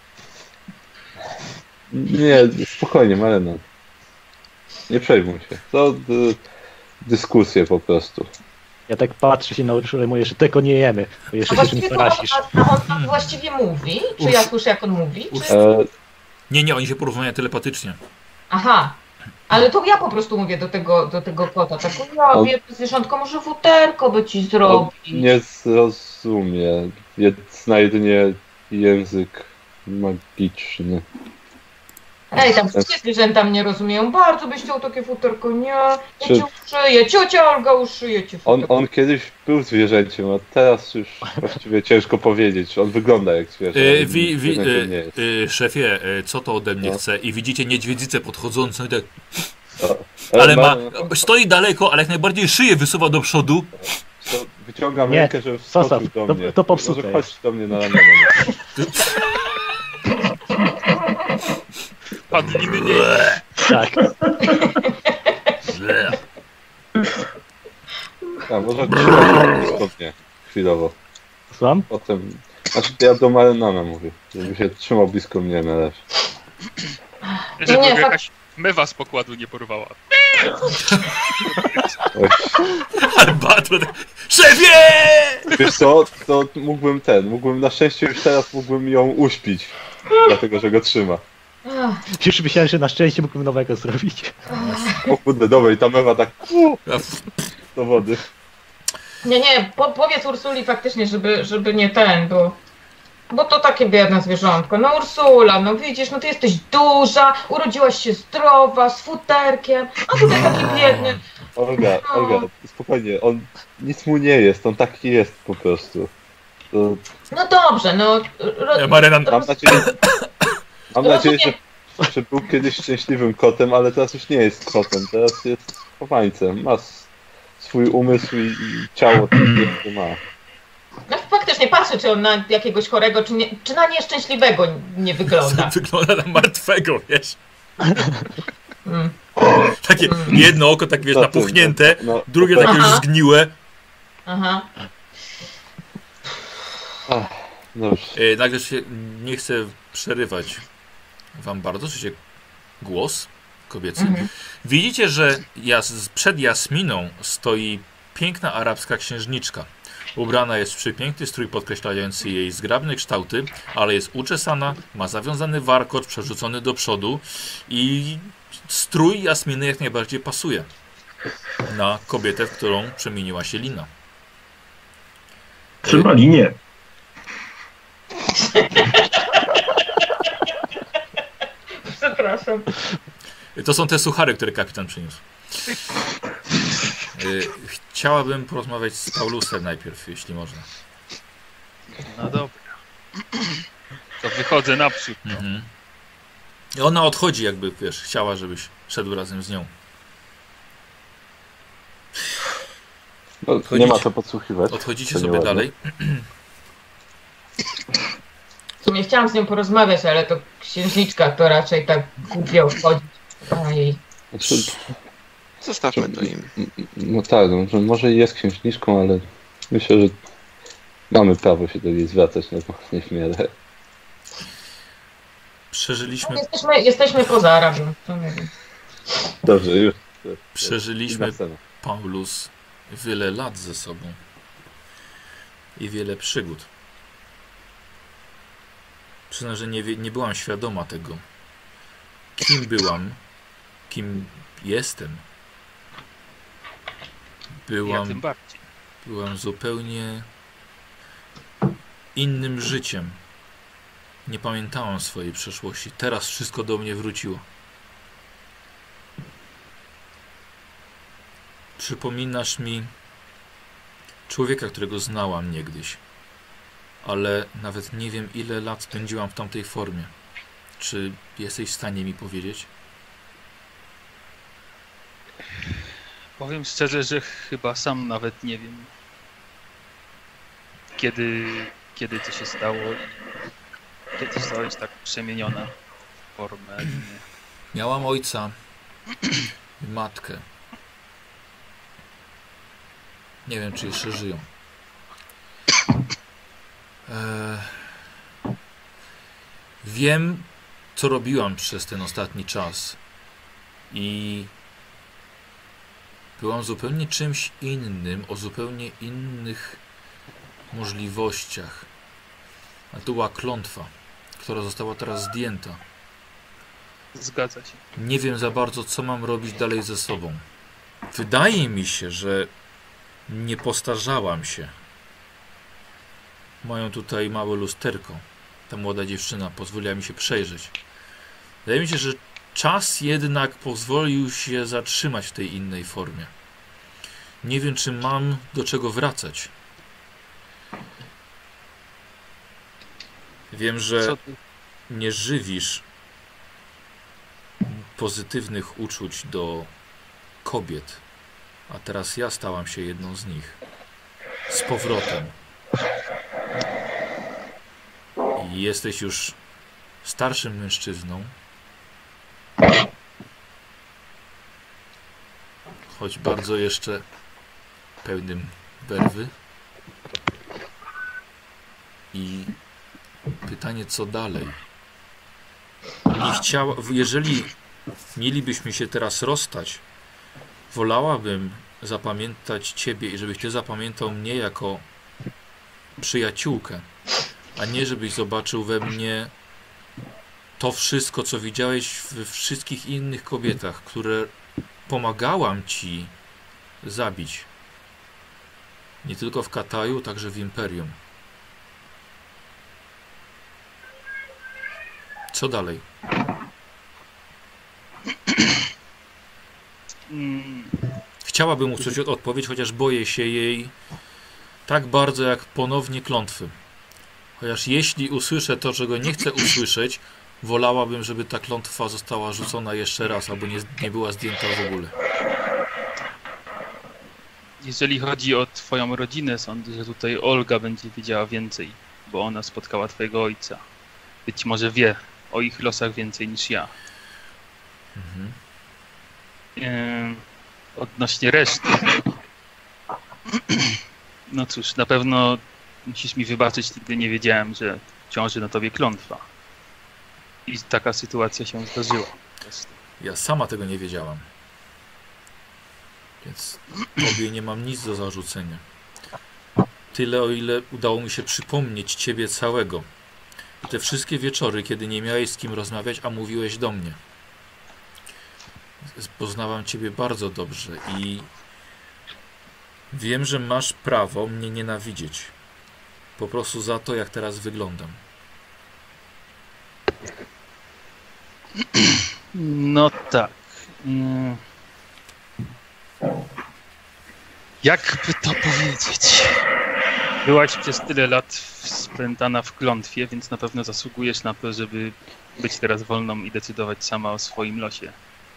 Nie, spokojnie, Marena. Nie przejmuj się. To dyskusje po prostu. Ja tak patrzę się na urszulę i mówię, że tego nie jemy, bo A jeszcze się czymś właściwie, porasisz. a on tam właściwie mówi? Czy ja słyszę, jak on mówi? Czy... Nie, oni się porozmawiają telepatycznie. Aha. Ale to ja po prostu mówię do tego kota. Tak, ja On- biedne zwierzątko, może futerko by ci On zrobić. nie zrozumie. Zna jedynie język magiczny. Ej, tam wszystkie zwierzęta mnie rozumieją. Bardzo byś chciał takie futerko. Nie, ja Czy- ci uszyję. Ciocia Olga uszyje ci futerko. On kiedyś był zwierzęciem, a teraz już właściwie ciężko powiedzieć. On wygląda jak zwierzę. ale zwierzęciem nie jest. Szefie, co to ode mnie No. chce? I widzicie niedźwiedzicę podchodzącą i tak, Ale ale stoi daleko, ale jak najbardziej szyję wysuwa do przodu. To wyciągam Nie, rękę, żeby Sosab, wskoczył do mnie. to popsute Może chodź jest. do mnie na ramię. Padnijmy nie. Tak. A może blisko mnie chwilowo. Słucham? Potem... Znaczy ja do Marenana mówię, żeby się trzymał blisko mnie na razie. Żeby Nie, go jakaś mewa z pokładu nie porwała. Oj, Albatro tak, szefie! wiesz co, to mógłbym na szczęście już teraz mógłbym ją uśpić. Dlatego, że go trzyma. Ach, Już myślałem, że na szczęście mógłbym nowego zrobić. O kurde, dobra, i ta mewa tak do wody. nie, powiedz Ursuli faktycznie, żeby nie ten, bo to takie biedne zwierzątko. No Ursula, no widzisz, no ty jesteś duża, urodziłaś się zdrowa, z futerkiem, a tutaj taki biedny. Olga, spokojnie, on nic mu nie jest, on taki jest po prostu. To, No dobrze, no. Marenan, mam nadzieję, że był kiedyś szczęśliwym kotem, ale teraz już nie jest kotem, teraz jest chowańcem. Ma swój umysł i ciało takie, jakie ma. No faktycznie patrzę, czy on na jakiegoś chorego, czy na nieszczęśliwego nie wygląda. wygląda na martwego, wiesz. Mm. Takie jedno oko, tak wiesz, No, napuchnięte, no, drugie no, takie już Aha. zgniłe. Aha. Dobrze. Nagle się nie chcę przerywać wam bardzo, słyszycie głos kobiecy. Widzicie, że przed Jasminą stoi piękna arabska księżniczka. Ubrana jest w przepiękny strój podkreślający jej zgrabne kształty, ale jest uczesana, ma zawiązany warkocz przerzucony do przodu i strój Jasminy jak najbardziej pasuje na kobietę, w którą przemieniła się Lina. Trzyma linię. Przepraszam. To są te suchary, które kapitan przyniósł. Chciałabym porozmawiać z Paulusem najpierw, jeśli można. No dobra. To wychodzę naprzód. Mhm. I ona odchodzi, jakby, wiesz, chciała, żebyś szedł razem z nią. No, Odchodzicie- nie ma co podsłuchiwać. Odchodzicie To sobie nieładne. dalej. W sumie chciałam z nią porozmawiać, ale to księżniczka, to raczej tak głupio wchodzi. Ojej. Znaczy, Zostawmy to im. no tak, no, że może i jest księżniczką, ale myślę, że mamy prawo się do niej zwracać normalnie w miarę. Przeżyliśmy, Jesteśmy poza Arabią. To nie wiem. Dobrze, już. przeżyliśmy Inna scena. Paulus wiele lat ze sobą i wiele przygód. Przyznam, że nie byłam świadoma tego, kim byłam, kim jestem. Ja tym bardziej. Byłam zupełnie innym życiem. Nie pamiętałam swojej przeszłości. Teraz wszystko do mnie wróciło. Przypominasz mi człowieka, którego znałam niegdyś, ale nawet nie wiem, ile lat spędziłam w tamtej formie. Czy jesteś w stanie mi powiedzieć? Powiem szczerze, że chyba sam nawet nie wiem, kiedy to się stało i kiedy zostałeś tak przemieniona w formę. Miałam ojca i matkę. Nie wiem, czy jeszcze żyją. Wiem, co robiłam przez ten ostatni czas. I byłam zupełnie czymś innym, o zupełnie innych możliwościach. A to była klątwa, która została teraz zdjęta. Zgadza się. Nie wiem za bardzo, co mam robić dalej ze sobą. Wydaje mi się, że nie postarzałam się. Mają tutaj małe lusterko. ta młoda dziewczyna pozwoliła mi się przejrzeć. Wydaje mi się, że czas jednak pozwolił się zatrzymać w tej innej formie. Nie wiem, czy mam do czego wracać. Wiem, że nie żywisz pozytywnych uczuć do kobiet, a teraz ja stałam się jedną z nich. Z powrotem. I jesteś już starszym mężczyzną, choć bardzo jeszcze pełnym werwy. I pytanie, co dalej? Nie chciała, jeżeli mielibyśmy się teraz rozstać, wolałabym zapamiętać Ciebie i żebyś Ty zapamiętał mnie jako przyjaciółkę, a nie żebyś zobaczył we mnie to wszystko, co widziałeś we wszystkich innych kobietach, które pomagałam Ci zabić. Nie tylko w Kataju, także w Imperium. Co dalej? Chciałabym usłyszeć odpowiedź, chociaż boję się jej tak bardzo jak ponownie klątwy. Chociaż jeśli usłyszę to, czego nie chcę usłyszeć, wolałabym, żeby ta klątwa została rzucona jeszcze raz, albo nie była zdjęta w ogóle. Jeżeli chodzi o twoją rodzinę, sądzę, że tutaj Olga będzie wiedziała więcej, bo ona spotkała twojego ojca. Być może wie o ich losach więcej niż ja. Mhm. Odnośnie reszty. No cóż, na pewno musisz mi wybaczyć, nigdy nie wiedziałem, że ciąży na tobie klątwa. I taka sytuacja się zdarzyła. Ja sama tego nie wiedziałam. Więc tobie nie mam nic do zarzucenia. Tyle, o ile udało mi się przypomnieć ciebie całego. Te wszystkie wieczory, kiedy nie miałeś z kim rozmawiać, a mówiłeś do mnie. Poznałam ciebie bardzo dobrze i wiem, że masz prawo mnie nienawidzieć. Po prostu za to, jak teraz wyglądam. No tak. Jakby to powiedzieć? Byłaś przez tyle lat spętana w klątwie, więc na pewno zasługujesz na to, żeby być teraz wolną i decydować sama o swoim losie.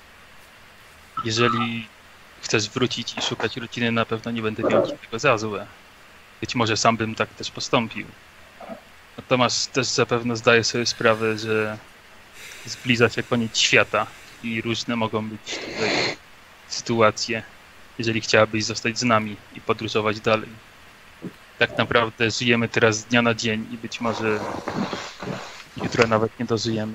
Jeżeli chcesz wrócić i szukać rodziny, na pewno nie będę miał ci tego za złe. Być może sam bym tak też postąpił. Natomiast też zapewne zdaję sobie sprawę, że zbliża się koniec świata i różne mogą być tutaj sytuacje, jeżeli chciałabyś zostać z nami i podróżować dalej. Tak naprawdę żyjemy teraz z dnia na dzień i być może jutro nawet nie dożyjemy.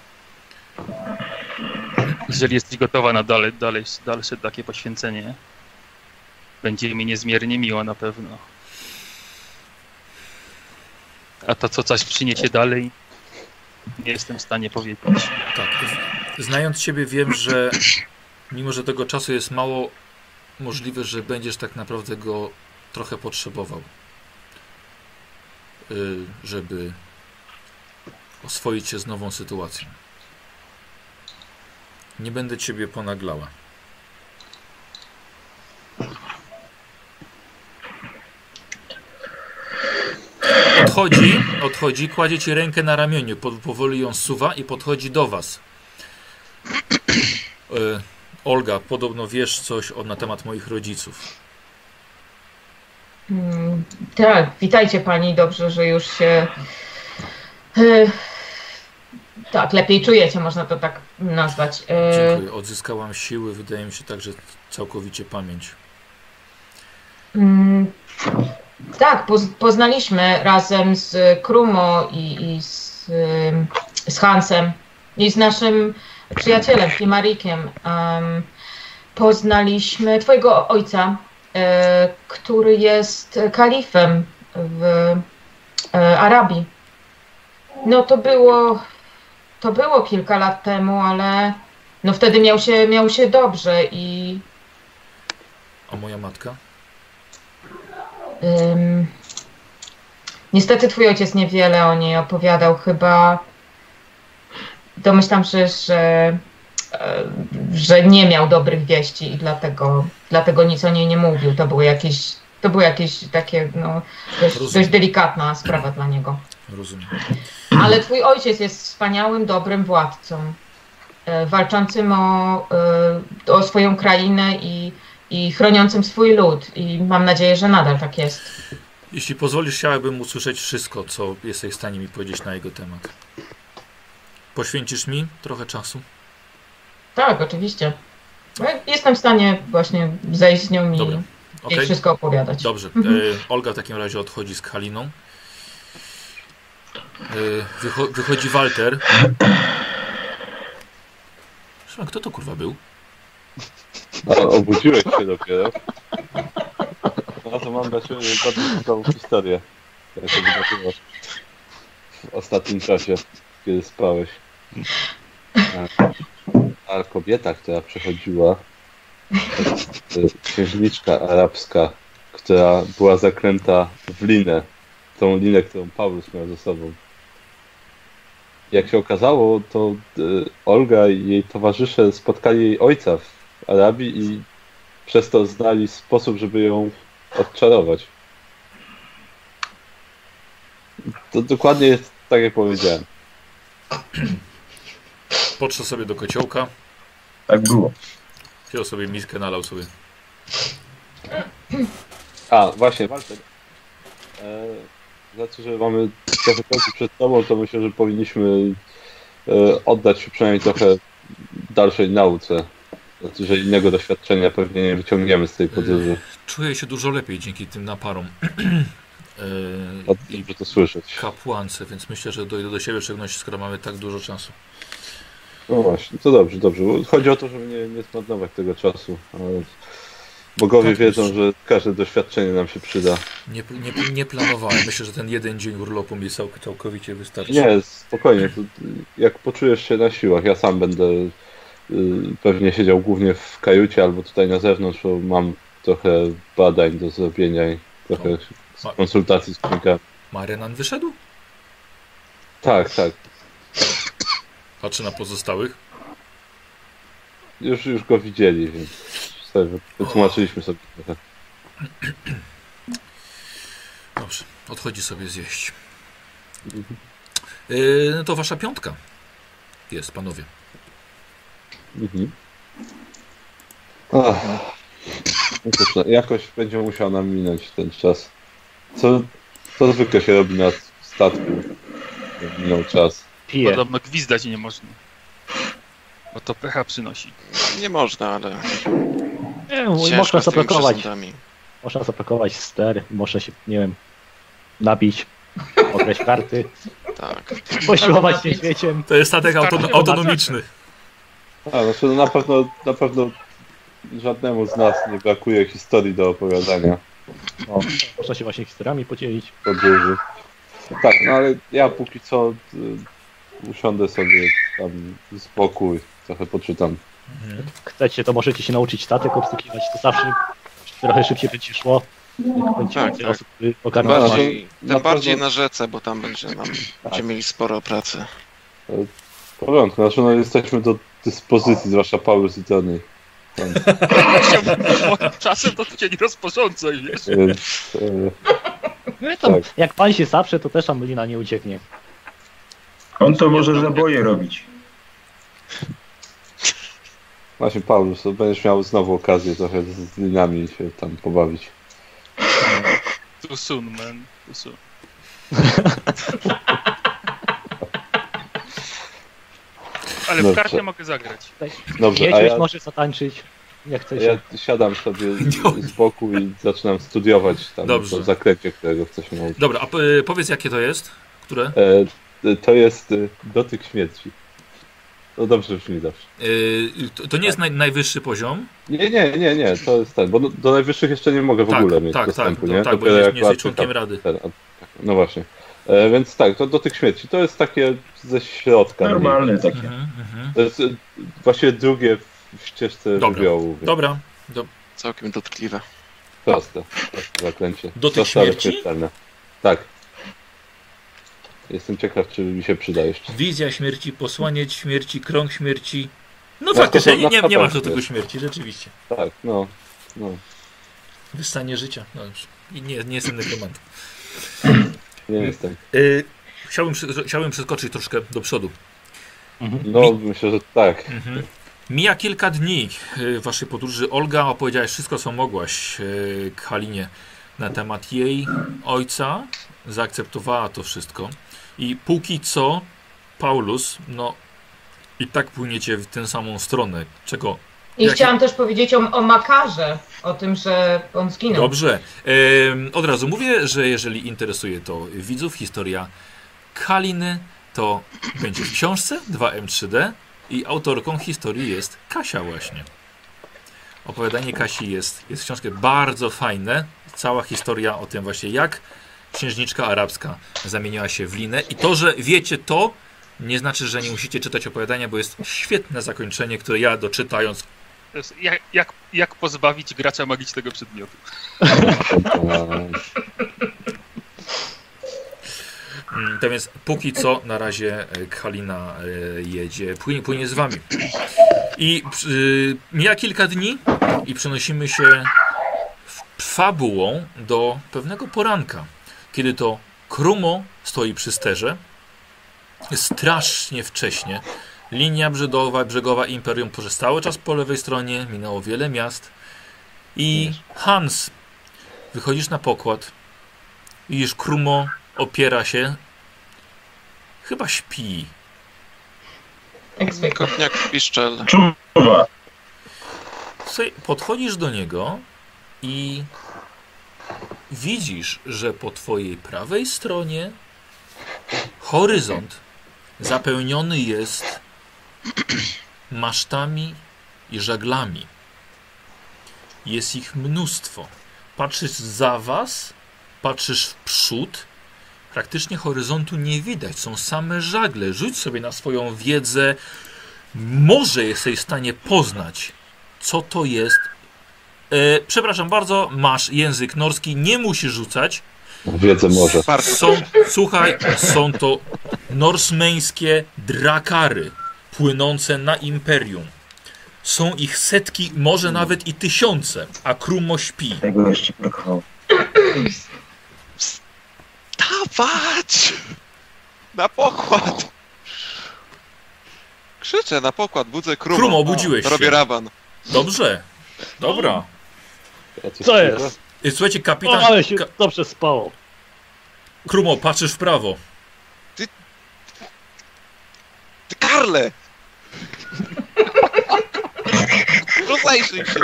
Jeżeli jesteś gotowa na dalsze takie poświęcenie, będzie mi niezmiernie miło na pewno. A to, co coś przyniesie dalej, nie jestem w stanie powiedzieć. Tak. Znając ciebie, wiem, że mimo, że tego czasu jest mało, możliwe, że będziesz tak naprawdę go trochę potrzebował, żeby oswoić się z nową sytuacją. Nie będę ciebie ponaglała. Odchodzi, kładzie ci rękę na ramieniu, powoli ją zsuwa i podchodzi do was. Olga, podobno wiesz coś na temat moich rodziców. Tak, witajcie pani, dobrze, że już się tak, lepiej czujecie, można to tak nazwać. Dziękuję, odzyskałam siły, wydaje mi się także całkowicie pamięć. Tak, poznaliśmy razem z Krumo i z Hansem i z naszym przyjacielem, Klimarikiem. Poznaliśmy twojego ojca, który jest kalifem w Arabii. No to było kilka lat temu, ale no wtedy miał się dobrze i... A moja matka? Niestety twój ojciec niewiele o niej opowiadał, chyba domyślam się, że nie miał dobrych wieści i dlatego nic o niej nie mówił. To było jakieś takie, no, dość delikatna sprawa dla niego. Rozumiem. Ale twój ojciec jest wspaniałym, dobrym władcą, walczącym o swoją krainę i chroniącym swój lud. I mam nadzieję, że nadal tak jest. Jeśli pozwolisz, chciałbym usłyszeć wszystko, co jesteś w stanie mi powiedzieć na jego temat. Poświęcisz mi trochę czasu? Tak, oczywiście. Jestem w stanie właśnie zejść z nią Dobra. i wszystko opowiadać. Dobrze. Olga w takim razie odchodzi z Haliną. Wychodzi Walter. Szymon, kto to kurwa był? A obudziłeś się dopiero. No to mam dla Ciebie bardzo ciekawą historię, która się wydarzyła w ostatnim czasie, kiedy spałeś. A kobieta, która przychodziła, to jest księżniczka arabska, która była zaklęta w linę. Tą linę, którą Paulus miał ze sobą. Jak się okazało, to Olga i jej towarzysze spotkali jej ojca w Arabii i przez to znali sposób, żeby ją odczarować. To dokładnie jest tak, jak powiedziałem. Podszedł sobie do kociołka. Tak było. Wziął sobie miskę, nalał sobie. A, właśnie, Walter. Znaczy, że mamy trochę czasu przed sobą, to myślę, że powinniśmy oddać się przynajmniej trochę dalszej nauce. Znaczy, że innego doświadczenia pewnie nie wyciągniemy z tej podróży. Czuję się dużo lepiej dzięki tym naparom. I to słyszeć. Kapłance, więc myślę, że dojdę do siebie w szczególności, skoro mamy tak dużo czasu. No właśnie, to dobrze, dobrze. Chodzi o to, żeby nie zmarnować tego czasu. Ale bogowie Tak, wiedzą, że każde doświadczenie nam się przyda. Nie planowałem. Myślę, że ten jeden dzień urlopu mi całkowicie wystarczy. Nie, spokojnie. To jak poczujesz się na siłach, ja sam będę pewnie siedział głównie w kajucie albo tutaj na zewnątrz, bo mam trochę badań do zrobienia i trochę konsultacji z klinikami. Marenan wyszedł? Tak, tak. Patrzy na pozostałych. Już go widzieli, więc wytłumaczyliśmy sobie trochę. Dobrze, odchodzi sobie zjeść. No to wasza piątka jest, panowie. Mhm. No to jakoś będzie musiał nam minąć ten czas. Co zwykle się robi na statku, jak minął czas. Pije. Podobno gwizdać nie można. Bo to pecha przynosi. Nie można, ale Nie, ciężko można z tymi zapakować. przesądami. Można zapakować ster, można się, nie wiem, napić, ograć karty, Tak. posiłować niedźwiedziem. To jest statek autonomiczny. Znaczy na pewno żadnemu z nas nie brakuje historii do opowiadania No, można się właśnie historiami podzielić. podróży. Tak, no ale ja póki co usiądę sobie tam z boku i trochę poczytam. Chcecie, to możecie się nauczyć statek obsługiwać, to zawsze trochę szybciej będzie szło. Jak będzie Tak, więcej tak. osób ogarnąć. Na Bardziej pewno- na rzece, bo tam będziemy mieli sporo pracy. W porządku, znaczy no jesteśmy do dyspozycji, zwłaszcza Paulus i Tony. Czasem to cię nie rozporządzaj, wiesz. Więc, No i tam, tak. jak pan się zaprze, to też Amelina nie ucieknie. On to może zaboje robić. Właśnie Paulus, to będziesz miał znowu okazję trochę z linami się tam pobawić. Too soon, man. Too soon. Ale w Dobrze. kartę mogę zagrać. Dobrze, a Niedźwiedź ja, może zatańczyć, nie chce się. ja siadam sobie z boku i zaczynam studiować tam Dobrze. to zaklęcie, którego chcę się nauczyć. Dobra, a powiedz jakie to jest? Które? To jest dotyk śmierci. To dobrze brzmi zawsze. To nie jest najwyższy poziom? Nie, to jest ten, bo do najwyższych jeszcze nie mogę w ogóle mieć dostępu, nie? Tak, bo Dopiero nie jak jesteś łapię członkiem tam rady. No właśnie. Więc tak, to dotyk śmierci. To jest takie ze środka. Normalne takie. To jest właściwie drugie w ścieżce Dobra. żywiołu. więc Dobra. Całkiem dotkliwe. Proste zaklęcie. Dotyk Proste, ale śmierci? śmiertelne. Tak. Jestem ciekaw, czy mi się przyda jeszcze. Wizja śmierci, posłaniec śmierci, krąg śmierci. No No, faktycznie, to nie masz do jest. tego śmierci, rzeczywiście. Tak, no. Wyssanie życia. No, i nie jestem nekromantą. Nie jestem. Chciałbym przeskoczyć troszkę do przodu. No, myślę, że tak. Mija kilka dni waszej podróży. Olga, opowiedziałaś wszystko, co mogłaś Halinie na temat jej ojca. Zaakceptowała to wszystko. I póki co, Paulus, no i tak płyniecie w tę samą stronę. Czego? I chciałam też powiedzieć o Makarze, o tym, że on zginął. Dobrze. Od razu mówię, że jeżeli interesuje to widzów, historia Haliny, to będzie w książce 2M3D i autorką historii jest Kasia właśnie. Opowiadanie Kasi jest w książce bardzo fajne. Cała historia o tym właśnie, jak księżniczka arabska zamieniła się w linę. I to, że wiecie to, nie znaczy, że nie musicie czytać opowiadania, bo jest świetne zakończenie, które ja doczytając... To jest jak pozbawić gracza magicznego przedmiotu. Tak więc póki co na razie Halina jedzie, płynie z wami. I mija kilka dni i przenosimy się fabułą do pewnego poranka, kiedy to Krumo stoi przy sterze. Strasznie wcześnie. Linia brzegowa Imperium cały czas po lewej stronie, minęło wiele miast. I Hans, wychodzisz na pokład. Widzisz, Krumo opiera się. Chyba śpi. Jak zwykle. Kotniak w piszczel. Czuwa. Słuchaj, podchodzisz do niego i widzisz, że po twojej prawej stronie horyzont zapełniony jest masztami i żaglami. Jest ich mnóstwo. Patrzysz za was, patrzysz w przód, praktycznie horyzontu nie widać. Są same żagle. Rzuć sobie na swoją wiedzę. Może jesteś w stanie poznać, co to jest. Przepraszam bardzo, masz język norski, nie musisz rzucać. Wiedzę może. Słuchaj, są to norsmeńskie drakary płynące na Imperium. Są ich setki, może nawet i tysiące, a Krumo śpi. Tego jeszcze brakowało. Dawać! Na pokład! Krzyczę na pokład, budzę Krumo. Krumo, obudziłeś się. Robię raban. Dobrze, dobra. Co jest? Słuchajcie, O, kapitan... ale się dobrze spało. Krumo, patrzysz w prawo. Ty Karle! Rozejrzyj się!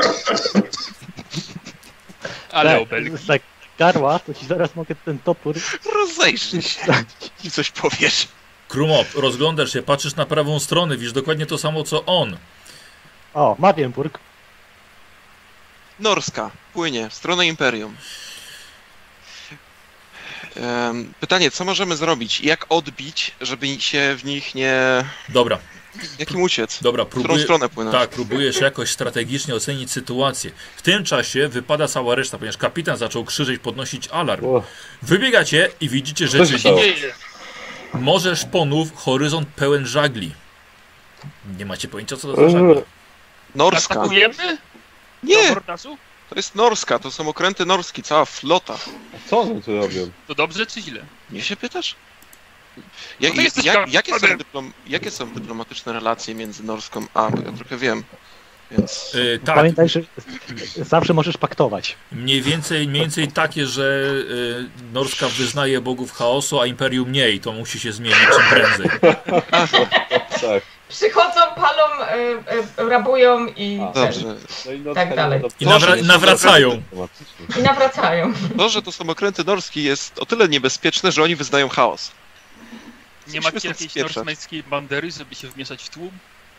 Ale obelgi. Tak, Karła, to ci zaraz mogę ten topór... Rozejrzyj się! I coś powiesz. Krumo, rozglądasz się, patrzysz na prawą stronę, widzisz dokładnie to samo, co on. O, Marienburg. Norska. Płynie. W stronę Imperium. Pytanie, co możemy zrobić? Jak odbić, żeby się w nich nie... Dobra. Jakim uciec? Dobra, W którą stronę płynąć? Tak, próbujesz jakoś strategicznie ocenić sytuację. W tym czasie wypada cała reszta, ponieważ kapitan zaczął krzyczeć, podnosić alarm. Wybiegacie i widzicie Co się rzeczy. stało? Morze szponów, horyzont pełen żagli. Nie macie pojęcia, co to za żagle. Norska. Atakujemy? Nie! Do Mordasu? To jest Norska, to są okręty norskie, cała flota. Co one tu robią? To dobrze czy źle? Nie się pytasz? No to jesteś Jakie są dyplomatyczne relacje między Norską a... Bo ja trochę wiem, więc... Tak, Pamiętaj, że zawsze możesz paktować. mniej więcej takie, że Norska wyznaje bogów chaosu, a Imperium nie i to musi się zmienić czym prędzej. Tak. Przychodzą, palą, rabują i Dobrze. No i no, Tak dalej. I nawracają. I nawracają. To, że to są okręty norskie jest o tyle niebezpieczne, że oni wyznają chaos. Nie Musimy macie stąd jakiejś spieprzać. norsmeńskiej bandery, żeby się wmieszać w tłum?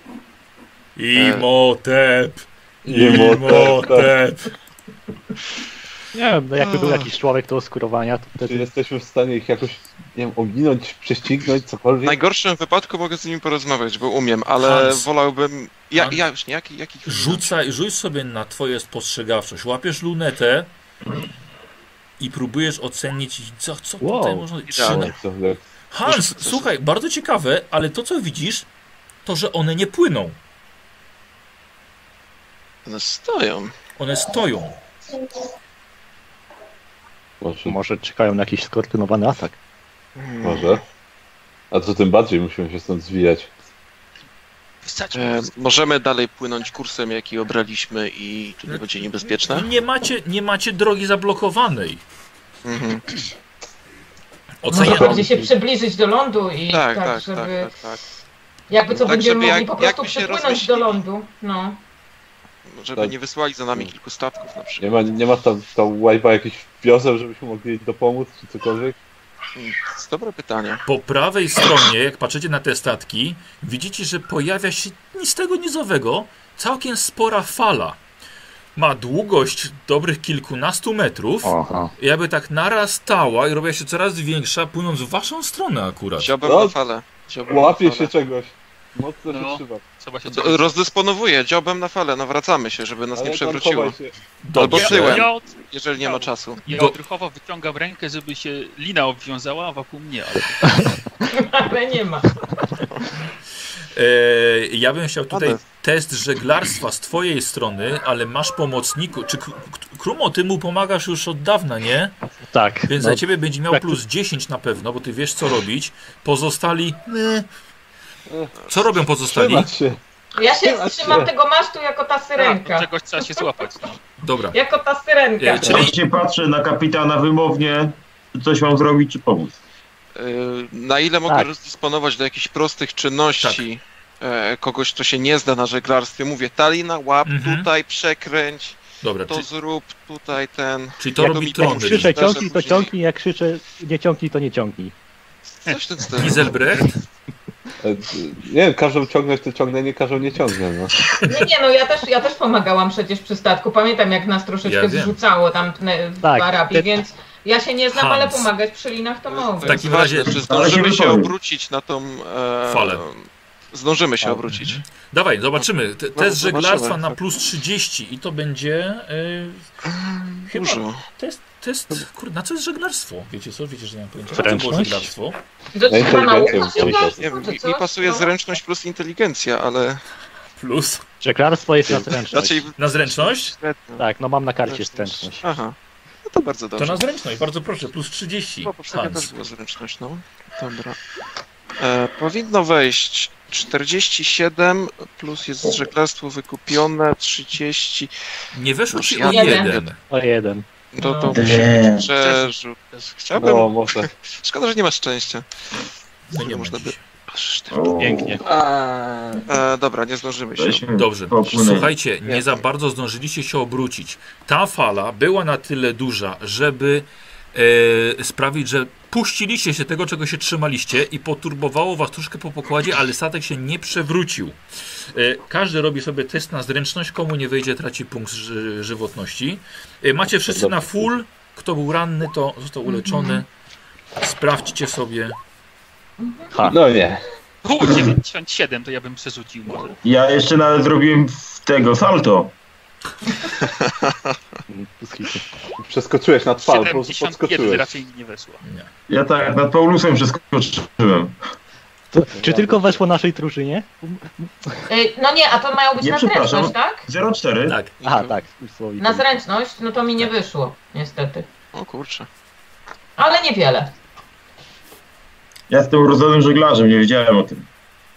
Imhotep! Imhotep. Nie wiem, no jakby był jakiś człowiek do oskurowania, to Czy wtedy... jesteśmy w stanie ich jakoś, nie wiem, ominąć, prześcignąć, W cokolwiek? najgorszym wypadku mogę z nimi porozmawiać, bo umiem, ale Hans. wolałbym... Ja Hans. już nie, jakich... Rzuć sobie na twoje spostrzegawczość. Łapiesz lunetę i próbujesz ocenić, co tutaj Wow. można... Idealnie. Co, jak Hans, słuchaj, bardzo ciekawe, ale to co widzisz, to że one nie płyną. One stoją. One stoją. Może czekają na jakiś skoordynowany atak. Może. A co tym bardziej musimy się stąd zwijać. Możemy dalej płynąć kursem, jaki obraliśmy i to nie będzie niebezpieczne? Nie macie drogi zablokowanej. Mhm. Może bardziej się przybliżyć do lądu i żeby... Tak. Jakby co Tak, będziemy żeby mogli po prostu jakby się przypłynąć do lądu. No. Żeby Tak. nie wysłali za nami kilku statków na przykład. Nie ma tam łajba jakichś wioseł, żebyśmy mogli jej dopomóc, czy cokolwiek? To jest dobre pytanie. Po prawej stronie, jak patrzycie na te statki, widzicie, że pojawia się nic z tego nizowego całkiem spora fala. Ma długość dobrych kilkunastu metrów. Aha. I jakby tak narastała i robiła się coraz większa, płynąc w waszą stronę akurat. Dziobem No, na falę. Łapie się czegoś. Mocno się No. trzyma. Trzeba się To rozdysponowuję dziobem na falę, nawracamy się, żeby nas nie Ale tam przewróciło. chowaj się. Albo tyłem, Ja, jeżeli nie ma czasu. ja Do- odruchowo wyciągam rękę, żeby się lina obwiązała wokół mnie, ale Ale nie ma. Ja bym chciał tutaj test żeglarstwa z twojej strony, ale masz pomocniku. Czy Krumo, ty mu pomagasz już od dawna, nie? Tak. Więc no, za ciebie będzie miał tak. plus 10 na pewno, bo ty wiesz co robić. Pozostali... Co robią pozostali? Trzymać się. Ja się trzymam tego masztu jako ta do syrenka. czegoś trzeba się złapać. No. Dobra. Jako ta syrenka. Czyli- Ja się patrzę na kapitana wymownie, czy coś mam zrobić, czy pomóc. Na ile mogę Tak. rozdysponować do jakichś prostych czynności kogoś, kto się nie zda na żeglarstwie? Mówię, Talina, łap, Mhm. tutaj przekręć, Dobra, to zrób, tutaj ten... czyli to Jak robi mi Trondel. pomóż. Krzyczę Zdarza ciągnij, to później. ciągnij, jak krzyczę nie ciągnij, to nie ciągnij. Coś w ten stylu. Giselbrecht? Nie wiem, każą ciągnąć, to ciągnę, nie każą nie ciągnę. No. Nie, no ja też pomagałam przecież przy statku. Pamiętam jak nas troszeczkę Ja wiem. zrzucało tam w Tak, Arabii, więc ja się nie znam, Hans. ale pomagać przy linach to mogę. W takim razie- Ważne, czy Ale zdążymy się się wypowiem. obrócić na tą... Falę. Zdążymy się obrócić. Dawaj, zobaczymy. Test zobaczymy. żeglarstwa na plus 30 i to będzie... chyba Dużo. Kurde, na co jest żeglarstwo? Wiecie co? Wiecie, że nie mam pojęcia. Zręczność? Co było żeglarstło? Do Na trzeba nauka inteligencję się Nie, czy mi coś? pasuje No. zręczność plus inteligencja, ale Plus. Żeglarstwo jest na zręczność. raczej... Na zręczność? średnio. Tak, no mam na karcie zręczność. Aha, no to bardzo To dobrze. na zręczność, bardzo proszę, plus 30. Bo poprzednio też Hans. była zręczność, no. Dobra. Powinno wejść 47, plus jest żeglarstwo wykupione, 30. Nie weszło ci Ja o nie jeden. O jeden. To No. musi Nie. być przerzut. Chciałbym... No, może. Szkoda, że nie masz szczęścia. No nie Można można by... Pięknie. Dobra, nie zdążymy się. Weźmy Dobrze, popłynę. słuchajcie, nie za bardzo zdążyliście się obrócić. Ta fala była na tyle duża, żeby sprawić, że puściliście się tego, czego się trzymaliście i poturbowało was troszkę po pokładzie, ale statek się nie przewrócił. Każdy robi sobie test na zręczność, komu nie wejdzie, traci punkt żywotności. Macie wszyscy na full, kto był ranny, to został uleczony. Sprawdźcie sobie. Ha. No nie. 97 to ja bym przerzucił może. Ja jeszcze nawet zrobiłem tego salto. Przeskoczyłeś nad fal, po prostu 71 podskoczyłeś. raczej nie weszło. Ja tak nad Paulusem przeskoczyłem. Czy tylko weszło naszej drużynie? No nie, a to mają być Nie, na przepraszam. zręczność, tak? 0,4. Tak. Aha, tak. Słowik. Na zręczność, no to mi nie wyszło, niestety. O kurczę. Ale niewiele. Ja jestem urodzonym żeglarzem, nie wiedziałem o tym.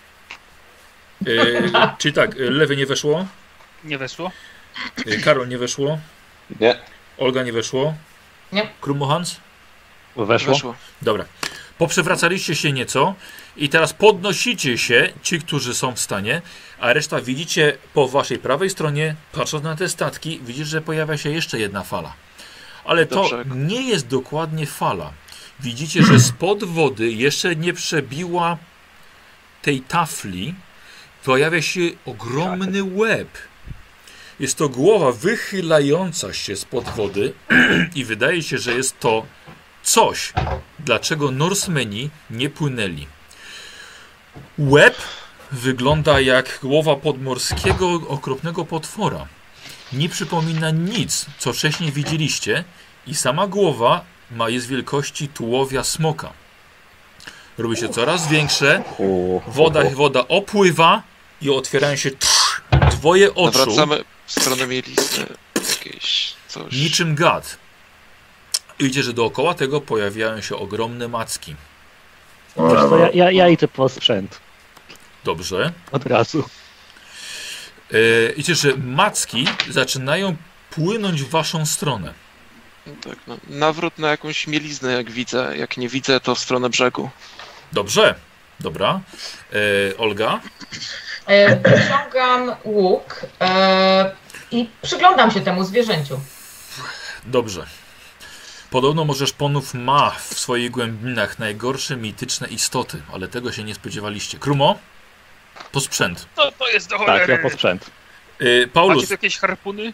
Czyli tak, lewy nie weszło, Nie weszło? Karol nie weszło, Nie. Olga nie weszło. Nie. Krumohans? Weszło? Weszło. Dobra. Poprzewracaliście się nieco i teraz podnosicie się, ci, którzy są w stanie, a reszta widzicie po waszej prawej stronie, patrząc na te statki, widzisz, że pojawia się jeszcze jedna fala. Ale to Dobrze. nie jest dokładnie fala. Widzicie, że spod wody jeszcze nie przebiła tej tafli, pojawia się ogromny łeb. Jest to głowa wychylająca się spod wody i wydaje się, że jest to coś, dlaczego Norsemeni nie płynęli. Łeb wygląda jak głowa podmorskiego, okropnego potwora. Nie przypomina nic, co wcześniej widzieliście i sama głowa jest wielkości tułowia smoka. Robi się coraz większe. O, Woda opływa i otwierają się dwoje oczu. Nawracamy w stronę mielizny jakieś coś. Niczym gad. I widzicie, że dookoła tego pojawiają się ogromne macki. Wiesz co, ja idę po sprzęt. Dobrze. Od razu. Widzicie, że macki zaczynają płynąć w waszą stronę. Tak, no. Nawrót na jakąś mieliznę, jak widzę. Jak nie widzę, to w stronę brzegu. Dobrze. Dobra. Olga? Wyciągam łuk i przyglądam się temu zwierzęciu. Dobrze. Podobno Możesz Ponów ma w swoich głębinach najgorsze mityczne istoty, ale tego się nie spodziewaliście. Krumo? Po sprzęt. To jest do cholery. Tak, ja po sprzęt. Paulus, Macie tu jakieś harpuny?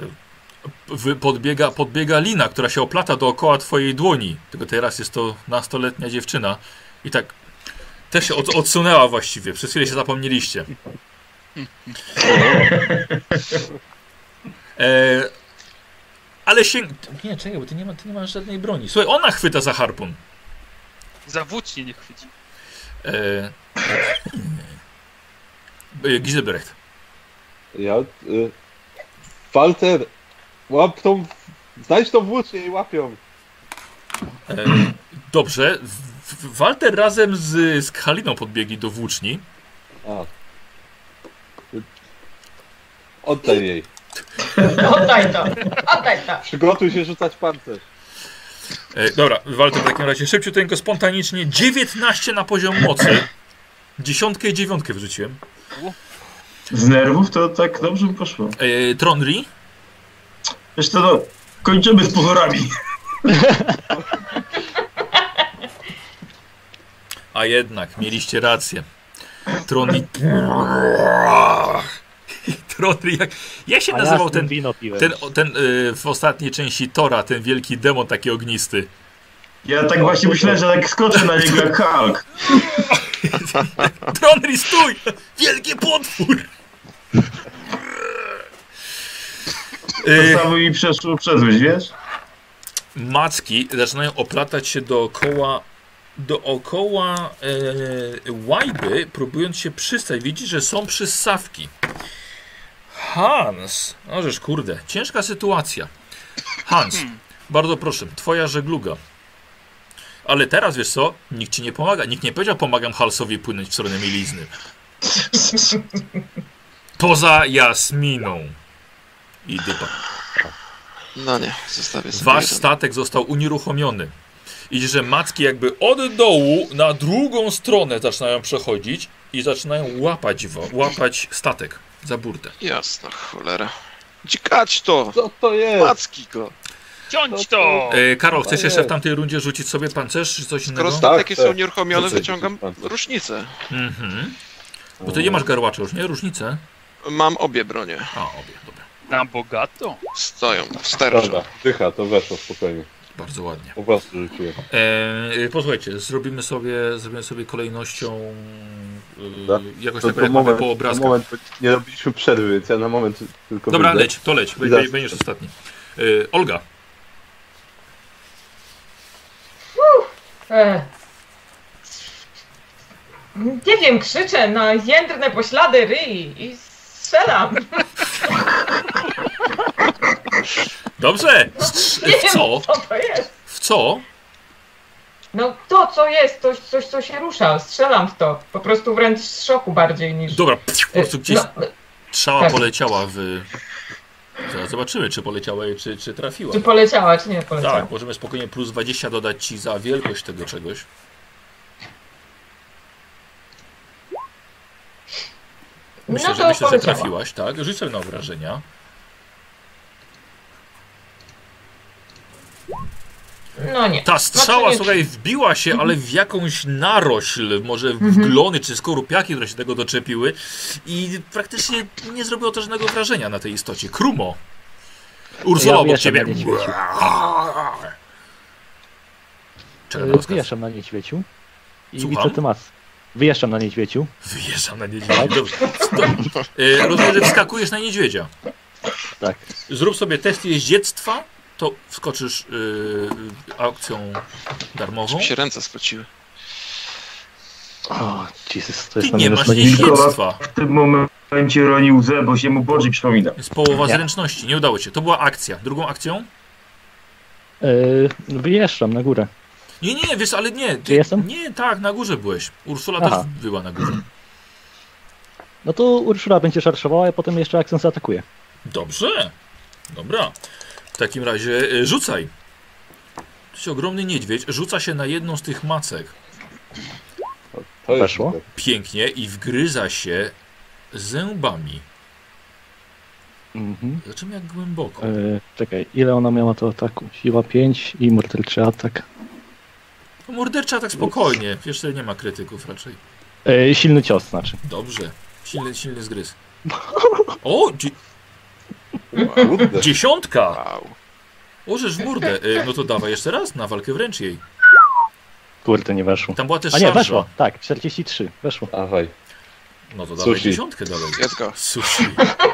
podbiega Lina, która się oplata dookoła twojej dłoni. Tylko teraz jest to nastoletnia dziewczyna. I tak też się odsunęła właściwie. Przez chwilę się zapomnieliście. Ale nie, czekaj, bo ty nie masz żadnej broni. Słuchaj, ona chwyta za harpun. Za włócznie nie chwyci. Giselbrecht. Walter, łap tą... Znajdź tą włócznię i łapią. Dobrze. Walter razem z Haliną podbiegli do włóczni. Oddaj jej. Oddaj to. Przygotuj się rzucać pancerz. Dobra, Walter w takim razie szybciuteńko, spontanicznie. 19 na poziom mocy. 10 i 9 wrzuciłem. Z nerwów to tak dobrze mi poszło. Tronri? Wiesz co, no, kończymy z pozorami. A jednak, mieliście rację. Tronri... Tronri, jak się nazywał ten w ostatniej części Tora, ten wielki demon taki ognisty? Ja tak właśnie myślałem, że tak skoczę na niego jak Hulk. Tronri, stój! Wielki potwór! To samo mi przeszło przezłość, wiesz? Macki zaczynają oplatać się dookoła łajby, próbując się przystać. Widzisz, że są przyssawki. Hans, no żeż kurde, ciężka sytuacja. Hans, bardzo proszę, twoja żegluga. Ale teraz wiesz co, nikt ci nie pomaga. Nikt nie powiedział, pomagam Halsowi płynąć w stronę mielizny. Poza Jasminą. I dypa. No nie, zostawię sobie Wasz jeden. statek został unieruchomiony. I że macki jakby od dołu na drugą stronę zaczynają przechodzić i zaczynają łapać statek za burtę. Jasna cholera. Dzikać to! Co to jest? Macki go! Ciąć to! Karol, chcesz jeszcze w tamtej rundzie rzucić sobie pancerz czy coś Skoro innego? statek Tak, jest tak. unieruchomiony, Rzucę wyciągam pancerz. rusznicę. Mhm. Bo ty nie masz garłacza już, nie? Różnicę? Mam obie bronie. A, obie, dobra. Na bogato? Stoją w sterze. Dobra, dycha, to weszło spokojnie. Bardzo ładnie. Po prostu rzuciłem. Posłuchajcie, zrobimy sobie kolejnością Tak. jakoś To tak jak mamy po obrazkach. moment, nie robiliśmy przerwy, więc ja na moment tylko Dobra, wyjdę. leć, Zaraz. będziesz ostatni. Olga. Nie wiem, krzyczę na jędrne poślady ryj i strzelam. Dobrze! Nie W wiem, co? co to jest. W co? No to, co jest, coś, co się rusza. Strzelam w to. Po prostu wręcz z szoku bardziej niż... Dobra, po prostu gdzieś No, strzała tak. poleciała w... Zaraz zobaczymy, czy poleciała, czy trafiła. czy poleciała, czy nie poleciała. Tak, możemy spokojnie plus 20 dodać ci za wielkość tego czegoś. Myślę, No że to myślę, że poleciała. trafiłaś, tak? Rzuć sobie na obrażenia. No nie. Ta strzała, Znaczy nie- słuchaj, wbiła się, ale w jakąś narośl, może w glony czy skorupiaki, które się tego doczepiły i praktycznie nie zrobiło to żadnego wrażenia na tej istocie. Krumo! Ursula Ja obok wyjeżdżam ciebie. na niedźwiedziu. Czekaj na rozkaz. Wyjeżdżam na niedźwiedziu. I Słucham? widzę ty mas. Wyjeżdżam na niedźwiedziu. Wyjeżdżam na niedźwiedzia. Dobrze. Rozumiem, że wskakujesz na niedźwiedzia. Tak. Zrób sobie test jeździectwa, to wskoczysz aukcją darmową. Mi się ręce spociły. O, Jesus, to Ty jest na nie minus masz 20. niesiectwa. W tym momencie roni łzę, bo się mu Boży przypomina. Jest połowa Nie. zręczności. Nie udało ci się. To była akcja. Drugą akcją? Wyjeżdżam na górę. Nie, wiesz, ale nie. Gdzie jestem? Nie, tak, na górze byłeś. Ursula Aha. też była na górze. No to Urszula będzie szarżowała, a potem jeszcze akcent zaatakuje. Dobrze. Dobra. W takim razie rzucaj. To jest ogromny niedźwiedź. Rzuca się na jedną z tych macek. To jest Weszło? super. Pięknie i wgryza się zębami. Mhm. Zobaczymy jak głęboko. Czekaj, ile ona miała to ataku? Siła 5 i morderczy atak. No, mordercza tak spokojnie. Jeszcze nie ma krytyków raczej. Silny cios znaczy. Dobrze. Silny zgryz. O! Kurde. 10! Wow. Orzesz w mordę. No to dawaj jeszcze raz na walkę wręcz jej. Kurde, nie weszło. Tam była też A nie, szarża. weszło. Tak, 43. Weszło. Dawaj. No to dawaj Sushi. 10 dalej. Let's go. Sushi.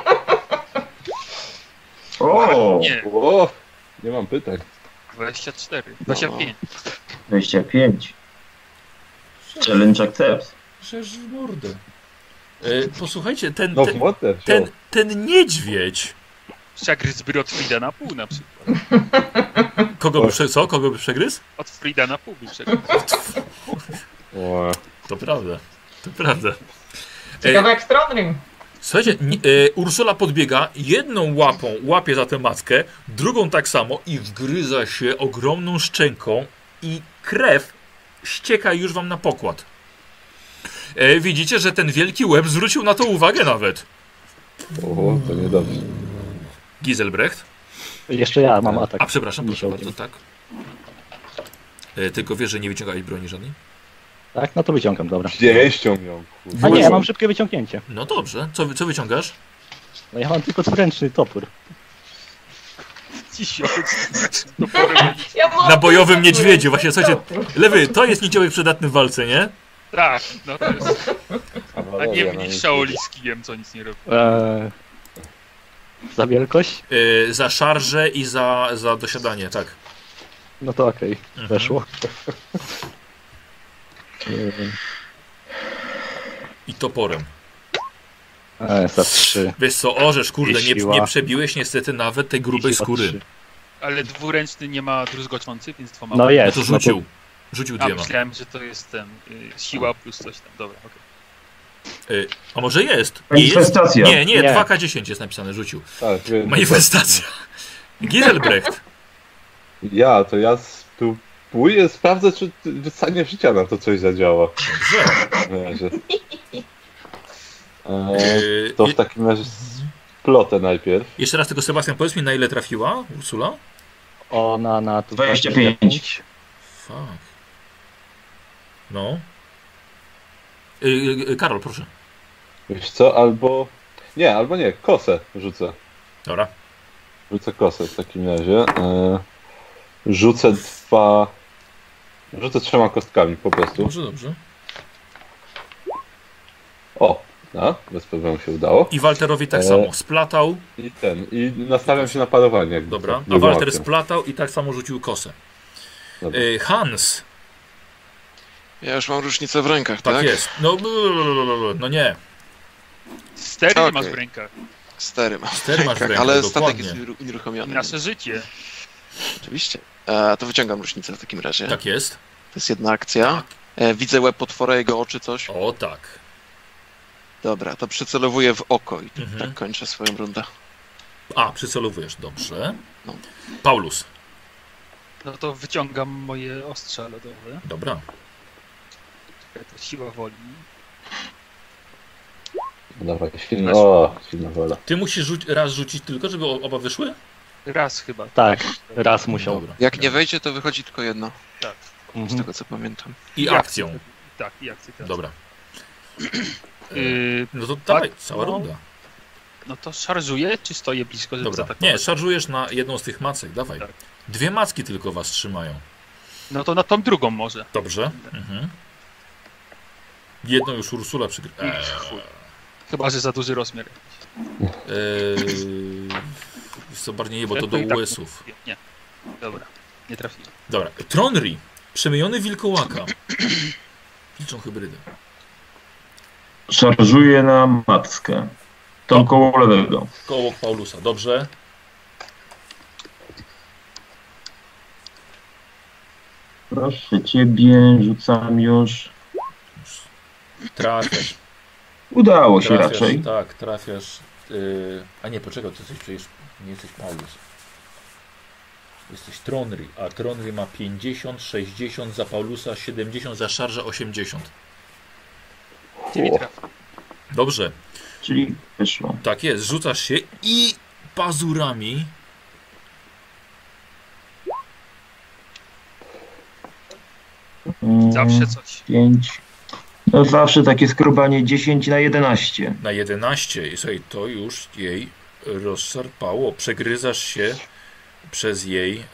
O! Nie, O, nie mam pytań. 24, 25. 25. Challenge accept. Rzesz w mordę. Posłuchajcie, No w mordę wziął. ten niedźwiedź. Przegryz by od Frida na pół na przykład. Kogo by przegryzł? Od Frida na pół by przegryzł. O, To prawda. To prawda. Ciekawe jak Stronrim. Słuchajcie, Ursula podbiega, jedną łapą łapie za tę mackę, drugą tak samo i wgryza się ogromną szczęką i krew ścieka już wam na pokład. Widzicie, że ten wielki łeb zwrócił na to uwagę nawet. o, to niedobrze. Giselbrecht. Jeszcze ja mam atak. A przepraszam, proszę Musiał bardzo, tak. Tylko wiesz, że nie wyciągałeś broni żadnej? Tak, no to wyciągam, dobra. Pięścią ją, kurde. A nie, ja mam szybkie wyciągnięcie. No dobrze. Co wyciągasz? No ja mam tylko zręczny topór. Ci się do pory. Na bojowym niedźwiedziu. Właśnie, słuchajcie, Lewy, to jest nieciołek przydatny w walce, nie? Tak, no to jest. A nie Kawaleria mniej na Shaoli z kijem, co nic nie robi. Za wielkość? Za szarżę i za dosiadanie, tak. No to okej, weszło. I toporem. Za 3. Wiesz co, orzesz, kurde, I siła. nie przebiłeś niestety nawet tej grubej skóry. Ale dwuręczny nie ma druzgoczący, więc dwoma. No No jest. to rzucił. Rzucił A dwiema. myślałem, że to jest ten siła plus coś tam. Dobra, okej. A może jest? Manifestacja. Nie, Nie. 2K10 jest napisane, rzucił. Tak, wiem. Manifestacja. Giselbrecht. Ja spróbuję, sprawdzę, czy wystanie życia na to coś zadziała. Dobrze. Na razie. Yy, To w takim razie splotę najpierw. Jeszcze raz tylko Sebastian, powiedz mi, na ile trafiła Ursula? Ona na 25. Fuck. No. Karol, proszę. Wiesz co, albo... Nie, albo nie, kosę rzucę. Dobra. Rzucę kosę w takim razie. Rzucę 3 kostkami po prostu. Dobrze. O, no, bez problemu się udało. I Walterowi tak samo. Splatał. I nastawiam się na parowanie. Jakby Dobra. co, A drugą Walter akcją. splatał i tak samo rzucił kosę. Dobra. Hans. Ja już mam różnicę w rękach, Tak, tak? jest. No nie. Stery nie masz Okej. w rękach. Stery mam. Stery masz w rękach, Ale dokładnie. statek jest unieruchomiony. Nasze życie. Oczywiście. To wyciągam różnicę w takim razie. Tak jest. To jest jedna akcja. Widzę łeb potwora, jego oczy, coś. O tak. Dobra, to przycelowuję w oko i Mhm. tak kończę swoją rundę. A, przycelowujesz, dobrze. No. Paulus. No to wyciągam moje ostrza lodowe. Dobra. To siła woli. Dawaj, silna wola. Ty musisz raz rzucić tylko, żeby oba wyszły? Raz chyba. Tak, raz musiał. Dobra. Jak nie wejdzie, to wychodzi tylko jedno, z Mhm. tego co pamiętam. I akcją. Tak, i akcję teraz. Dobra. Yy, No to dawaj, cała no. runda. no to szarżuję, czy stoję blisko, żeby Dobra. zaatakować? Nie, szarżujesz na jedną z tych macek, dawaj. Tak. 2 macki tylko was trzymają. No to na tą drugą może. Dobrze. Mhm. Jedną już Ursula przygrywa. Chuj. Chyba, że za duży rozmiar. Co bardziej nie, bo to Ja do i tak US-ów. mówię. Nie. Dobra, nie trafiłem. Dobra. Tronri. Przemyjony wilkołaka. Liczą hybrydę. Szarżuję na mackę. Tą koło lewego. Koło Paulusa, dobrze. Proszę ciebie, rzucam już. Trafiasz. Udało się Trafiasz, raczej. tak, trafiasz. A nie, poczekaj, ty jesteś przecież nie jesteś Paulus. Jesteś Tronry, a Tronry ma 50, 60 za Paulusa, 70 za szarża, 80. Dobrze, Czyli wyszło. tak jest, rzucasz się i pazurami Zawsze coś. 5. No zawsze takie skrobanie 10 na 11. na 11. I słuchaj, to już jej rozszarpało. Przegryzasz się przez jej...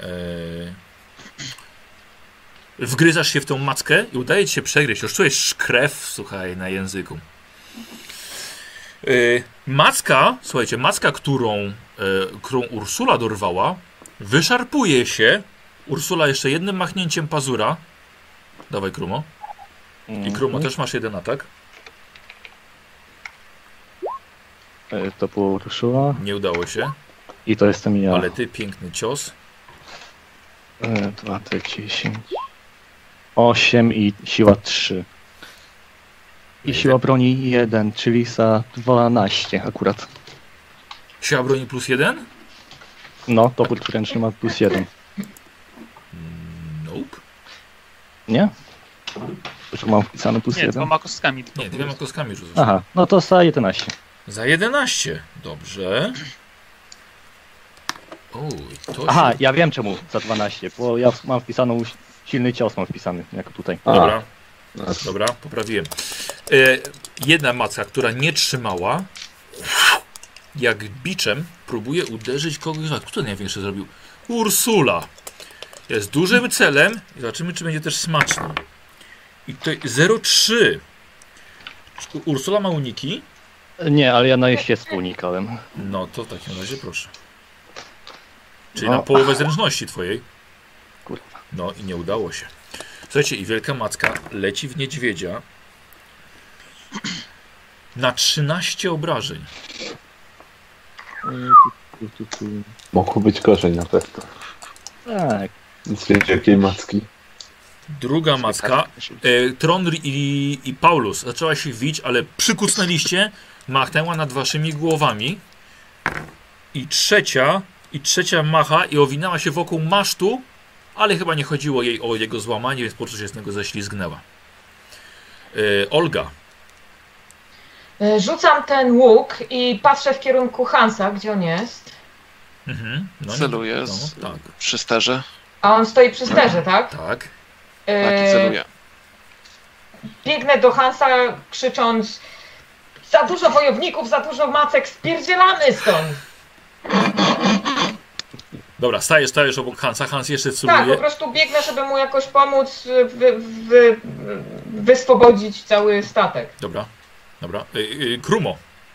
Wgryzasz się w tą mackę i udaje ci się przegryźć. Już czujesz krew, słuchaj, na języku. Macka, słuchajcie, macka, którą Ursula dorwała, wyszarpuje się. Ursula jeszcze jednym machnięciem pazura. Dawaj, Krumo. I Krumo, też masz jeden atak. To było Urszula. Nie udało się, I to jestem ja. ale ty piękny cios. 2, 10. 8 i siła 3. I siła broni 1, czyli za 12 akurat. Siła broni plus 1? No, topór ręczny ma plus 1. Nope. Nie? Już mam wpisany plus Nie, 1. 2 kostkami. tylko Nie, po dwiema prostu. kostkami rzucasz. Aha, no to za 11. Za 11. Dobrze. Oj, to Aha, się... ja wiem czemu za 12, bo ja mam wpisaną silny cios mam wpisany, jako tutaj. Dobra, dobra, poprawiłem. Jedna macka, która nie trzymała, jak biczem próbuje uderzyć kogoś. Kto największy zrobił? Ursula. Jest dużym celem i zobaczymy, czy będzie też smaczny. I to 0,3. Ursula ma uniki? Nie, ale ja na ścieżce unikałem. No to w takim razie proszę. Czyli No. na połowę zręczności twojej. Kurwa. No i nie udało się. Słuchajcie, i wielka macka leci w niedźwiedzia na 13 obrażeń. Mogło być gorzej na pewno. Tak. Nic więcej jakiej macki. Druga macka. Tronry i Paulus zaczęła się wić, ale przykucnęliście, machnęła nad waszymi głowami. I trzecia macha i owinęła się wokół masztu, ale chyba nie chodziło jej o jego złamanie, więc po prostu się z niego ześlizgnęła. Olga. Rzucam ten łuk i patrzę w kierunku Hansa, gdzie on jest. Mhm. No, Celuję tak, przy sterze. A on stoi przy sterze, tak? tak. Tak, i celuję. Biegnę do Hansa krzycząc: za dużo wojowników, za dużo macek, spierdzielamy stąd! Dobra, stajesz obok Hansa. Hans jeszcze Tak, po celuje. prostu biegnę, żeby mu jakoś pomóc wyswobodzić cały statek. Dobra, dobra. Krumo,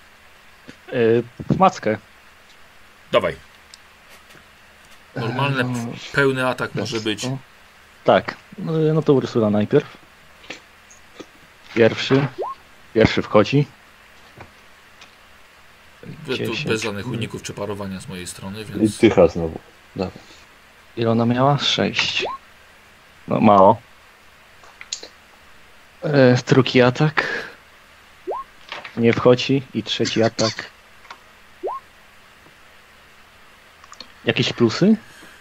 W mackę. dawaj. Normalny, pełny atak może być. Tak. No to Ursula najpierw. Pierwszy wchodzi. Tu 10. bez żadnych uników czy parowania z mojej strony, I więc... tycha znowu. Dawaj. Ile ona miała? 6. No mało. Drugi atak. Nie wchodzi. I trzeci atak. Jakieś plusy?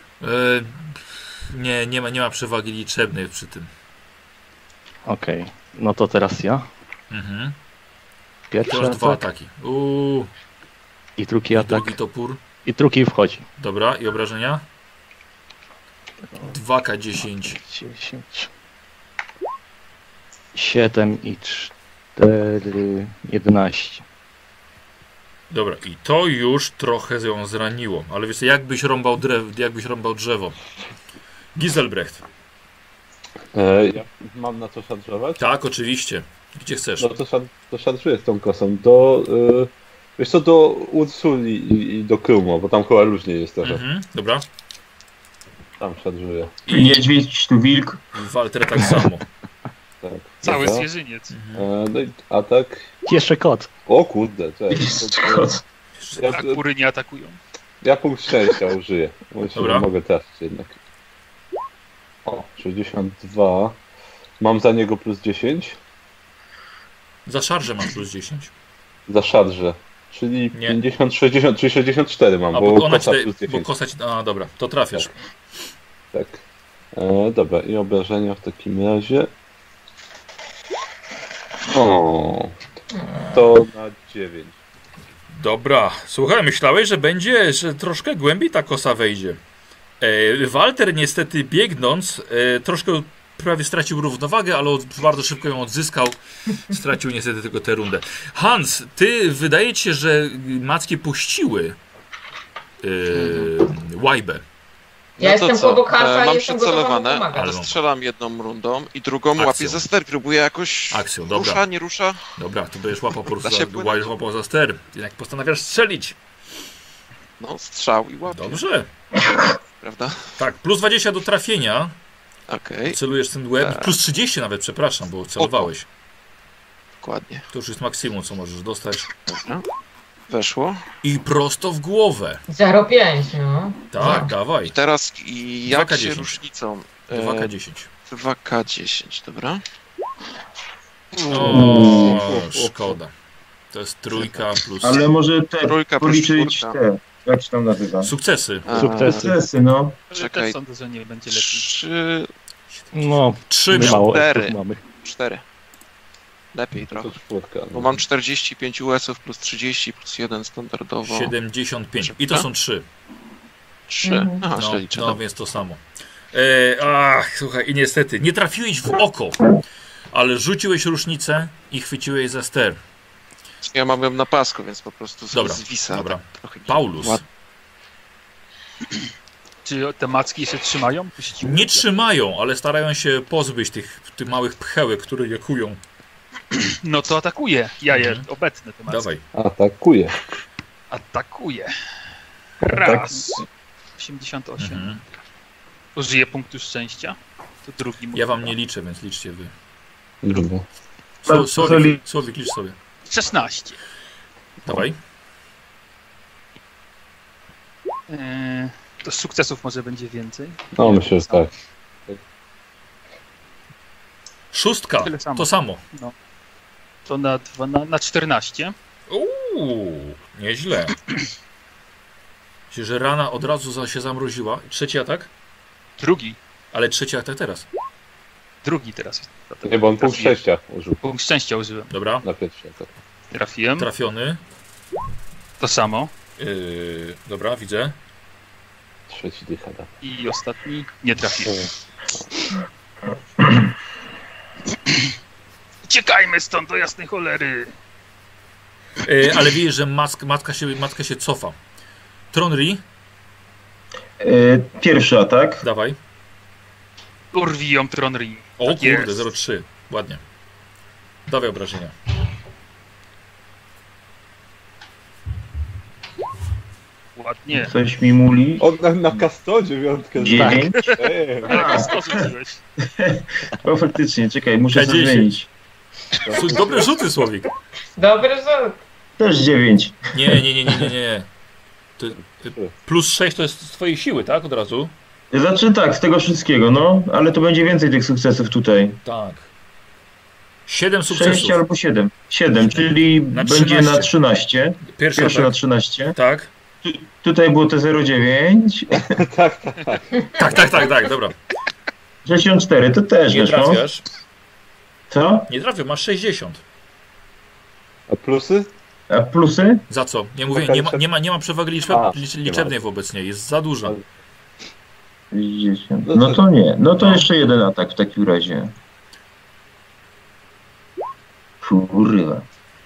Nie ma przewagi liczebnej przy tym. Okej. No to teraz ja. Mhm. Pierwszy To masz dwa atak. ataki. I drugi atak. Drugi topór. I drugi wchodzi. Dobra, i obrażenia? 2K10. 10. 7 i 4. 11. Dobra, i to już trochę ją zraniło. Ale wiesz, jakbyś rąbał drzewo. Giselbrecht. Ja mam na co szarżować? Tak, oczywiście. Gdzie chcesz. No to szarżuję z tą kosą. Wiesz co, do Ursuli i do Krumo, bo tam chyba różnie jest trochę. Mhm, dobra. Tam szarżuję. Niedźwiedź, tu wilk. Walter tak samo. Tak. Cały Dobra. zwierzyniec. No i atak. Jeszcze kot. O kurde, cześć. Tak, kury nie atakują. Ja punkt szczęścia użyję. Myślę, Dobra. że mogę trafić jednak. O, 62. Mam za niego plus 10. Za szarżę masz plus 10. Za szarżę. Czyli Nie. 50, 60, czyli 64 mam, A bo bo ona ci kosa daje, plus bo 10. kosa ci... A, dobra, to trafiasz. Tak. Dobra, i obrażenia w takim razie. O, to na 9. Dobra, słuchaj, myślałeś, że będzie, że troszkę głębiej ta kosa wejdzie. Walter niestety biegnąc, troszkę prawie stracił równowagę, ale bardzo szybko ją odzyskał. Stracił niestety tylko tę rundę. Hans, ty wydaje ci się, że macki puściły łajbę. Ja jestem obok Hansa i mam jestem gotowa mu przycelowane, pomagać. ale strzelam jedną rundą i drugą Akcją. łapię za ster. Próbuję jakoś... Akcją, dobra. Rusza, nie rusza? Dobra, to będziesz łapał po Da się prostu płynąć? łapał za ster. Jednak postanawiasz strzelić. No, strzał i łapię, Dobrze. prawda? Tak, plus 20 do trafienia. Okej, Celujesz ten łeb. Tak. Plus 30 nawet, przepraszam, bo celowałeś. dokładnie. To już jest maksimum, co możesz dostać. Dobra. Weszło. I prosto w głowę. 0,5, no. Tak, dawaj. I teraz jak 2K10. się różnicą? 2K10. 2K10, dobra. O, szkoda. To jest trójka plus Ale może te Trójka plus policzyć czwórka. te, jak się tam nazywa? sukcesy. Sukcesy. Sukcesy, no. Ale Czekaj. też sądzę, że nie będzie lepiej. 3, No, 3 my mało 4. efektów mamy. 4. Lepiej trochę. To czwórka. Bo mam 45 US-ów plus 30 plus 1 standardowo. 75. I to są 3. 3. Mhm. Aha, No, źle liczę. no dobra. więc to samo. Słuchaj, i niestety, nie trafiłeś w oko, ale rzuciłeś różnicę i chwyciłeś za ster. Ja mam ją na pasku, więc po prostu Dobra, zwisa. dobra. Tak trochę Paulus. ładnie. Czy te macki się trzymają? Puściły? Nie trzymają, ale starają się pozbyć tych małych pchełek, które je kują. No to atakuje. Ja je Mhm. obecne te macki. Dawaj. Atakuje. Atakuje. Tak. Raz. 88. Mhm. Użyję punktu szczęścia. To drugi mój. Ja wam nie liczę, więc liczcie wy. Dobra. Słowik, licz sobie. 16. Dawaj. To z sukcesów może będzie więcej. No myślę, że tak. Szóstka. Tyle samo. To samo. To na 14. Nieźle. Myślę, że rana od razu się zamroziła. Trzeci atak? Drugi. Ale trzeci atak teraz. Drugi teraz. Nie, bo on punkt Trafiłem. szczęścia użył Punkt szczęścia użyłem. Dobra. na pierwszy atak. Trafiłem. Trafiony. To samo. Dobra, widzę. Trzeci dychada. I ostatni nie trafiłem. Uciekajmy stąd do jasnej cholery. Ale widzisz, że matka się cofa. Tronri, Pierwszy atak. dawaj. Urwij ją, Tronri. O Tak kurde, jest. 0,3. Ładnie. Dawaj obrażenia. Ładnie. Coś mi muli. O, na kastodzie wyjątkę. 9. Ale skoczyłeś. O, faktycznie, czekaj, muszę K10. to zmienić. Dobre rzuty, Słowik. Dobry rzut. Też 9. Nie. To, plus 6 to jest z twojej siły, tak? Od razu? Znaczy tak, z tego wszystkiego, no, ale to będzie więcej tych sukcesów tutaj. Tak. 7 sukcesów. 6 albo 7. 7, czyli Na będzie 13. na 13. Pierwszy Pierwszy na atak. 13. Tak. Tutaj było te 0,9. Tak, dobra. 64, to też Nie weszło. trafiasz. Co? Nie trafię, masz 60. A plusy? A plusy? Za co? Nie mówię, nie ma przewagi liczebnej wobec niej, jest za duża. 60. No to nie. No to jeszcze jeden atak w takim razie. Kurwa.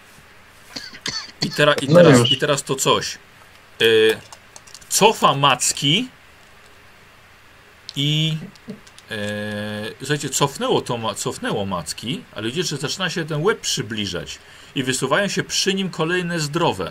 I teraz to coś. Cofa macki i słuchajcie, cofnęło macki, ale widzicie, że zaczyna się ten łeb przybliżać i wysuwają się przy nim kolejne zdrowe.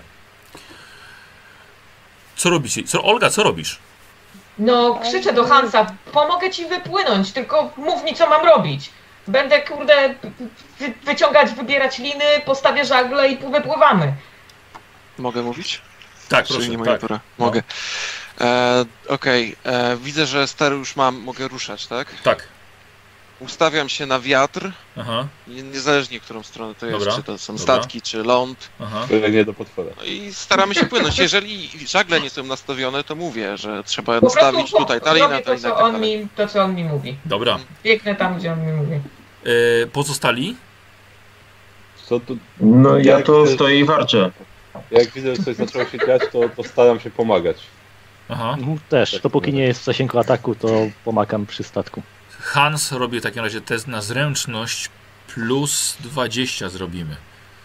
Co robicie? Olga, co robisz? No, krzyczę do Hansa, pomogę ci wypłynąć, tylko mów mi, co mam robić. Będę, kurde, wyciągać, wybierać liny, postawię żagle i wypływamy. Mogę mówić? Tak, Czy proszę. nie moja Tak. pora? Mogę. Okej, widzę, że stery już mam, mogę ruszać, tak? Tak. Ustawiam się na wiatr, Aha, niezależnie którą stronę to jest, Dobra, czy to są dobra. statki, czy ląd. aha. Byle nie do potwora. No i staramy się płynąć. Jeżeli żagle nie są nastawione, to mówię, że trzeba Po prostu nastawić tutaj talina, robię talina i tak dalej. to, co on mi mówi. Dobra. Biegnę tam, gdzie on mi mówi. Pozostali? Co tu, No ja Jak to ty- stoję i warczę. jak widzę, że coś zaczęło się dziać, to staram się pomagać. Aha. Też, dopóki nie jest w zasięgu ataku, to pomagam przy statku. Hans robi w takim razie test na zręczność plus 20 zrobimy.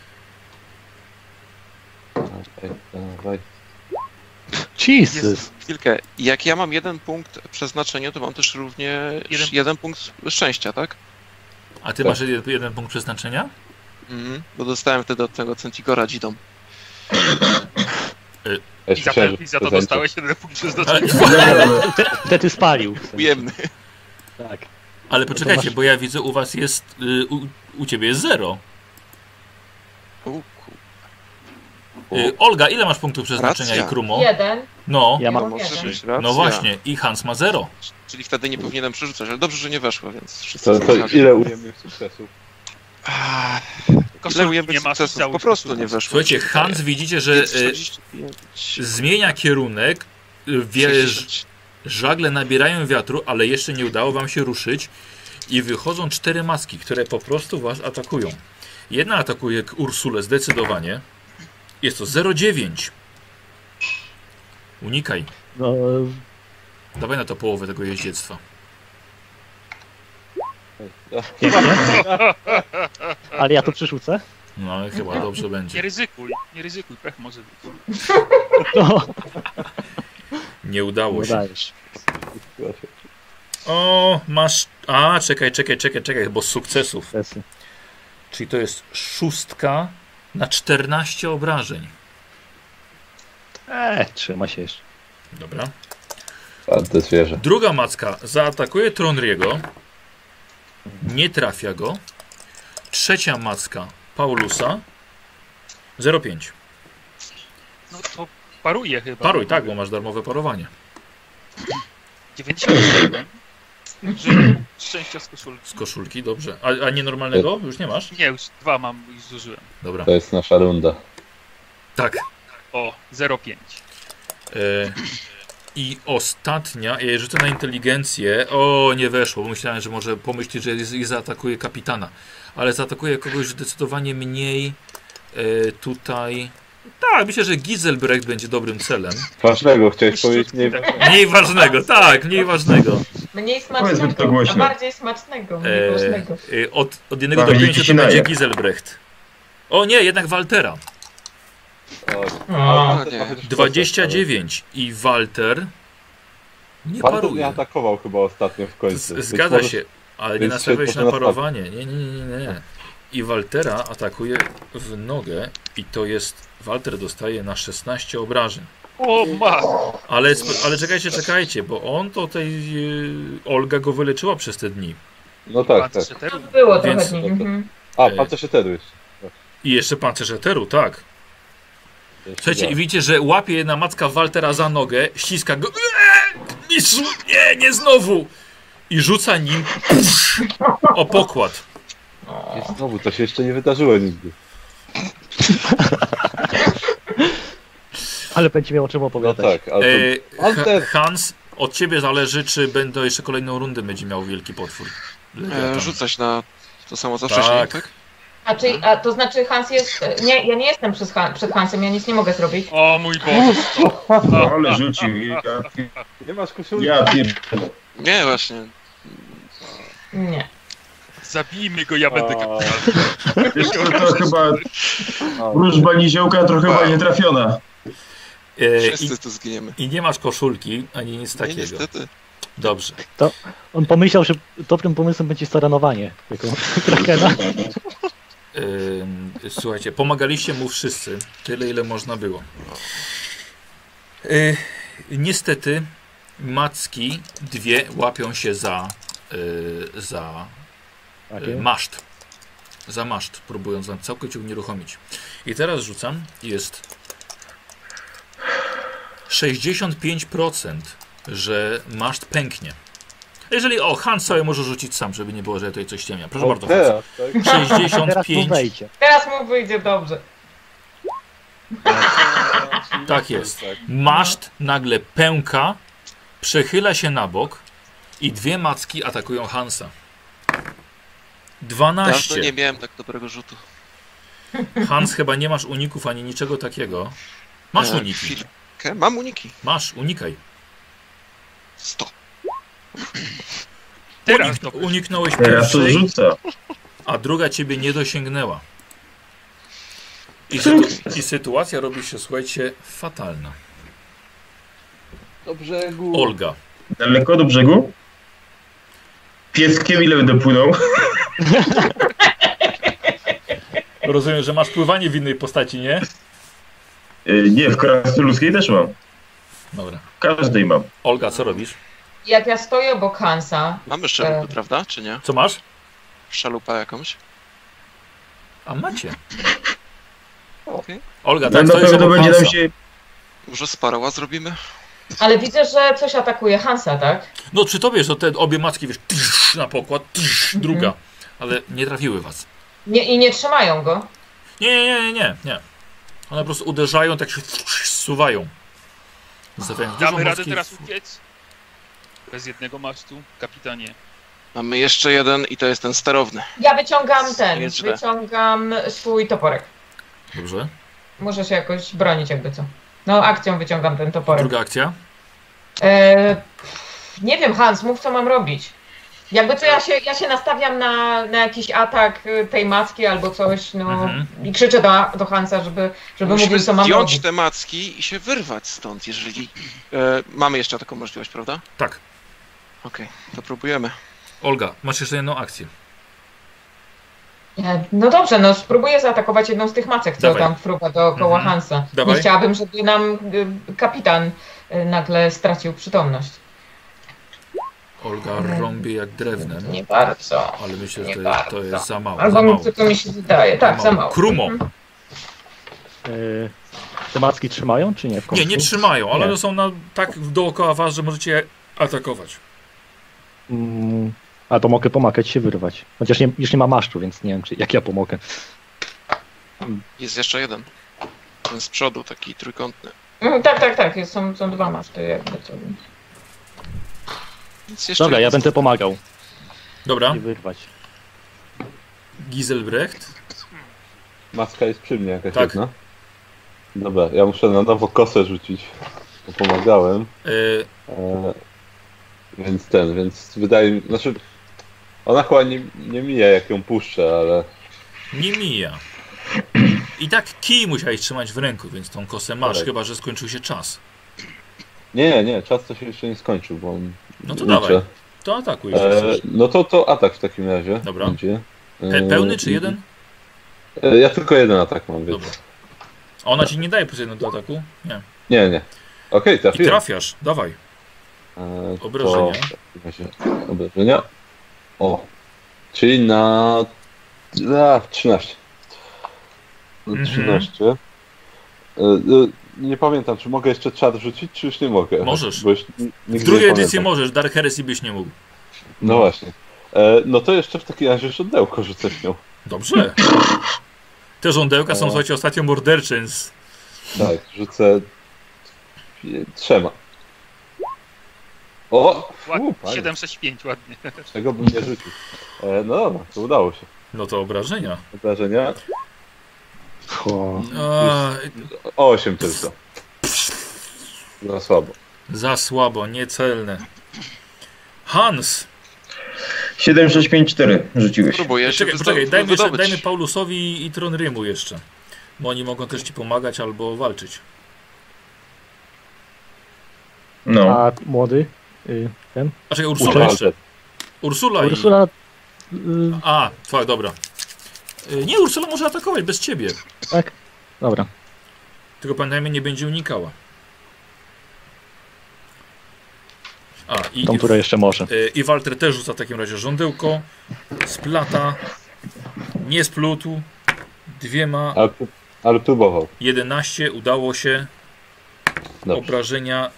Dawaj. Jesus! Jest chwilkę. Jak ja mam 1 punkt przeznaczenia, to mam też również jeden punkt szczęścia, tak? A ty Tak. masz jeden punkt przeznaczenia? Bo dostałem wtedy od tego Centigora dzidą. Ja I się za, myślałem, że i za to prezencie. dostałeś jeden punkt Ale, przeznaczenia. Wtedy spalił. Ujemny. Tak. ale poczekajcie, masz- bo ja widzę u was jest, u ciebie jest 0. Olga, ile masz punktów przeznaczenia Racja. i Krumo? 1. No, Ja mam mam jeden. 3, no właśnie, i Hans ma 0. Czyli wtedy nie powinienem przerzucać, ale dobrze, że nie weszło, więc wszyscy To zgadzają. ile ujemnych sukcesów? Ile Koszulki ujemnych nie masz, sukcesów? cały Po prostu sposób. nie weszło. Słuchajcie, Hans widzicie, że 45, zmienia kierunek, wie, 60. żagle nabierają wiatru, ale jeszcze nie udało wam się ruszyć i wychodzą 4 maski, które po prostu was atakują. Jedna atakuje Ursulę zdecydowanie. Jest to 0,9. Unikaj. No, Dawaj na to połowę tego jeździectwa. pięknie. Ale ja to przerzucę. No ale chyba dobrze Nie będzie. ryzykuj, pech może być. No, Nie udało się. dajesz. O, masz... A, czekaj, bo z sukcesów. Sukcesy. Czyli to jest 6 na 14 obrażeń. Trzyma się jeszcze. Dobra. A, to zwierzę. Druga macka zaatakuje Tronriego. Nie trafia go. Trzecia macka Paulusa. 0,5. No to paruje chyba. Paruj, tak, bo masz darmowe parowanie. 91. Użyłem szczęścia z koszulki. Z koszulki, dobrze. A nienormalnego już nie masz? Nie, już 2 mam, już zużyłem. Dobra. To jest nasza runda. Tak. O, 0,5. I ostatnia, ja rzucę na inteligencję. O, nie weszło, bo myślałem, że może pomyśli, że i zaatakuje kapitana. Ale zaatakuje kogoś zdecydowanie mniej tutaj. Tak, myślę, że Giselbrecht będzie dobrym celem. Ważnego chciałeś powiedzieć, nie Mniej ważnego, tak, mniej ważnego. Mniej Powiedzmy to smacznego, a głośno. bardziej smacznego, mniej ważnego. Od 1 do Bardziej 5 to ci będzie naje. Giselbrecht. O nie, jednak Waltera. O, 29 i Walter nie Pan mnie paruje. atakował chyba ostatnio w końcu. Być Zgadza może- się, ale nie więc nastawiał się się na to parowanie. Nie. I Waltera atakuje w nogę i to jest... Walter dostaje na 16 obrażeń. O, ma! Ale czekajcie, bo on to tej... Olga go wyleczyła przez te dni. No tak, tak. to było trochę Więc- dni. Mhm. A, pancerz eteru jeszcze. I jeszcze pancerz eteru, tak. Jeszcze Słuchajcie, da. i widzicie, że łapie jedna macka Waltera za nogę, ściska go. Mistrzu, nie znowu! I rzuca nim o pokład. I znowu, to się jeszcze nie wydarzyło nigdy. Ale będzie miał o czym No opowiadać. tak, ale to... Walter! Hans, od ciebie zależy, czy będą jeszcze kolejną rundę będzie miał wielki potwór. Rzucać na to samo co Tak. wcześniej, tak? A to znaczy Hans jest... Nie, ja nie jestem przed Hansem, ja nic nie mogę zrobić. O mój Boże. Ale rzucił. Nie masz koszulki? Ja pier... Nie, właśnie. Nie. Zabijmy go, ja będę kapitanem. Wiesz, to chyba wróżba niziołka to chyba nie trafiona. Wszyscy tu zginiemy. I nie masz koszulki, ani nic Nie, takiego. niestety. Dobrze. On pomyślał, że dobrym pomysłem będzie staranowanie jako krakena. Słuchajcie, pomagaliście mu wszyscy, tyle ile można było. Niestety macki dwie łapią się za Takie? Maszt. Za maszt, próbując nam całkowicie unieruchomić. I teraz rzucam. Jest 65%, że maszt pęknie. Jeżeli... O, Hans sobie może rzucić sam, żeby nie było, że ja tutaj coś ciemnia. Proszę bardzo, Hans. teraz, tak? Teraz mu 65. wejdzie. Teraz mu wyjdzie dobrze. Tak jest. Maszt nagle pęka, przechyla się na bok i dwie macki atakują Hansa. 12. Dawno nie miałem tak dobrego rzutu. Hans, chyba nie masz uników ani niczego takiego. Masz uniki. Chwilkę. Mam uniki. Masz, unikaj. 100. Teraz to Uniknąłeś Teraz to pierwszej, rzuca. a druga ciebie nie dosięgnęła. I sytuacja robi się, słuchajcie, fatalna. Do brzegu. Olga. Daleko do brzegu? Pieskiem ile będę płynął? Rozumiem, że masz pływanie w innej postaci, nie? Nie, w krasnoludzkiej też mam. Dobra. W każdej mam. Olga, co robisz? Jak ja stoję obok Hansa, Mamy szalupy, prawda? Czy nie? Co masz? Szalupa jakąś? A macie. Okej. Olga, No, tak na stoisz pewno obok będzie nam Hansa. się... Może sparoła zrobimy? ale widzę, że coś atakuje Hansa, tak? No przy tobie, że te obie macki, wiesz, na pokład, druga. Ale nie trafiły was. I nie trzymają go. Nie. One po prostu uderzają, tak się zsuwają. Zostawiają dużo damy radę morskich... teraz uciec? Bez jednego masztu, kapitanie. Mamy jeszcze jeden i to jest ten sterowny. Ja wyciągam Jest źle. wyciągam swój toporek. Dobrze. Muszę się jakoś bronić, jakby co. No, akcją wyciągam ten toporek. Druga akcja. Nie wiem, Hans, mów, co mam robić. Jakby co, ja się nastawiam na jakiś atak tej macki albo coś, no i krzyczę do Hansa, żeby Musimy mówił, co mam zdjąć robić. te macki i się wyrwać stąd, jeżeli... mamy jeszcze taką możliwość, prawda? Tak. Okej, to próbujemy. Olga, masz jeszcze jedną akcję. No dobrze, no spróbuję zaatakować jedną z tych macek, co Dawaj. tam fruwa dookoła Hansa. Dawaj. Nie chciałabym, żeby nam kapitan nagle stracił przytomność. Olga rąbie jak drewnem, Nie bardzo. ale myślę, Nie że bardzo. to jest za mało. Albo Za mi mało. tylko mi się wydaje. Tak, za mało. Krumo. Te macki trzymają, czy nie? W końcu? Nie trzymają, ale Nie. one są tak dookoła was, że możecie je atakować. A to mogę pomagać się wyrwać. Chociaż już nie ma maszczu, więc nie wiem, jak ja pomogę. Jest jeszcze jeden. Ten z przodu, taki trójkątny. Tak. Są dwa maszty, jakby co. Jest jeszcze Dobra, ja jeden. będę pomagał Dobra, i wyrwać. Giselbrecht. Maska jest przy mnie jakaś Tak. jedna. Dobra, ja muszę na nowo kosę rzucić, bo pomagałem. Więc wydaje mi... Znaczy, ona chyba nie mija, jak ją puszczę, ale... Nie mija. I tak kij musiałeś trzymać w ręku, więc tą kosę masz, Tak. chyba że skończył się czas. Nie, czas to się jeszcze nie skończył, bo... No to liczę. dawaj. To atakuj. jeśli chcesz. No to atak w takim razie. Dobra. Będzie. Pełny czy jeden? Ja tylko jeden atak mam, więc... Dobra. A ona ci nie daje plus jeden do ataku? Nie. Nie. Okej, I trafiłem. trafiasz, dawaj. Obrażenia. Obrażenia. O. Czyli na 13. Mhm. 13. Nie pamiętam, czy mogę jeszcze czar rzucić, czy już nie mogę? Możesz. Bo już W nigdy drugiej nie edycji pamiętam. możesz, Dark Heresy byś nie mógł. No właśnie. No to jeszcze w takim razie żądełko rzucę w nią. Dobrze. Te żądełka są, słuchajcie, ostatnio mordercze, więc... Tak, rzucę 3. O! Ładnie. Panie, 765, ładnie. czego bym nie rzucił. No dobra, to udało się. No to obrażenia. Obrażenia. O, 8 tylko. Za słabo. Za słabo, niecelne. Hans! 7654 rzuciłeś. Próbuję się Poczekaj, dajmy wydobyć. Paulusowi i Tronrymu jeszcze. Bo oni mogą też ci pomagać albo walczyć. No. a młody? Ten? A czekaj, Ursula Uczeń. jeszcze. Ursula i... Ursula... A, twoja, dobra. Nie, Ursula może atakować bez ciebie. Tak? Dobra. Tylko pamiętajmy, nie będzie unikała. Tą, która jeszcze może. I Walter też rzuca w takim razie żądełko. Splata. Nie splótł. 2. Ale próbował. 11. Udało się. Dobrze. Obrażenia.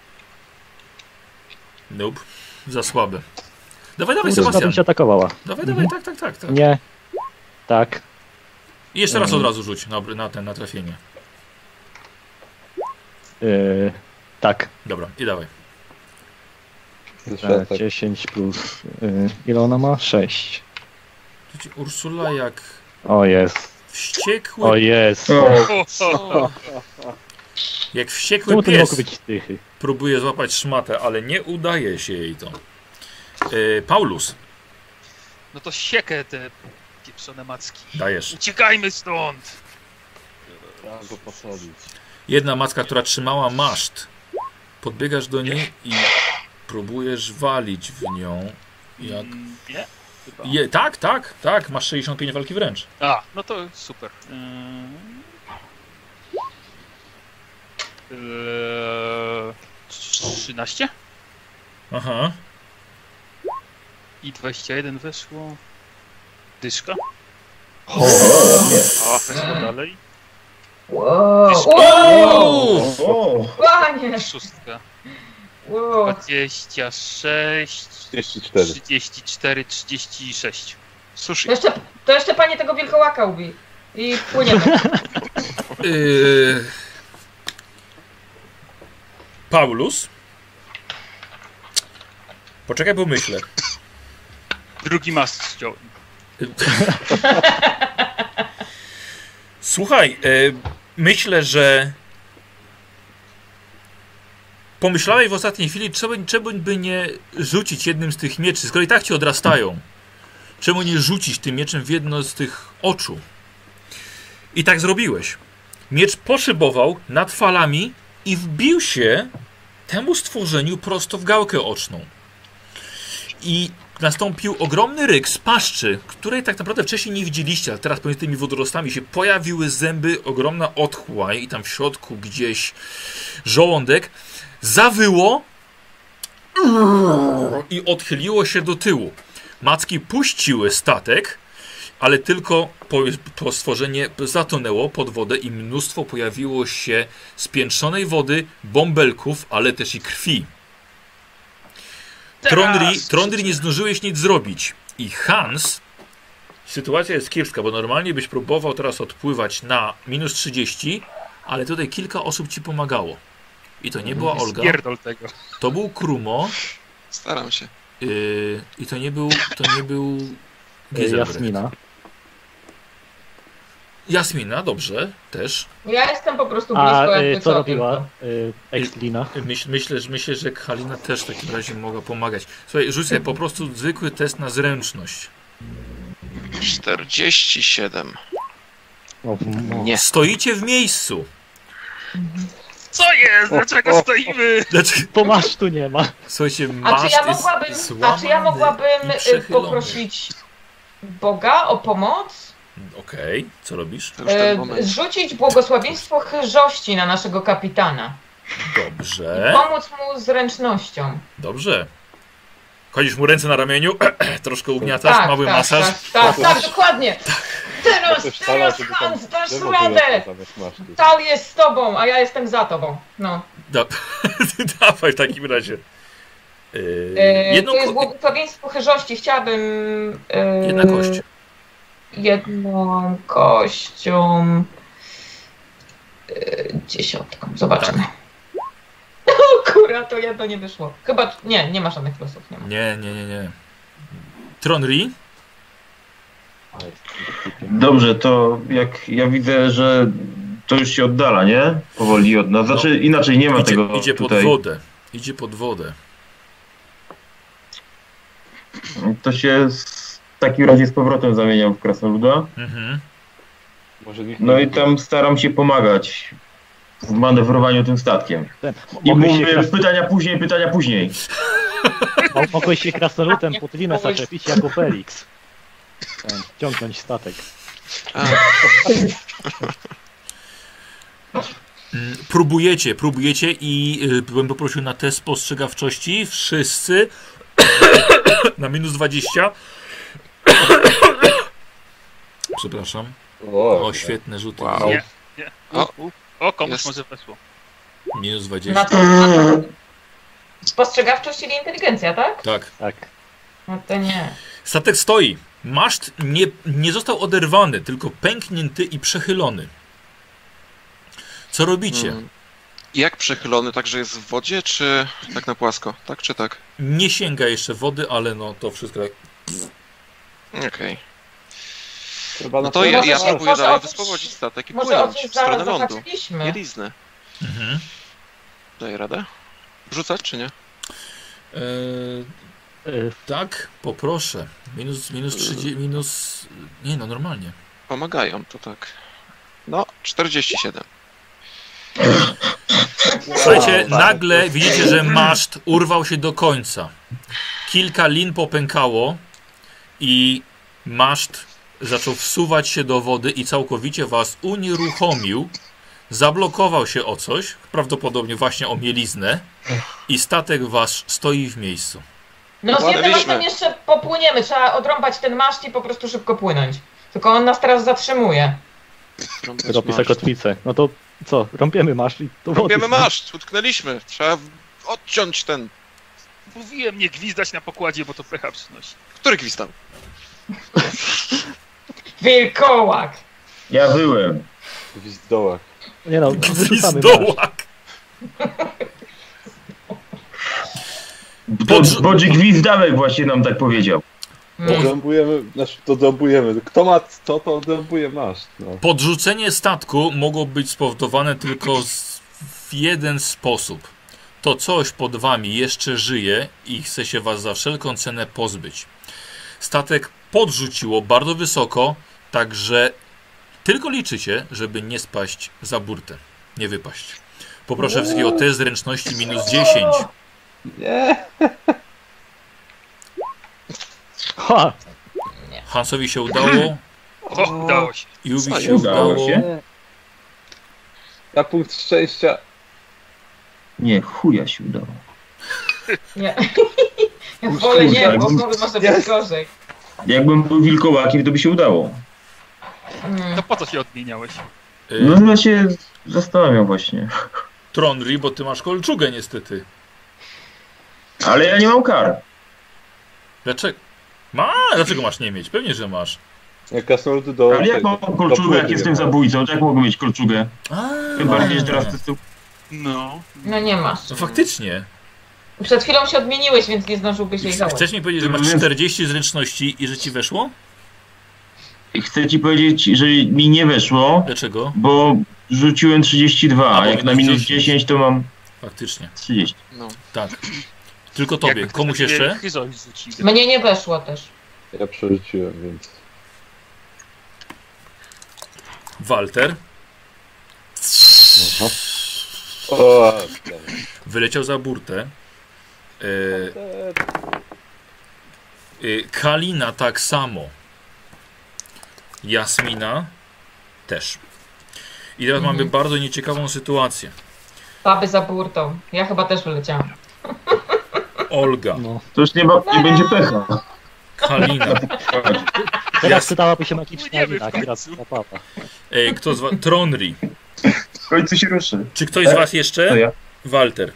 Nope. Za słabe. Dawaj, Ona Sebastian. bym się atakowała. Dawaj, tak. Nie. Tak. I jeszcze raz od razu rzuć na trafienie. Tak. Dobra, i dawaj. Jeszcze tak. 10 plus... ile ona ma? 6. Ursula jak O jest. wściekły... O jest. Jak wściekły Czemu to nie pies mogło być tychy? próbuje złapać szmatę, ale nie udaje się jej to. Paulus, No to siekę te pieprzone macki. dajesz. Uciekajmy stąd! Trzeba go posadzić. Jedna macka, która trzymała maszt. Podbiegasz do niej i próbujesz walić w nią. Jak... Nie? Chyba. Tak, masz 65 walki wręcz. A, no to super. 13? Aha. I 21 weszło. Dyszka. O, A, weszło dalej. Wow. o, Panie! Szóstka. Wow. 26, 34. 34, 36. Sushi. To jeszcze panie tego wilkołaka ubij. I płyniemy. Paulus. Poczekaj, bo myślę. Drugi mast ściąłem. Słuchaj, myślę, że pomyślałeś w ostatniej chwili, czemu by nie rzucić jednym z tych mieczy, skoro i tak ci odrastają. Czemu nie rzucić tym mieczem w jedno z tych oczu? I tak zrobiłeś. Miecz poszybował nad falami i wbił się temu stworzeniu prosto w gałkę oczną. I nastąpił ogromny ryk z paszczy, której tak naprawdę wcześniej nie widzieliście, ale teraz pomiędzy tymi wodorostami się pojawiły zęby, ogromna otchłań i tam w środku gdzieś żołądek. Zawyło i odchyliło się do tyłu. Macki puściły statek, ale tylko po stworzenie zatonęło pod wodę i mnóstwo pojawiło się spiętrzonej wody, bąbelków, ale też i krwi. Trondri nie zdążyłeś nic zrobić. I Hans, sytuacja jest kiepska, bo normalnie byś próbował teraz odpływać na minus 30, ale tutaj kilka osób ci pomagało. I to nie była Olga, Spierdol tego. to był Krumo Staram się. i to nie był Giselbrecht. Jasmina. Jasmina, dobrze, też. Ja jestem po prostu A blisko jakby co co robiła tylko. Exlina? Myślę, że Halina też w takim razie mogła pomagać. Słuchaj, rzuć sobie po prostu zwykły test na zręczność. 47. Nie. Stoicie w miejscu. Co jest? Dlaczego stoimy? To masz tu nie ma. Słuchajcie, A maszt czy ja mogłabym i przechylony. poprosić Boga o pomoc? Okej, co robisz? To już ten moment. Zrzucić błogosławieństwo chyżości na naszego kapitana. Dobrze, Pomóc mu zręcznością. dobrze. Kładziesz mu ręce na ramieniu, troszkę ugniatasz, mały masaż. Tak, dokładnie. Teraz, Hans, dasz radę! Tal jest z tobą, a ja jestem za tobą. No. Dawaj w takim razie. To jest błogosławieństwo chyżości. Chciałabym... Jedna kość. Jedną kością... 10. Zobaczymy. Tak. O kurwa, to jedno nie wyszło. Chyba... Nie ma żadnych plusów. Nie ma. Nie. Tronri? Dobrze, to jak ja widzę, że to już się oddala, nie? Powoli od nas. Znaczy inaczej nie ma tego Idzie tutaj. pod wodę. Idzie pod wodę. To się w takim razie z powrotem zamieniam w krasnoluda. Mhm. No i tam staram się pomagać w manewrowaniu tym statkiem. I Mogłeś się, mówię, pytania później. mogłeś się krasnoludem pod linę zaczepić jako Felix. Ciągnąć statek. Próbujecie i bym poprosił na test spostrzegawczości. Wszyscy na minus 20. Przepraszam. O, świetne rzuty. Wow. Nie. Komuś Jest. może weszło. Minus 20. Na to spostrzegawczość, czyli inteligencja, tak? Tak. Tak. No to nie. Statek stoi. Maszt nie został oderwany, tylko pęknięty i przechylony. Co robicie? Jak przechylony, tak że jest w wodzie, czy tak na płasko? Tak czy tak? Nie sięga jeszcze wody, ale no to wszystko. Okej. Chyba No to ja Może spróbuję może dalej o czymś- wyspowodzić statek i Może o płynąć czymś w stronę zaraz lądu. zahaczyliśmy. Mieliznę. Mhm. Daję radę? Wrzucać czy nie? Tak, poproszę. Minus 30, Nie no, normalnie. Pomagają, to tak. No, 47. Słuchajcie, nagle widzicie, że maszt urwał się do końca. Kilka lin popękało i maszt zaczął wsuwać się do wody i całkowicie was unieruchomił. Zablokował się o coś, prawdopodobnie właśnie o mieliznę i statek wasz stoi w miejscu. No z jednym Ładowiliśmy. mastem jeszcze popłyniemy. Trzeba odrąbać ten maszt i po prostu szybko płynąć. Tylko on nas teraz zatrzymuje. Robi kotwicę. No to co? Rąbiemy maszt i to wody. Robiemy maszt, utknęliśmy. Trzeba odciąć ten. Mówiłem nie gwizdać na pokładzie, bo to pecha przynosi. Który gwizdał? Wilkołak! Ja byłem. Gwizdołak. Nie no, wyrzucamy maszt. Gwizdołak! Bodzi Gwizdamek właśnie nam tak powiedział. Dodrąbujemy. Kto ma to odrąbuje maszt. No. Podrzucenie statku mogło być spowodowane tylko w jeden sposób. To coś pod wami jeszcze żyje i chce się was za wszelką cenę pozbyć. Statek podrzuciło bardzo wysoko, także tylko liczycie, żeby nie spaść za burtę. Nie wypaść. Poproszę wszystkich o test zręczności minus 10. Nie. Ha! Hansowi się udało, O, udało się. Juwi Co, się udało udało. się? Na punkt szczęścia. Nie, chuja się udało. Nie. Ja wolę nie, bo Jakbym- może być gorzej. Jakbym był wilkołakiem, to by się udało. To po co się odmieniałeś? No ja się zastanawiam właśnie. Tronri, bo ty masz kolczugę niestety. Ale ja nie mam kar. Dlaczego? Dlaczego masz nie mieć? Pewnie, że masz. Jak krasnoludy do... Ale jak mam kolczugę, jak jestem zabójcą, to jak mogę mieć kolczugę? Chyba, że teraz to jest... No. No nie masz. No faktycznie. Przed chwilą się odmieniłeś, więc nie zdążyłbyś jej założyć. Chcesz mi powiedzieć, że masz 40 zręczności i że ci weszło? Chcę ci powiedzieć, że mi nie weszło, Dlaczego? bo rzuciłem 32, A, a bo jak na minus minus 10 to mam Faktycznie. 30. No. Tak. Tylko tobie. Jakby Komuś ktoś jeszcze? Chyzol rzucił. Mnie nie weszło też. Ja przerzuciłem, więc... Walter Aha. O, wyleciał za burtę. Kalina tak samo. Jasmina też. I teraz mamy bardzo nieciekawą sytuację. Baby za burtą. Ja chyba też wyleciałam. Olga, No. To już nie będzie pecha. Kalina. Teraz przydałaby się magiczna Płyniemy lina, w końcu. teraz ta papa. Kto z was? Tronri. W końcu się ruszy. Czy ktoś z was jeszcze? To ja. Walter.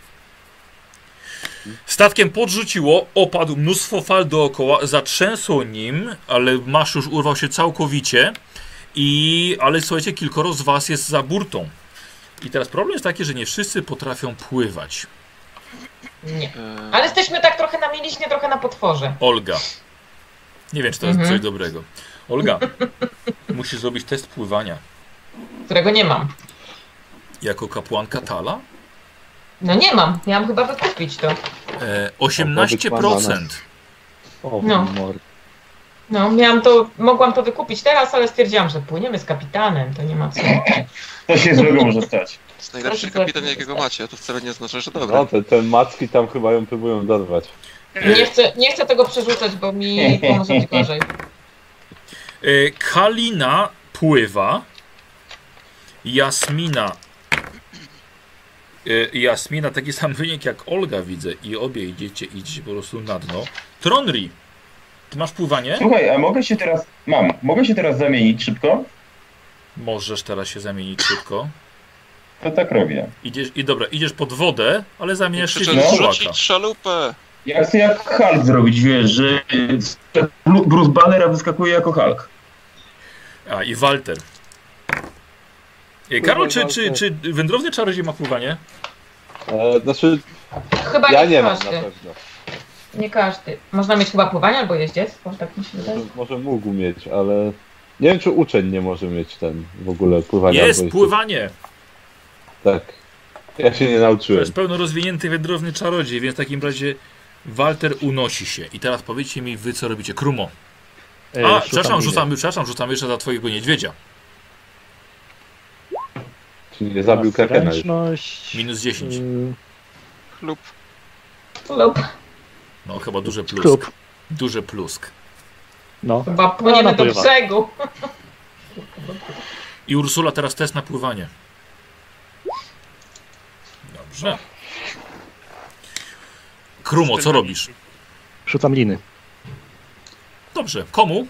Statkiem podrzuciło, opadł, mnóstwo fal dookoła, zatrzęsło nim, ale masz już urwał się całkowicie. Ale słuchajcie, kilkoro z was jest za burtą. I teraz problem jest taki, że nie wszyscy potrafią pływać. Nie. Ale jesteśmy tak trochę na mieliźnie, trochę na potworze. Olga. Nie wiem, czy to jest coś dobrego. Olga, musisz zrobić test pływania. Którego nie mam. Jako kapłanka Tala? No nie mam. Miałam chyba wykupić to. 18%. O, No. mord. No, mogłam to wykupić teraz, ale stwierdziłam, że płyniemy z kapitanem, to nie ma co. To się złego może stać. To jest najlepszy Proszę kapitan, bardzo. jakiego macie. To wcale nie oznacza, że dobra. no te macki tam chyba ją próbują dorwać. Nie chcę tego przerzucać, bo mi może być gorzej. Kalina pływa. Jasmina Jasmina taki sam wynik jak Olga widzę i obie idziecie po prostu na dno. Tronri, ty masz pływanie? Słuchaj, a mogę się teraz zamienić szybko? Możesz teraz się zamienić szybko. To tak robię. Idziesz pod wodę, ale zamieniasz się w Krzyczę, kołaka. rzucić szalupę! Ja chcę jak Hulk zrobić, wiesz, że Bruce Banner wyskakuje jako Hulk. A i Walter. Karol, czy wędrowny czarodziej ma pływanie? Znaczy, Chyba ja nie nie mam na każdy. pewno. Nie każdy. Można mieć chyba pływanie albo jeździec, bo tak mi się wydaje. Może mógł mieć, ale nie wiem, czy uczeń nie może mieć w ogóle pływania. Jest albo pływanie! Tak. Ja się nie To nauczyłem. jest pełno rozwinięty wędrowny czarodziej, więc w takim razie Walter unosi się. I teraz powiedzcie mi wy, co robicie. Krumo. Rzucam jeszcze za twojego niedźwiedzia. Czyli nie zabił krakena już. Zręczność... Minus 10. Chlub. Lub No chyba duży plusk. Klub. Duży plusk. No. chyba płyniemy do napływa. brzegu. I Ursula teraz test na pływanie. Dobrze. Krumo, co robisz? Rzucam liny. Dobrze. Komu?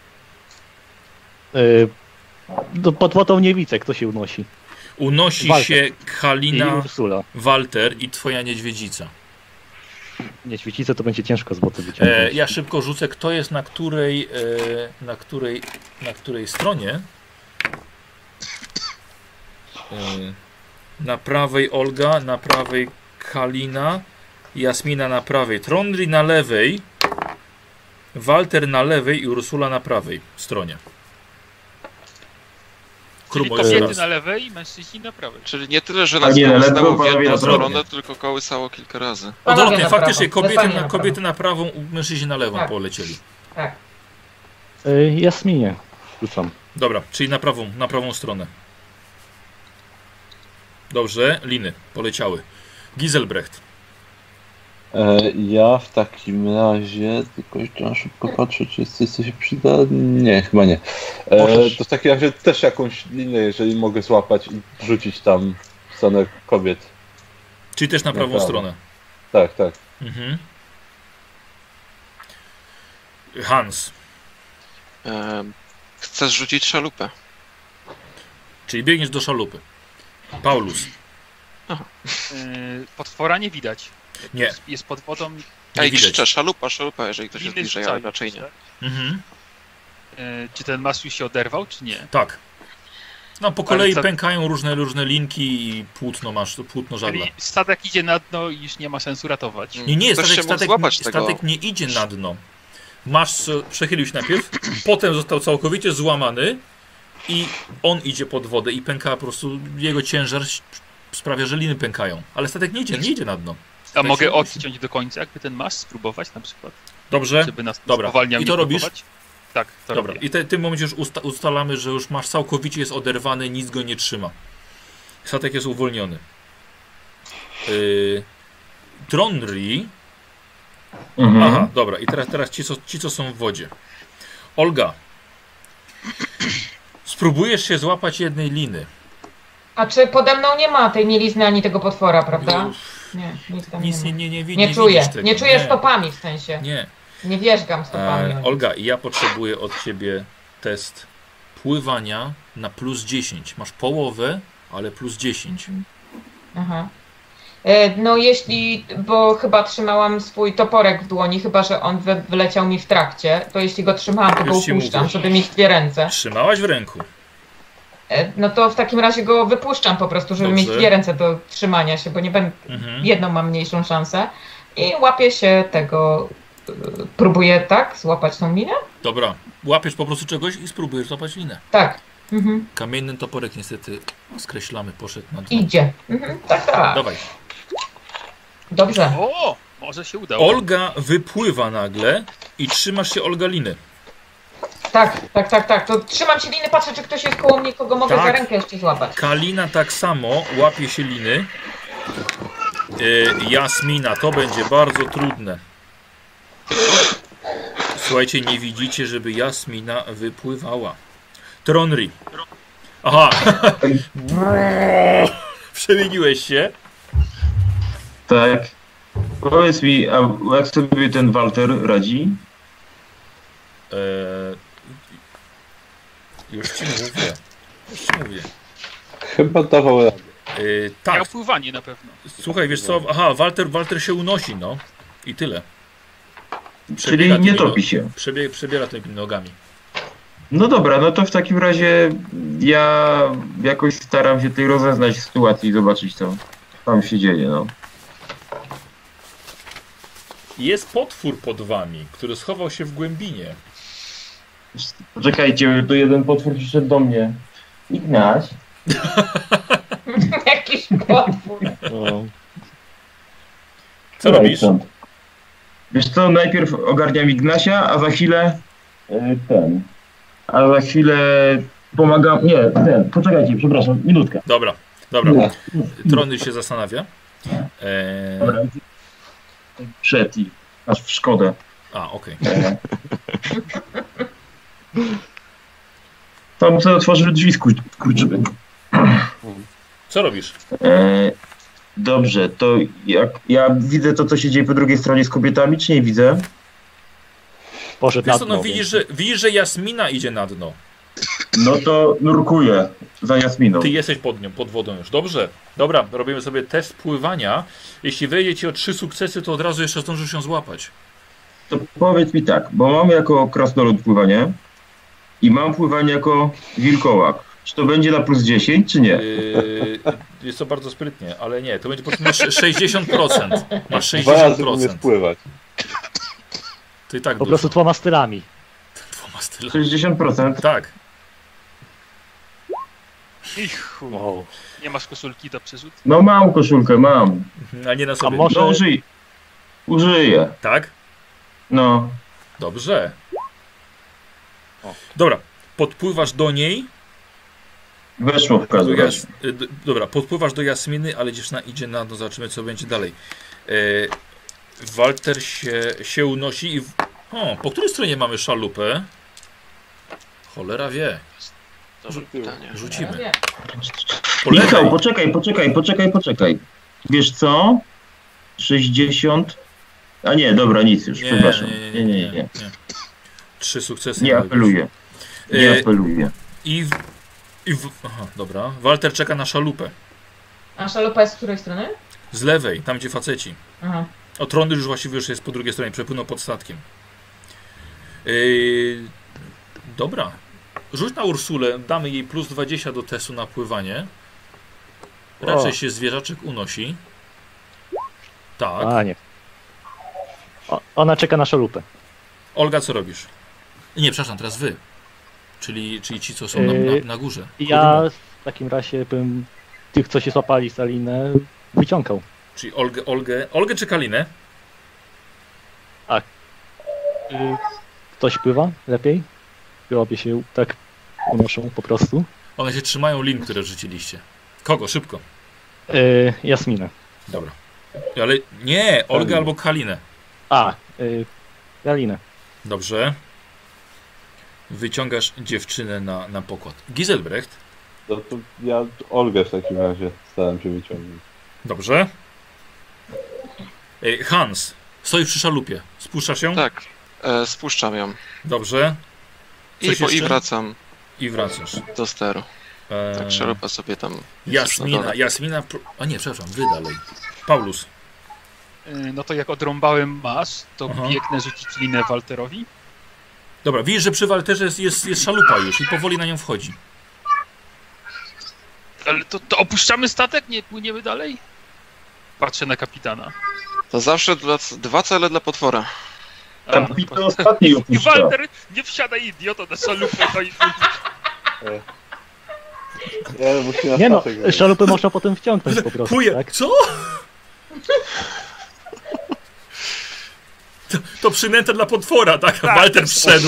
Pod wodą nie widzę, kto się unosi. Unosi Walter. się I Halina, Ursula. Walter i twoja niedźwiedzica. Niedźwiedzicę to będzie ciężko z wody wyciągnąć. Ja szybko rzucę, kto jest na której stronie. Na prawej Olga, na prawej Halina, Jasmina na prawej, Trondri na lewej, Walter na lewej i Ursula na prawej stronie. Czyli Krumo jeszcze kobiety raz. na lewej, mężczyźni na prawej. Czyli nie tyle, że A nas nie, na lewo, kołysało w panowie jedną na prawo. stronę, tylko kołysało kilka razy. Odwrotnie, na faktycznie prawo. Zdecydowanie na kobiety na prawą, mężczyźni na lewą Tak. polecieli. Tak. Jasminie rzucam. Dobra, czyli na prawą stronę. Dobrze, liny poleciały. Giselbrecht. Ja w takim razie, tylko jeszcze na szybko patrzę, czy jest coś, co się przyda. Nie, chyba nie. Możesz. To w takim razie też jakąś linię, jeżeli mogę złapać i rzucić tam w stronę kobiet. Czyli też na prawą prawo. stronę. Tak, tak. Mhm. Hans. Chcesz rzucić szalupę? Czyli biegniesz do szalupy. Paulus. Potwora nie widać. Nie. Jest pod wodą. Nie widać. Krzyczę, szalupa, jeżeli ktoś jest Liny bliżej, rzucają, ale raczej nie. tak? Mhm. Czy ten mas już się oderwał, czy nie? Tak. No po kolei Ale co- pękają różne linki i płótno żagla. Czyli statek idzie na dno i już nie ma sensu ratować. Nie, Ktoś się mógł złapać tego. statek nie idzie na dno. Przechylił się najpierw, potem został całkowicie złamany i on idzie pod wodę i pęka po prostu, jego ciężar sprawia, że liny pękają. Ale statek nie idzie na dno. A mogę się- odciąć do końca, jakby ten mas spróbować na przykład? Dobrze? Żeby nas Dobra. spowalniał, I to nie robisz? blokować? Tak, to Dobra. robię. I w tym momencie już ustalamy, że już masz całkowicie jest oderwany, nic go nie trzyma. Statek jest uwolniony. Tronri. Mhm. Aha, dobra. I teraz ci, co są w wodzie. Olga. Spróbujesz się złapać jednej liny. A czy pode mną nie ma tej mielizny ani tego potwora, prawda? Nie, nic tam Nic nie nie ma. Nie czuję. widzisz tego. Nie czuję stopami w sensie. Nie. Nie wierzgam stopami. Olga, ja potrzebuję od ciebie test pływania na plus 10. Masz połowę, ale plus 10. Aha. No jeśli, bo chyba trzymałam swój toporek w dłoni, chyba że on wyleciał mi w trakcie, to jeśli go trzymałam, to go Już ci upuszczam, mówię. żeby mieć dwie ręce. Trzymałaś w ręku. No to w takim razie go wypuszczam po prostu, żeby Dobrze. mieć dwie ręce do trzymania się, bo nie będę, Mhm. jedną mam mniejszą szansę i łapię się tego, próbuję tak, złapać tą minę? Dobra. Łapiesz po prostu czegoś i spróbujesz złapać linę. Tak. Mhm. Kamienny toporek niestety skreślamy, poszedł na dno. Idzie. Mhm. Tak, tak. Dawaj. Dobrze. O, może się udało. Olga wypływa nagle i trzymasz się, Olga, liny. Tak. To trzymam się liny, patrzę, czy ktoś jest koło mnie, kogo mogę Tak. za rękę jeszcze złapać. Kalina tak samo łapie się liny. Jasmina, to będzie bardzo trudne. Słuchajcie, nie widzicie, żeby Jasmina wypływała. Tronri. Aha. Przemieniłeś się. Tak. Powiedz mi, a jak sobie ten Walter radzi? Już ci mówię. Chyba dawał radę. Tak, Miał pływanie na pewno. słuchaj, wiesz co? Aha, Walter się unosi, no. I tyle. Czyli nie tymi topi się. Przebiera tymi nogami. No dobra, no to w takim razie ja jakoś staram się tutaj rozeznać sytuację i zobaczyć, co tam się dzieje, no. Jest potwór pod wami, który schował się w głębinie. Poczekajcie, tu jeden potwór przyszedł do mnie. Ignaś. Jakiś potwór. No. Co robisz? Stąd. Wiesz co, najpierw ogarniam Ignasia, a za chwilę A za chwilę pomagam. Nie, poczekajcie, przepraszam, minutka. Dobra. Trony się zastanawia. Dobra. Przed i aż w szkodę. A, okej. Tam sobie otworzył drzwi z kurczyby. Co robisz? Dobrze, to jak ja widzę to, co się dzieje po drugiej stronie z kobietami, czy nie widzę? Poszedł Wiesz na co, dno. no widzisz, że Jasmina idzie na dno. No to nurkuję za Jasminą. Ty jesteś pod nią, pod wodą już. Dobrze. Dobra, robimy sobie test pływania. Jeśli wejdzie ci o 3 sukcesy, to od razu jeszcze zdążysz ją złapać. To powiedz mi tak, bo mam jako krasnolud pływanie i mam pływanie jako wilkołak. Czy to będzie na plus 10, czy nie? Jest to bardzo sprytnie, ale nie. To będzie po prostu masz 60%. Masz 2 razy umie 60%. spływać. To i tak Po dużo. prostu 2 stylami. 2 stylami. 60%. Tak. Wow. Nie masz koszulki do przerzut? No mam koszulkę, mam. A nie na sobie. może- No użyję. Tak? No. Dobrze. Dobra. Podpływasz do niej. Weszło w każdym razie. Dobra, podpływasz do Jasminy, ale dziewczyna idzie na dno. Zobaczymy, co będzie dalej. Walter się unosi i... Po której stronie mamy szalupę? Cholera wie. Dobre pytanie. Rzucimy. Po lewej. Michał, poczekaj. Wiesz co? 60. A nie, dobra, nic już, przepraszam. Nie. 3 sukcesy. Nie apeluję. Nie apeluję. Aha, dobra. Walter czeka na szalupę. A szalupa jest z której strony? Z lewej, tam gdzie faceci. Aha. O, Trony już właściwie już jest po drugiej stronie, przepłynął pod statkiem. Dobra. Rzuć na Ursulę, damy jej plus 20 do testu na pływanie. Raczej się zwierzaczek unosi. Tak. A nie. Ona czeka na szalupę. Olga, co robisz? Nie, przepraszam, teraz wy. Czyli ci, co są na górze. Ja w takim razie bym tych, co się złapali Salinę, wyciągał. Czyli Olgę czy Kalinę? Ktoś pływa lepiej? Obie się tak unoszą po prostu. One się trzymają lin, które rzuciliście. Kogo? Szybko. Jasminę. Dobra. Ale nie, Olgę albo Kalinę. Galinę. Dobrze. Wyciągasz dziewczynę na pokład. Giselbrecht. No to ja Olgę w takim razie staram się wyciągnąć. Dobrze. Hans, stoisz przy szalupie. Spuszczasz ją? Tak, spuszczam ją. Dobrze. Coś I jeszcze? wracam I wracasz. do steru. Tak, szalupa sobie tam... Jasmina... A nie, przepraszam, wy dalej. Paulus. No to jak odrąbałem mas, to Aha. biegnę rzucić linę Walterowi. Dobra, widzisz, że przy Walterze jest szalupa już i powoli na nią wchodzi. Ale to opuszczamy statek? Nie płyniemy dalej? Patrzę na kapitana. To zawsze 2 cele dla potwora. Kapitan ostatni I opuszcza. Walter, nie wsiadaj idioto na szalupę, to i Ja muszę na Nie no, statek wejść. szalupę można potem wciągnąć po prostu, tak? Co? To przynęta dla potwora, tak? Walter wszedł.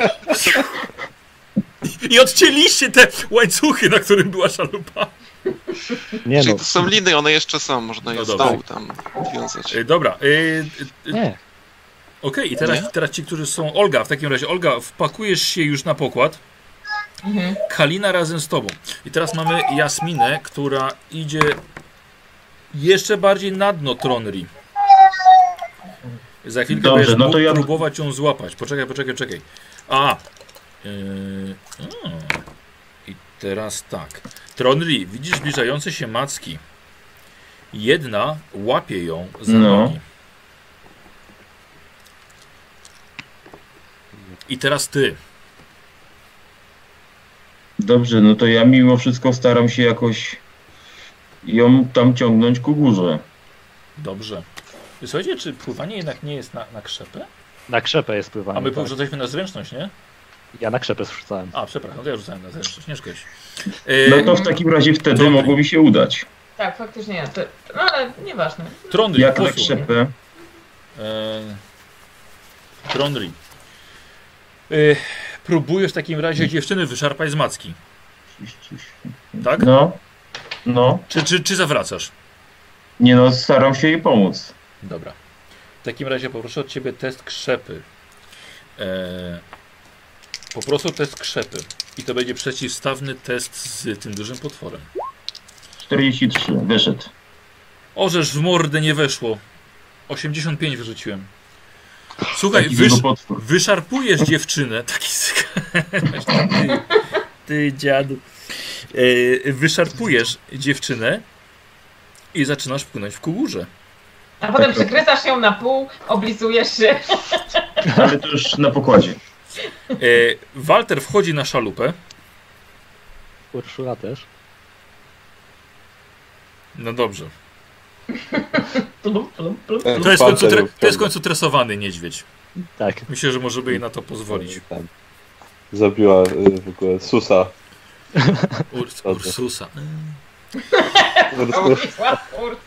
I odcięliście te łańcuchy, na którym była szalupa. Nie Czyli no, to są liny, one jeszcze są, można je No z dobra. dołu tam wiązać. Dobra. nie. Okej, i Nie? teraz ci, którzy są... Olga, w takim razie, Olga, wpakujesz się już na pokład. Mhm. Kalina razem z tobą. I teraz mamy Jasminę, która idzie Jeszcze bardziej na dno, Tronri. Za chwilkę Dobrze, będziesz no mógł to ja- próbować ją złapać. Poczekaj. I teraz tak. Tronri, widzisz zbliżające się macki. Jedna łapie ją za No. nogi. I teraz ty. Dobrze, no to ja mimo wszystko staram się jakoś ją tam ciągnąć ku górze. Dobrze. Słuchajcie, czy pływanie jednak nie jest na krzepę? Na krzepę jest pływanie. A my tak. porzucaliśmy na zręczność, nie? Ja na krzepę zrzucałem. A, przepraszam, to ja rzucałem na zręczność, nie szkoś. No to w takim razie wtedy Trudny. mogło mi się udać. Tak, faktycznie ja. No ale nieważne. Trondri, Jak na posłuchaj. krzepę. Trondri. Próbujesz w takim razie dziewczyny wyszarpać z macki, tak? No. Czy zawracasz? Nie no, staram się jej pomóc. Dobra. W takim razie poproszę od ciebie test krzepy. Po prostu test krzepy. I to będzie przeciwstawny test z tym dużym potworem. 43, wyszedł. Orzesz w mordę nie weszło. 85 wyrzuciłem. Słuchaj, Taki jego potwór. wyszarpujesz dziewczynę. Taki ty dziadu. Wyszarpujesz dziewczynę i zaczynasz płynąć w górze. A potem Tak. przegryzasz ją na pół, oblizujesz się. Ale to już na pokładzie. Walter wchodzi na szalupę. Urszula też. No dobrze. Plum, plum, plum. To jest w końcu tresowany niedźwiedź. Tak. Myślę, że możemy jej na to pozwolić. Tam. Zabiła w ogóle Susa. Ursusa. Ursusa.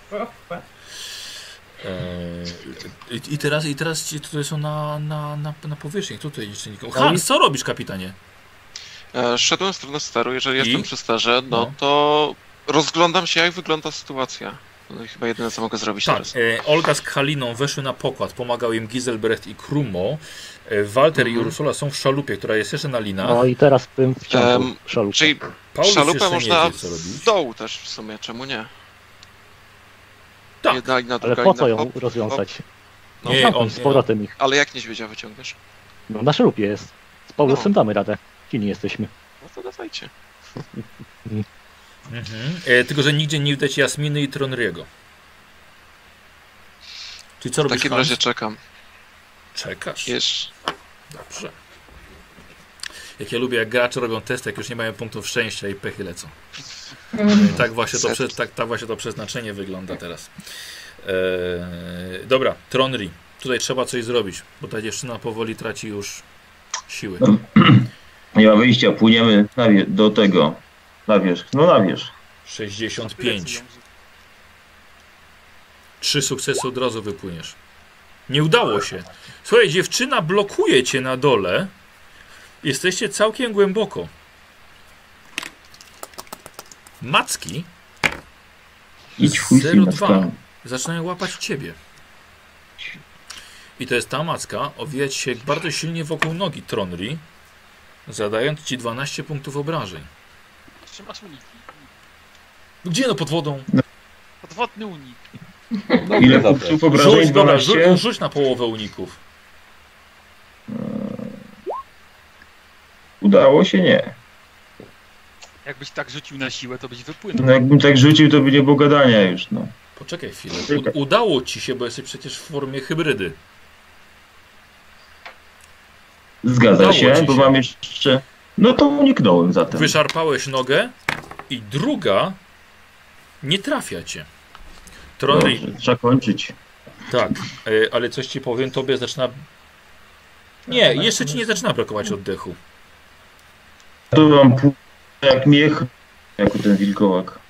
I teraz ci tutaj są na powierzchni. Tutaj jeszcze nikogo. Hans, co robisz, kapitanie? Szedłem w stronę steru, jeżeli I? jestem przy sterze, no to rozglądam się, jak wygląda sytuacja. No i chyba jedyne, co mogę zrobić Tak, teraz. Olga z Kaliną weszły na pokład. Pomagał im Giselbrecht i Krumo. Walter i Ursula są w szalupie, która jest jeszcze na linach. No i teraz bym wciągnął szalupę. Czyli Paulus szalupę jeszcze można nie wie, co robić. z dołu też w sumie, czemu nie? Tak. Jedna lina, Ale druga po lina, co ją hop, rozwiązać? No, Nie, Zamknąć on- z powrotem ich. ale jak niedźwiedzia wyciągniesz? No, na szalupie jest. Z Paulusem damy radę. Silni jesteśmy. No to dawajcie. Tylko, że nigdzie nie widać Jasminy i Tronriego. Czyli co W robisz, takim Hans? razie czekam. Czekasz. Jeszcze. Dobrze. Jak ja lubię, jak gracze robią testy, jak już nie mają punktów szczęścia i pechy lecą. Tak właśnie to przeznaczenie wygląda teraz. Dobra, Tronri. Tutaj trzeba coś zrobić, bo ta dziewczyna powoli traci już siły. Nie ma wyjścia, płyniemy do tego. Na wierzch. No na wierzch. 65. 3 sukcesy od razu wypłyniesz. Nie udało się. Słuchaj, dziewczyna blokuje cię na dole. Jesteście całkiem głęboko. Macki Idź w chuj z tymi 0,2 mackami. zaczynają łapać ciebie. I to jest ta macka owijać się bardzo silnie wokół nogi Tronri, zadając ci 12 punktów obrażeń. Trzymasz uniki. Gdzie no pod wodą? Podwodny unik. Ile punktów obrażeń? Rzuć, dobra, 12? rzuć na połowę uników. Udało się, nie. Jakbyś tak rzucił na siłę, to byś wypłynął. No jakbym tak rzucił, to by nie było gadania już, no. Poczekaj chwilę. Udało ci się, bo jesteś przecież w formie hybrydy. Zgadza Udało się, ci bo się. mam jeszcze... No to uniknąłem zatem. Wyszarpałeś nogę i druga nie trafia cię. Tronri, Dobrze, trzeba kończyć. tak, ale coś ci powiem, tobie zaczyna... Nie, jeszcze ci nie zaczyna brakować oddechu. Tu mam pół jak miech, jako ten wilkołak.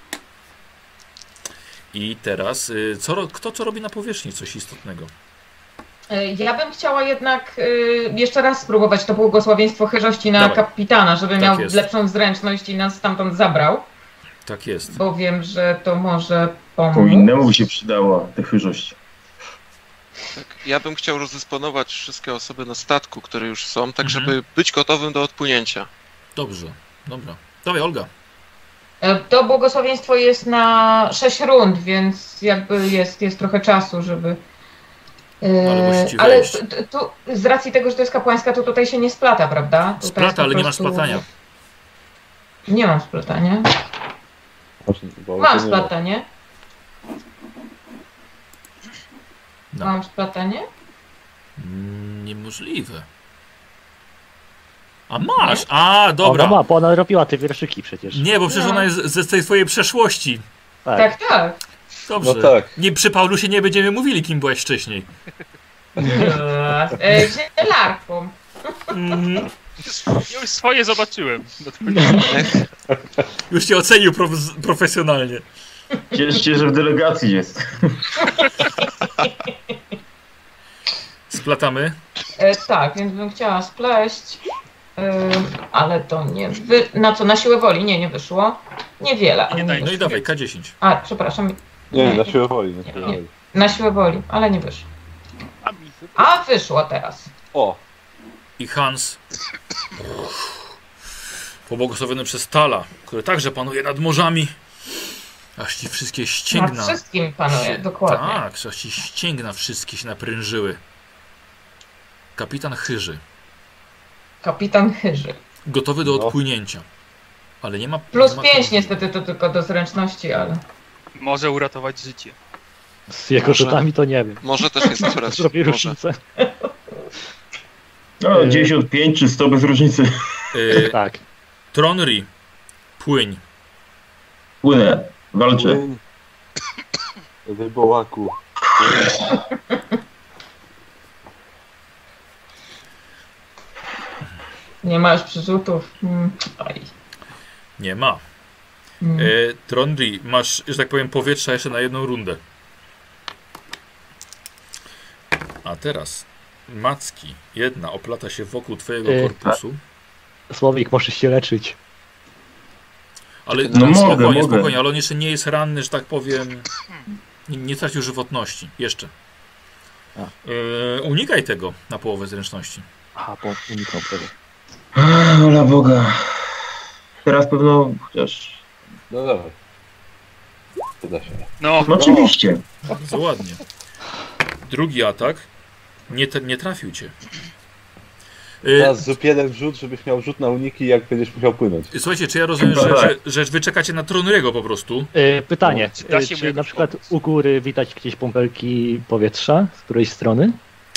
I teraz, kto co robi na powierzchni? Coś istotnego. Ja bym chciała jednak jeszcze raz spróbować to błogosławieństwo chyżości na Dawaj. kapitana, żeby Tak miał jest. lepszą zręczność i nas stamtąd zabrał, Tak jest. bo wiem, że to może pomóc. Komu innemu by się przydała ta chyżość. Tak. Ja bym chciał rozdysponować wszystkie osoby na statku, które już są, tak Mhm. żeby być gotowym do odpłynięcia. Dobrze, dobra. Dawaj, Olga. To błogosławieństwo jest na 6 rund, więc jakby jest trochę czasu, żeby... Ale musicie ale wejść. tu z racji tego, że to jest kapłańska, to tutaj się nie splata, prawda? Tutaj Splata, jest po ale nie ma prostu- splatania. Nie mam splatania. Bo Mam to nie- splatanie. No. Mam splatanie? Niemożliwe. A masz! A, dobra. Ona ma, bo ona robiła te wierszyki przecież. Nie, bo przecież No. ona jest ze tej swojej przeszłości. Tak, tak. Dobrze. No tak. Nie, przy Paulusie nie będziemy mówili, kim byłaś wcześniej. Zielarką. Już swoje zobaczyłem. Już cię ocenił profesjonalnie. Cieszcie, że w delegacji jest. Splatamy. Tak, więc bym chciała spleść. Ale to nie. Na co? Na siłę woli? Nie wyszło. Niewiele, ale Nie nie daj, No i wyszło. dawaj, K10. A, przepraszam. Nie, na siłę woli. Na siłę Nie. woli. Na siłę woli, ale nie wyszło. A wyszło teraz. O, I Hans, pobłogosławiony przez Tala, który także panuje nad morzami, aż ci wszystkie Nad ścięgna... wszystkim panuje, dokładnie. Tak, aż ci ścięgna wszystkie się naprężyły. Kapitan Chyży, Kapitan Chyży. gotowy do No. odpłynięcia. Ale nie ma... Plus nie ma 5 niestety to tylko do zręczności, ale... Może uratować życie. Z jego rzutami to nie wiem. Może też jest akurat. Zrobi Może. różnicę. No, 95 czy 100 bez różnicy. Tak. Tronri, płyń. Płynę, walczę. płyń. Rybołaku. Nie ma już przyrzutów. Oj. Nie ma. Tronri, masz, że tak powiem, powietrza jeszcze na jedną rundę. A teraz macki. Jedna oplata się wokół twojego korpusu. Słowik, możesz się leczyć. Ale No spokojnie, mogę. spokojnie, ale on jeszcze nie jest ranny, że tak powiem. Nie tracił żywotności. Jeszcze. Unikaj tego na połowę zręczności. Aha, bo uniknął tego. Ola Boga. Teraz pewno, chociaż... No dawaj. Przyda się. No, No oczywiście. Bardzo ładnie. Drugi atak. Nie trafił cię. Teraz zrób jeden wrzut, żebyś miał rzut na uniki, jak będziesz musiał płynąć. Słuchajcie, czy ja rozumiem, że wy czekacie na Tronriego po prostu? Pytanie, Czy da się mu czy jakoś na przykład pomóc? u góry widać jakieś bąbelki powietrza z którejś strony?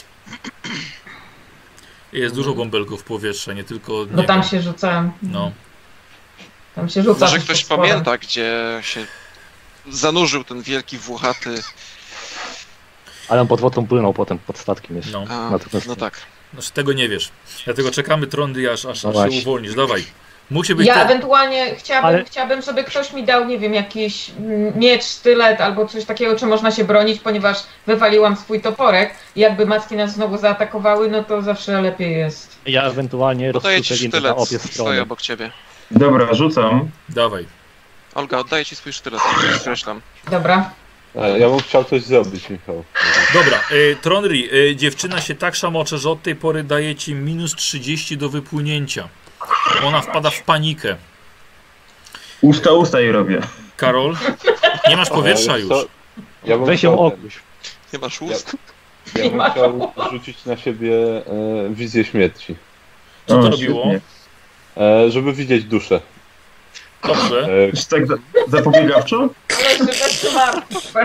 Jest dużo bąbelków powietrza, nie tylko... No tam niego. się rzucałem. No. Tam się rzuca. Może też ktoś potworem. pamięta, gdzie się zanurzył ten wielki włochaty. Ale on pod wodą płynął potem pod statkiem jeszcze. No. A, Natomiast- no tak. Znaczy tego nie wiesz. Dlatego czekamy Tronry, aż No się właśnie. uwolnisz. Dawaj. Musi być Ja ten... ewentualnie Ale- chciałabym, żeby ktoś mi dał, nie wiem, jakiś miecz, sztylet albo coś takiego, czy można się bronić, ponieważ wywaliłam swój toporek i jakby macki nas znowu zaatakowały, no to zawsze lepiej jest. Ja ewentualnie Podaję ci rozrzucę windę na sztylet, obie stoi strony. obok ciebie. Dobra, rzucam. Dawaj. Olga, oddaję ci swój sztylet, skreślam. Dobra. A, ja bym chciał coś zrobić, Michał. Dobra, Tronry, dziewczyna się tak szamocze, że od tej pory daje ci minus 30 do wypłynięcia. Ona wpada w panikę. Usta jej robię. Karol, nie masz powietrza wiesz już. co? Ja bym Weź ją chciał- okuś. Nie masz ust? Ja bym chciał rzucić na siebie wizję śmierci. Co to O, robiło? świetnie. Żeby widzieć duszę. Dobrze. Czy tak zapobiegawczo? Ale się zatrzymałam.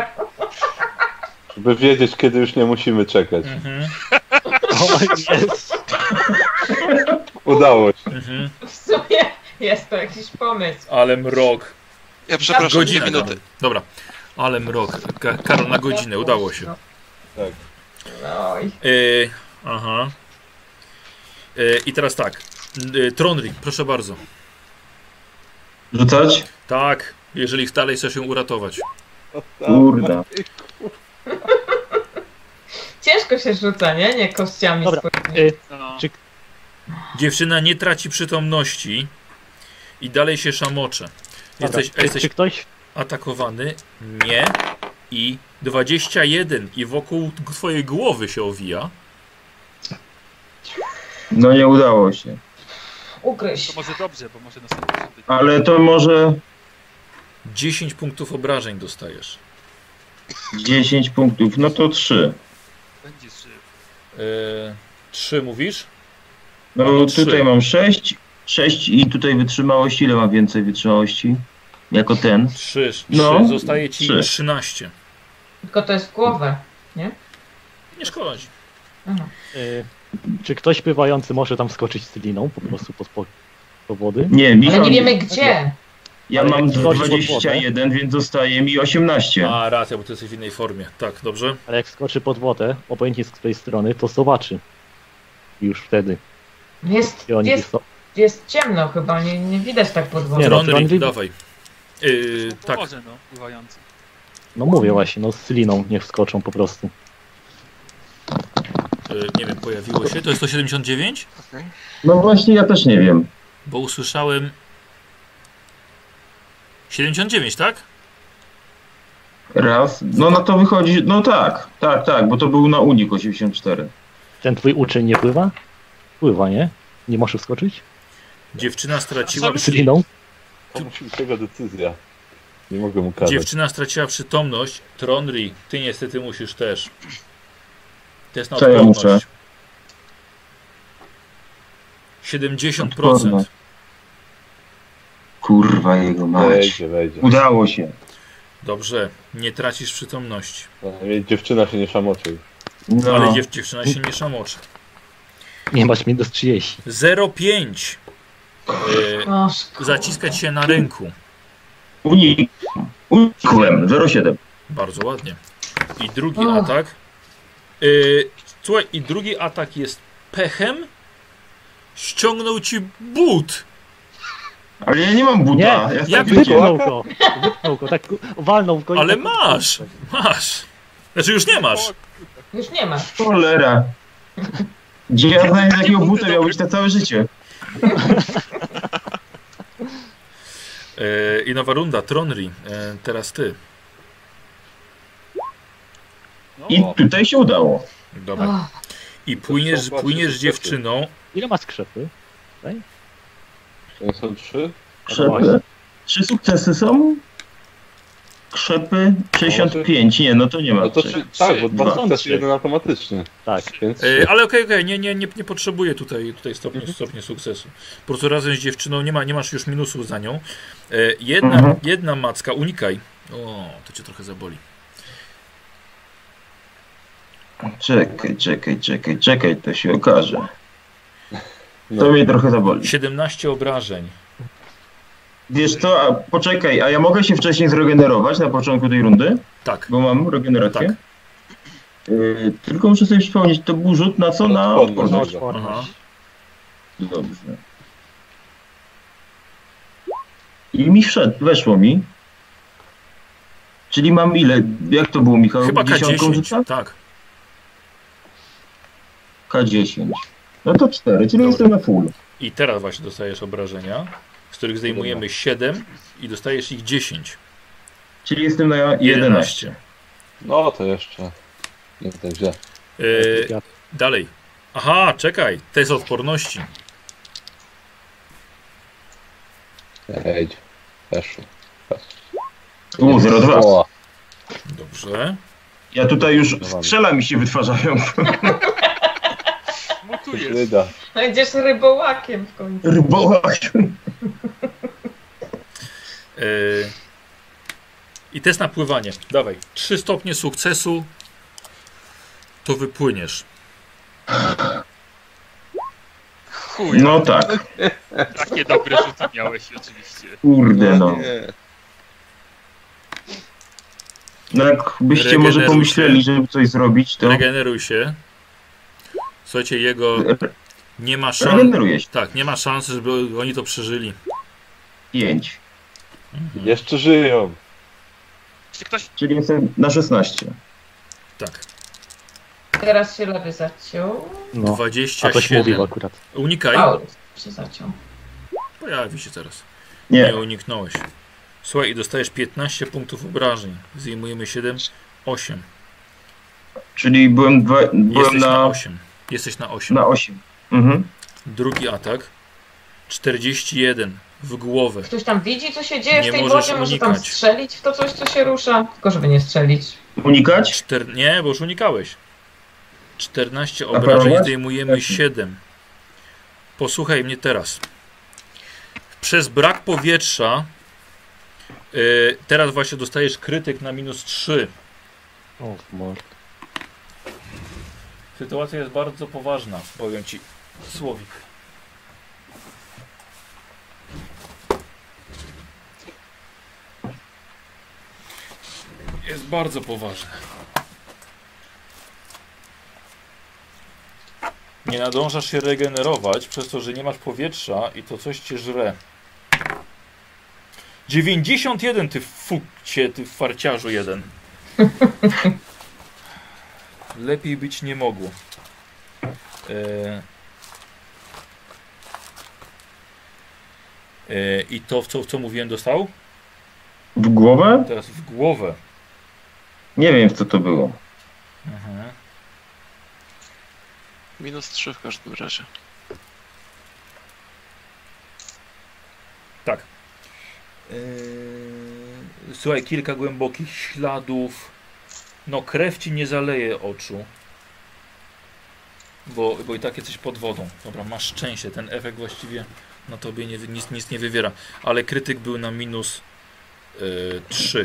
Żeby wiedzieć, kiedy już nie musimy czekać. Mhm. O, jest. Udało się. Mhm. W sumie jest to jakiś pomysł. Ale mrok. Ja przepraszam, 2 Godzinę. minuty. Dobra. Ale mrok. Karol, na godzinę. Udało się. Tak. Oj. Aha. I teraz tak. Tronry, proszę bardzo. Rzucać? Tak, jeżeli dalej chcesz się uratować. Kurda. Ciężko się rzuca, nie? Nie kościami. Dobra. swoimi. no. Dziewczyna nie traci przytomności i dalej się szamocze. Dobra, Jesteś czy ktoś... atakowany? Nie. I 21 i wokół twojej głowy się owija. No nie udało się. Ugryź. To może dobrze, bo może następny rzut być. Ale to może... 10 punktów obrażeń dostajesz. 10 punktów, no to 3. Będzie 3. 3 mówisz? No No, tutaj 3. mam 6 i tutaj wytrzymałości. Ile mam więcej wytrzymałości? Jako ten. 3. No, Zostaje ci 3. 13. Tylko to jest w głowę, nie? Nie szkodzi. Aha. Czy ktoś pływający może tam skoczyć z liną po prostu po wody? Nie, Ale Michał, nie wiemy gdzie. ja Ale mam jak wchodzisz pod wodę? 21, więc zostaje mi 18. A, racja, bo ty jesteś w innej formie. Tak, dobrze. Ale jak skoczy pod wodę, obojętnie z której strony, to zobaczy. Już wtedy. Jest, I oni jest, jest ciemno chyba, nie widać tak pod wodą. Nie, no, Tronry, Tronry- dawaj. Tak, Może, no, pływający. No mówię właśnie, no z liną niech wskoczą po prostu. nie wiem, pojawiło się. To jest 179? No właśnie, ja też nie wiem. Bo usłyszałem 79, tak? Raz. No to wychodzi. No tak, bo to był na unik 84. Ten twój uczeń nie pływa? Pływa, nie? Nie może wskoczyć? Dziewczyna straciła, Z liną? To musi być jego decyzja. Nie mogę mu kazać. dziewczyna straciła przytomność. Tronry, ty niestety musisz też. Test na Co ja odporność. muszę? 70%. Kurwa jego mać. Wejdzie. Udało się. Dobrze, nie tracisz przytomności. Dziewczyna się nie szamoczy. No. Ale dziewczyna się nie szamoczy. Nie masz minus 30. 0,5. O, Zaciskać się na ręku. Unikłem. 0,7. Bardzo ładnie. I drugi Och. atak. Słuchaj, i drugi atak jest pechem. Ściągnął ci but. Ale ja nie mam buta. Nie, Ja jak tak Wypchnął go! Wypchnął go, tak walnął w go. i Ale tak- masz. Znaczy już nie masz. już nie ma. Cholera. Gdzie ja znajdę takiego buta? Miał być na całe życie. I nowa runda. Tronry. Teraz ty. No, I tutaj się udało. Dobra. O, I płyniesz z dziewczyną. Ile ma skrzepy? To są 3? Krzepy. 3 sukcesy są? Krzepy 65. Nie, no to nie ma. No to trzech. tak, bo 2 Dwa. sukcesy, jeden automatycznie. Tak. Więc Ale okej, nie potrzebuję tutaj stopnia sukcesu. Po prostu razem z dziewczyną nie masz już minusów za nią. Jedna macka, unikaj. O, to cię trochę zaboli. Czekaj, to się okaże. no, To mnie trochę zaboli. 17 obrażeń. Wiesz co, poczekaj, a ja mogę się wcześniej zregenerować na początku tej rundy? Tak. Bo mam regenerację? Tak. Tylko muszę sobie przypomnieć, to był rzut na co? Na Odporność. odporność. Aha. Dobrze. I mi weszło mi. Czyli mam ile? Jak to było, Michał? Chyba Dziesiątką K10. rzuca? Tak. K10. No to 4, czyli Dobra. jestem na full. I teraz właśnie dostajesz obrażenia, z których zdejmujemy 7 i dostajesz ich 10. Czyli jestem na 11. no to jeszcze. Nie tak źle. Dalej. Aha, czekaj. Test odporności. Wejdź. Weszło. 0,2. O, Dobrze. Ja tutaj już strzela mi się wytwarzają. Mutujesz. wyda. będziesz rybołakiem w końcu. Rybołach. I test na pływanie. Dawaj. 3 stopnie sukcesu. To wypłyniesz. Chuj, No tak. takie dobre rzuty miałeś oczywiście. Kurde no. No jakbyście może Regeneruj pomyśleli, się. żeby coś zrobić, to Regeneruj się. Słuchajcie, jego nie ma szans. regeneruję się. Tak, nie ma szans, żeby oni to przeżyli. 5. Jeszcze żyją. Jeśli ktoś Czyli jestem na 16. Tak. Teraz się lewy zaciął. No. A coś 27. mówił akurat. Unikaj. Paul się zaciął. Pojawi się teraz. Nie. Nie uniknąłeś. Słuchaj, i dostajesz 15 punktów obrażeń. Zdejmujemy 7, 8. Czyli byłem Jesteś na na 8. Jesteś na 8. na 8. Mhm. Drugi atak. 41. W głowę. Ktoś tam widzi, co się dzieje Nie w tej możesz wodzie? Może tam unikać. strzelić w to coś, co się rusza? Tylko żeby nie strzelić. Unikać? Nie, bo już unikałeś. 14 A obrażeń, parować? zdejmujemy 7. Posłuchaj mnie teraz. Przez brak powietrza teraz właśnie dostajesz krytyk na -3. O, mord. Sytuacja jest bardzo poważna, powiem ci, Słowik. Jest bardzo poważna. Nie nadążasz się regenerować przez to, że nie masz powietrza i to coś cię żre. 91 ty fukcie, ty farciarzu jeden. Lepiej być nie mogło. I to, w co mówiłem, dostał? W głowę? Teraz w głowę. Nie wiem, co to było. Mhm. -3 w każdym razie. Tak. Słuchaj, kilka głębokich śladów. No, krew ci nie zaleje oczu. Bo i tak jesteś pod wodą. Dobra, masz szczęście. Ten efekt właściwie na tobie nic nie wywiera. Ale krytyk był na -3.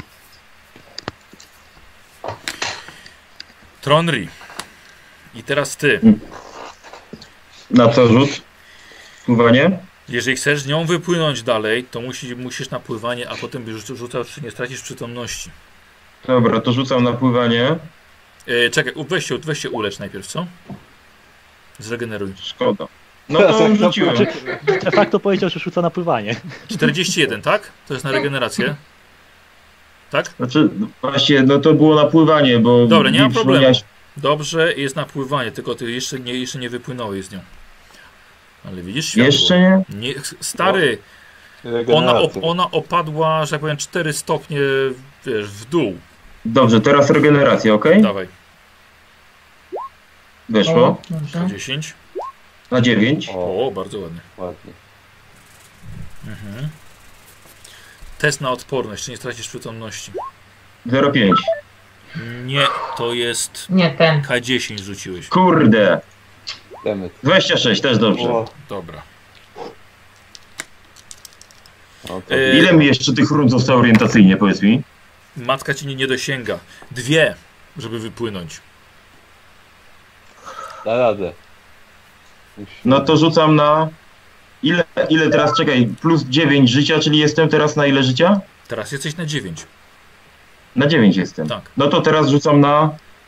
Tronri. I teraz ty. Na co rzut? Pływanie? Jeżeli chcesz z nią wypłynąć dalej, to musisz na pływanie, a potem byś rzucał, czy nie stracisz przytomności. Dobra, to rzucam na pływanie. Czekaj, weź się ulecz najpierw, co? Zregeneruj. Szkoda. No to rzuciłem. De facto powiedział, że rzuca na pływanie. 41, tak? To jest na regenerację. Tak? Znaczy, właśnie, no to było na pływanie, bo... Dobra, nie ma problemu. przypomniałeś- Dobrze, jest na pływanie, tylko ty jeszcze nie wypłynąłeś z nią. Ale widzisz światło. Jeszcze nie? Nie, stary, Regeneracja. ona opadła, że tak powiem, 4 stopnie, wiesz, w dół. Dobrze, teraz regeneracja, ok? Dawaj, Weszło. Dobrze. 10. Na 9. O, bardzo ładnie. Ładnie. Mhm. Test na odporność, czy nie stracisz przytomności. 0,5. Nie, to jest Nie ten. K10 rzuciłeś. Kurde. Demet. 26, też dobrze. O, Dobra. no to Ile mi jeszcze tych rund zostało orientacyjnie, powiedz mi? Matka ci nie dosięga. 2, żeby wypłynąć. da radę. No to rzucam na... Ile teraz, czekaj, plus 9 życia, czyli jestem teraz na ile życia? Teraz jesteś na 9. Na 9 jestem. Tak. No to teraz rzucam na...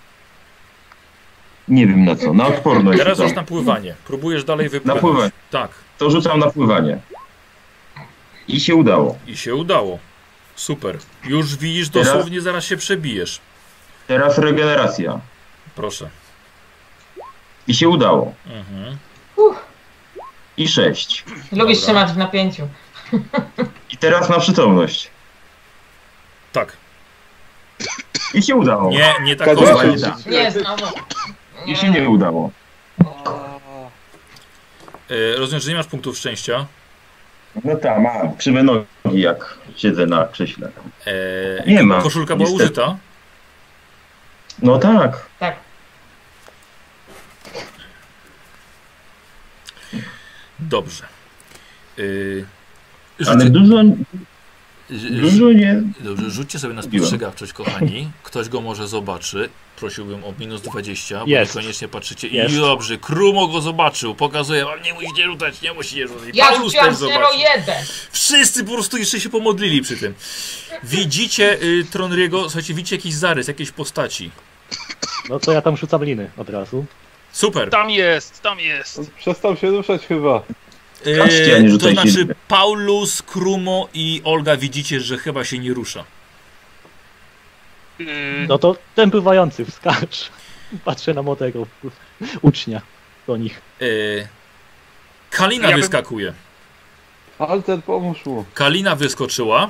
Nie wiem na co, na odporność. Teraz rzucam. już na pływanie. Próbujesz dalej wypłynąć. Na pływanie. Tak. To rzucam na pływanie. I się udało. I się udało. Super. Już widzisz, Teraz- dosłownie zaraz się przebijesz. Teraz regeneracja. Proszę. I się udało. Mhm. I 6. Lubisz Dobra. trzymać w napięciu. I teraz na przytomność. Tak. I się udało. Nie tak. Kazik. Chyba nie tak. Nie, znowu. I się nie udało. Rozumiem, że nie masz punktów szczęścia. No tak, mam. Krzywe nogi, jak siedzę na krześle. Nie ma, Koszulka była niestety. użyta. No tak. Tak. Dobrze. Ale Rzucę, dużo nie... dobrze, rzućcie sobie na Zrobiłem. spostrzegawczość, kochani. Ktoś go może zobaczy. Prosiłbym o -20, bo Jest. niekoniecznie patrzycie. Jest. I dobrze, Krumo go zobaczył. Pokazuje wam, nie musicie rzucać, nie musicie rzucać. Ja Paulus rzuciłam też zobaczył. 0,1. Wszyscy po prostu jeszcze się pomodlili przy tym. Widzicie Tronriego, słuchajcie, widzicie jakiś zarys, jakiejś postaci. No to ja tam rzucam liny od razu. Super. Tam jest, tam jest. On przestał się ruszać chyba. Patrzcie, a nie To rzucajcie znaczy liny. Paulus, Krumo i Olga widzicie, że chyba się nie rusza. No to ten pływający, wskacz. Patrzę na młodego ucznia do nich. Kalina Ja bym- wyskakuje. Alter, pomóż mu. Kalina wyskoczyła.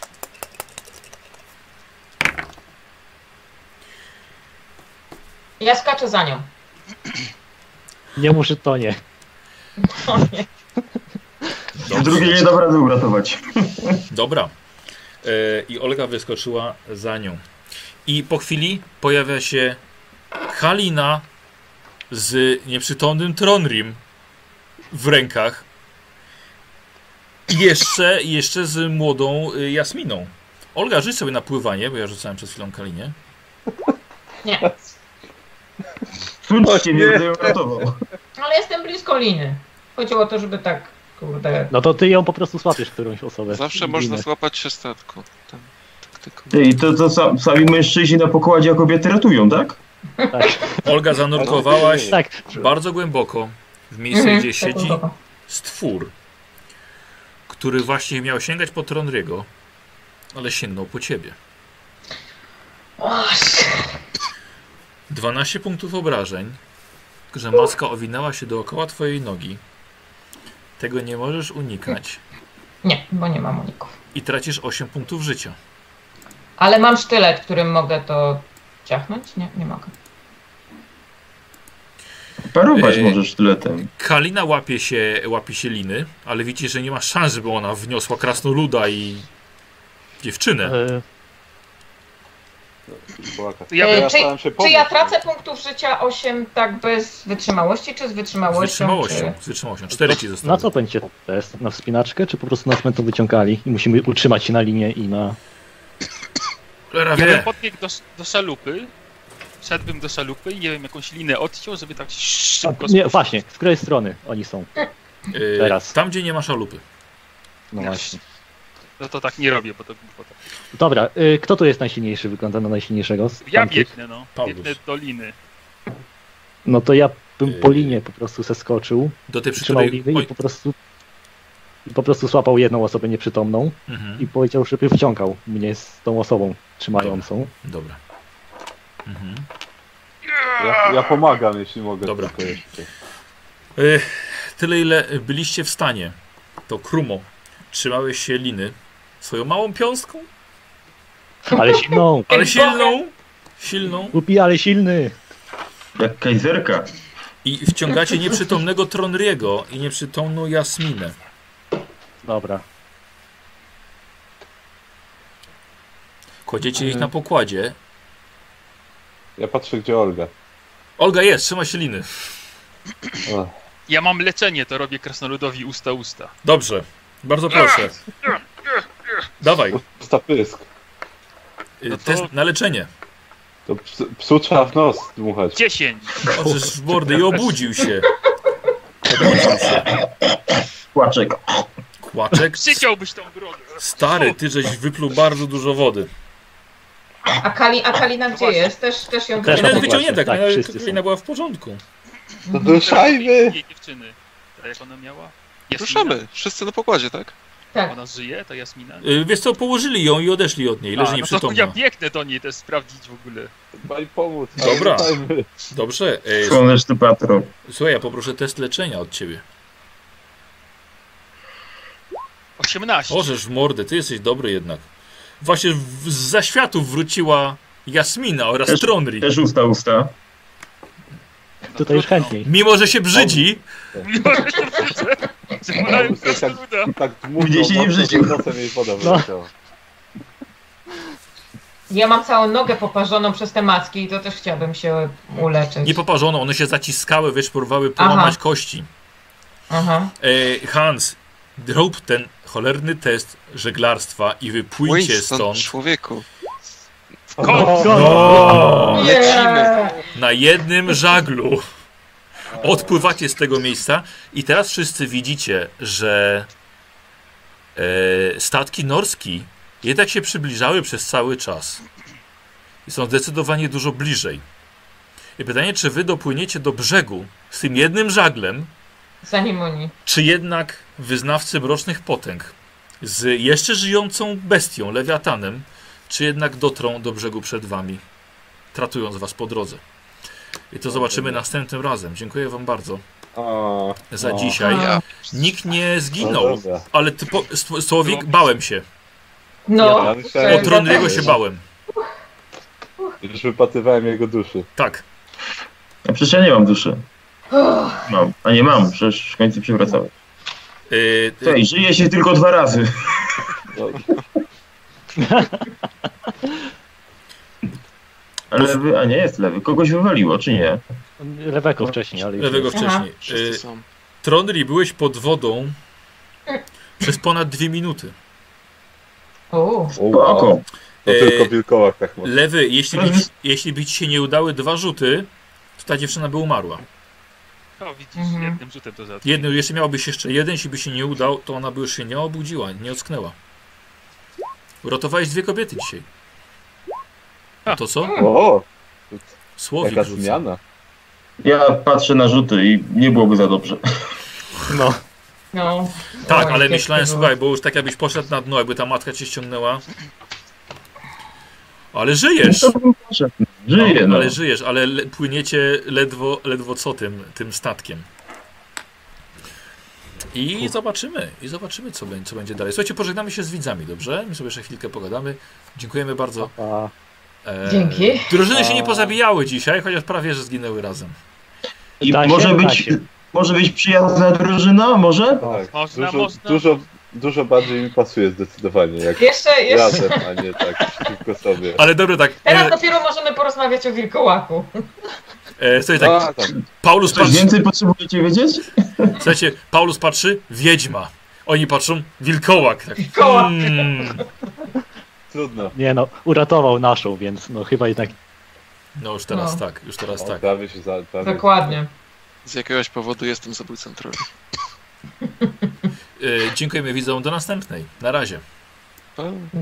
Ja skaczę za nią. Nie muszę to nie. O nie. Dobrze. Drugie nie dam rady uratować. Dobra. I Olga wyskoczyła za nią. I po chwili pojawia się Halina z nieprzytomnym Tronrim w rękach. I jeszcze z młodą Jasminą. Olga, rzuć sobie na pływanie, bo ja rzucałem przed chwilą Kalinie. Nie, Słuchajcie, nie będę ją ratował. ale jestem blisko liny. Chodziło o to, żeby tak, kurde... No to ty ją po prostu słapiesz którąś osobę. Zawsze można złapać się statku. Tam, taktyką. Ty, i to sami mężczyźni na pokładzie, a kobiety ratują, tak? Tak, Olga, zanurkowałaś tak. bardzo głęboko w miejsce, gdzie siedzi tak, stwór, który właśnie miał sięgać po Tronriego, ale sięgnął po ciebie. 12 punktów obrażeń, że maska owinęła się dookoła twojej nogi. Tego nie możesz unikać Nie, bo nie mam uników. i tracisz 8 punktów życia. Ale mam sztylet, którym mogę to ciachnąć? Nie, nie mogę. Parować możesz sztyletem. Kalina łapie się liny, ale widzicie, że nie ma szans, żeby ona wniosła krasnoluda i dziewczynę. Czy ja tracę punktów życia 8 tak bez wytrzymałości, czy z Z wytrzymałością? wytrzymałością, z wytrzymałością. 4 ci zostały. Na co będzie test? Na wspinaczkę, czy po prostu nas będą wyciągali i musimy utrzymać się na linie i na... Ja bym podbiegł do szalupy, szedłbym do szalupy i nie wiem, jakąś linę odciął, żeby tak szybko... Nie, właśnie, z której strony oni są? Teraz. Tam, gdzie nie ma szalupy. No właśnie. No to tak nie robię, bo to głupota. Dobra, kto tu jest najsilniejszy? Wygląda na najsilniejszego z Ja tamtych? biegnę, no. Paulus. Biegnę do liny. No to ja bym po linie po prostu zeskoczył, Do tej, przy trzymał której... liny i po prostu złapał jedną osobę nieprzytomną i powiedział, żeby wciągał mnie z tą osobą trzymającą. Dobra. Mhm. Ja pomagam, jeśli mogę. Dobra. tylko jeszcze. Tyle, ile byliście w stanie, to Krumo, trzymałeś się liny swoją małą piąstką, Ale silną! ale silną Głupi, ale silny! Jak kajzerka. i wciągacie nieprzytomnego Tronriego i nieprzytomną Jasminę. Dobra. Kładziecie ich na pokładzie. Ja patrzę, gdzie Olga. Olga jest, trzyma się liny. O, Ja mam leczenie, to robię krasnoludowi usta. Dobrze, bardzo proszę. Dawaj, pusta pysk. No to- test na leczenie. To psu trzeba w nos dmuchać. 10! Otóż w mordę i obudził się. Obudził się. Płaczek. Kłaczek. Przyciąłbyś tą brodę! Stary, ty żeś wypluł bardzo dużo wody. A Kalina gdzie jest? Też ją Też I nawet na wyciągnięta, tak, wszyscy Kalina była w porządku. To do szajby! Jej dziewczyny. A jak ona miała? Jasmina? Ruszamy, wszyscy na pokładzie, tak? Tak. Ona żyje, ta Jasmina? Wiesz co, położyli ją i odeszli od niej, leży no to nieprzytomna. ja biegnę do niej też sprawdzić w ogóle. Chyba i pomóc. Dobra. Szajby. Dobrze, Słoneczny patron. słuchaj, ja poproszę test leczenia od ciebie. 18. Orzesz w mordę, ty jesteś dobry jednak. Właśnie z zaświatów wróciła Jasmina oraz Tronri. Też usta. No Tutaj już trudno. chętniej. Mimo, że się brzydzi, Mimo, że się wrócę. Zmulają krasnoluda. Tak dmuchnął Gdzieś się nie mocno, wrzucił. że nosem jej woda wyleciała. Ja mam całą nogę poparzoną przez te macki i to też chciałabym się uleczyć. nie poparzono, one się zaciskały, wiesz, próbowały połamać kości. Aha. Hans, rób ten cholerny test żeglarstwa i wypójcie Płyń stąd człowieku. no, Lecimy. na jednym żaglu. Odpływacie z tego miejsca i teraz wszyscy widzicie, że statki norski jednak się przybliżały przez cały czas. I są zdecydowanie dużo bliżej. I pytanie, czy wy dopłyniecie do brzegu z tym jednym żaglem, Zanim oni. czy jednak wyznawcy mrocznych potęg z jeszcze żyjącą bestią, lewiatanem, czy jednak dotrą do brzegu przed wami, tratując was po drodze. I to zobaczymy następnym razem. Dziękuję wam bardzo za dzisiaj. Ja. Nikt nie No zginął, dobra. ale Słowik, bałem się. No. Ja myślałem, O Tronriego się bałem. Już wypatrywałem jego duszy. Tak. A przecież ja nie mam duszy. Mam. A nie mam, przecież w końcu przywracałem. Słuchaj, żyje się tylko 2 razy. No, Ale lewy, a nie jest lewy. Kogoś wywaliło, czy nie? Lewego wcześniej, ale już Lewego jest. wcześniej. Wszyscy są. Tronri, byłeś pod wodą przez ponad 2 minuty. wow. Spoko. To tylko wilkołak tak może. Lewy, jeśli by ci się nie udały 2 rzuty, to ta dziewczyna by umarła. O, widzisz, jednym rzutem to załatwię. Jedno, jeszcze miałbyś jeszcze jeden, jeśli by się nie udał, to ona by już się nie obudziła, nie ocknęła. Uratowałeś 2 kobiety dzisiaj. A to co? O, Słowik jaka rzuca. zmiana. Ja patrzę na rzuty i nie byłoby za dobrze. No, No. Tak, Oj, ale kiepsko myślałem, było. słuchaj, bo już tak jakbyś poszedł na dno, jakby ta matka cię ściągnęła. Ale żyjesz! To bym poszedł. Żyję, no. Ale żyjesz, ale płyniecie ledwo co tym statkiem. I zobaczymy co będzie dalej. Słuchajcie, pożegnamy się z widzami, dobrze? My sobie jeszcze chwilkę pogadamy. Dziękujemy bardzo. a Dzięki. Drużyny się nie pozabijały dzisiaj, chociaż prawie, że zginęły razem. I Da się, może da być, się. może być przyjazna drużyna, może? Tak, Można, dużo, można. dużo bardziej mi pasuje zdecydowanie, jak Jeszcze. razem, a nie tak przeciwko sobie. Ale dobra, tak. Teraz dopiero możemy porozmawiać o wilkołaku. Słuchajcie, tak. A, tam. Paulus Coś patrzy. więcej potrzebujecie wiedzieć? Słuchajcie, Paulus patrzy, wiedźma. Oni patrzą, wilkołak. Tak. Wilkołak. Trudno. nie no, uratował naszą, więc no chyba jednak No już teraz No. tak, już teraz O, tak. prawie się prawie Dokładnie. Z jakiegoś powodu jestem zabójcą trolli. Dziękujemy widzom, do następnej. Na razie. Pa.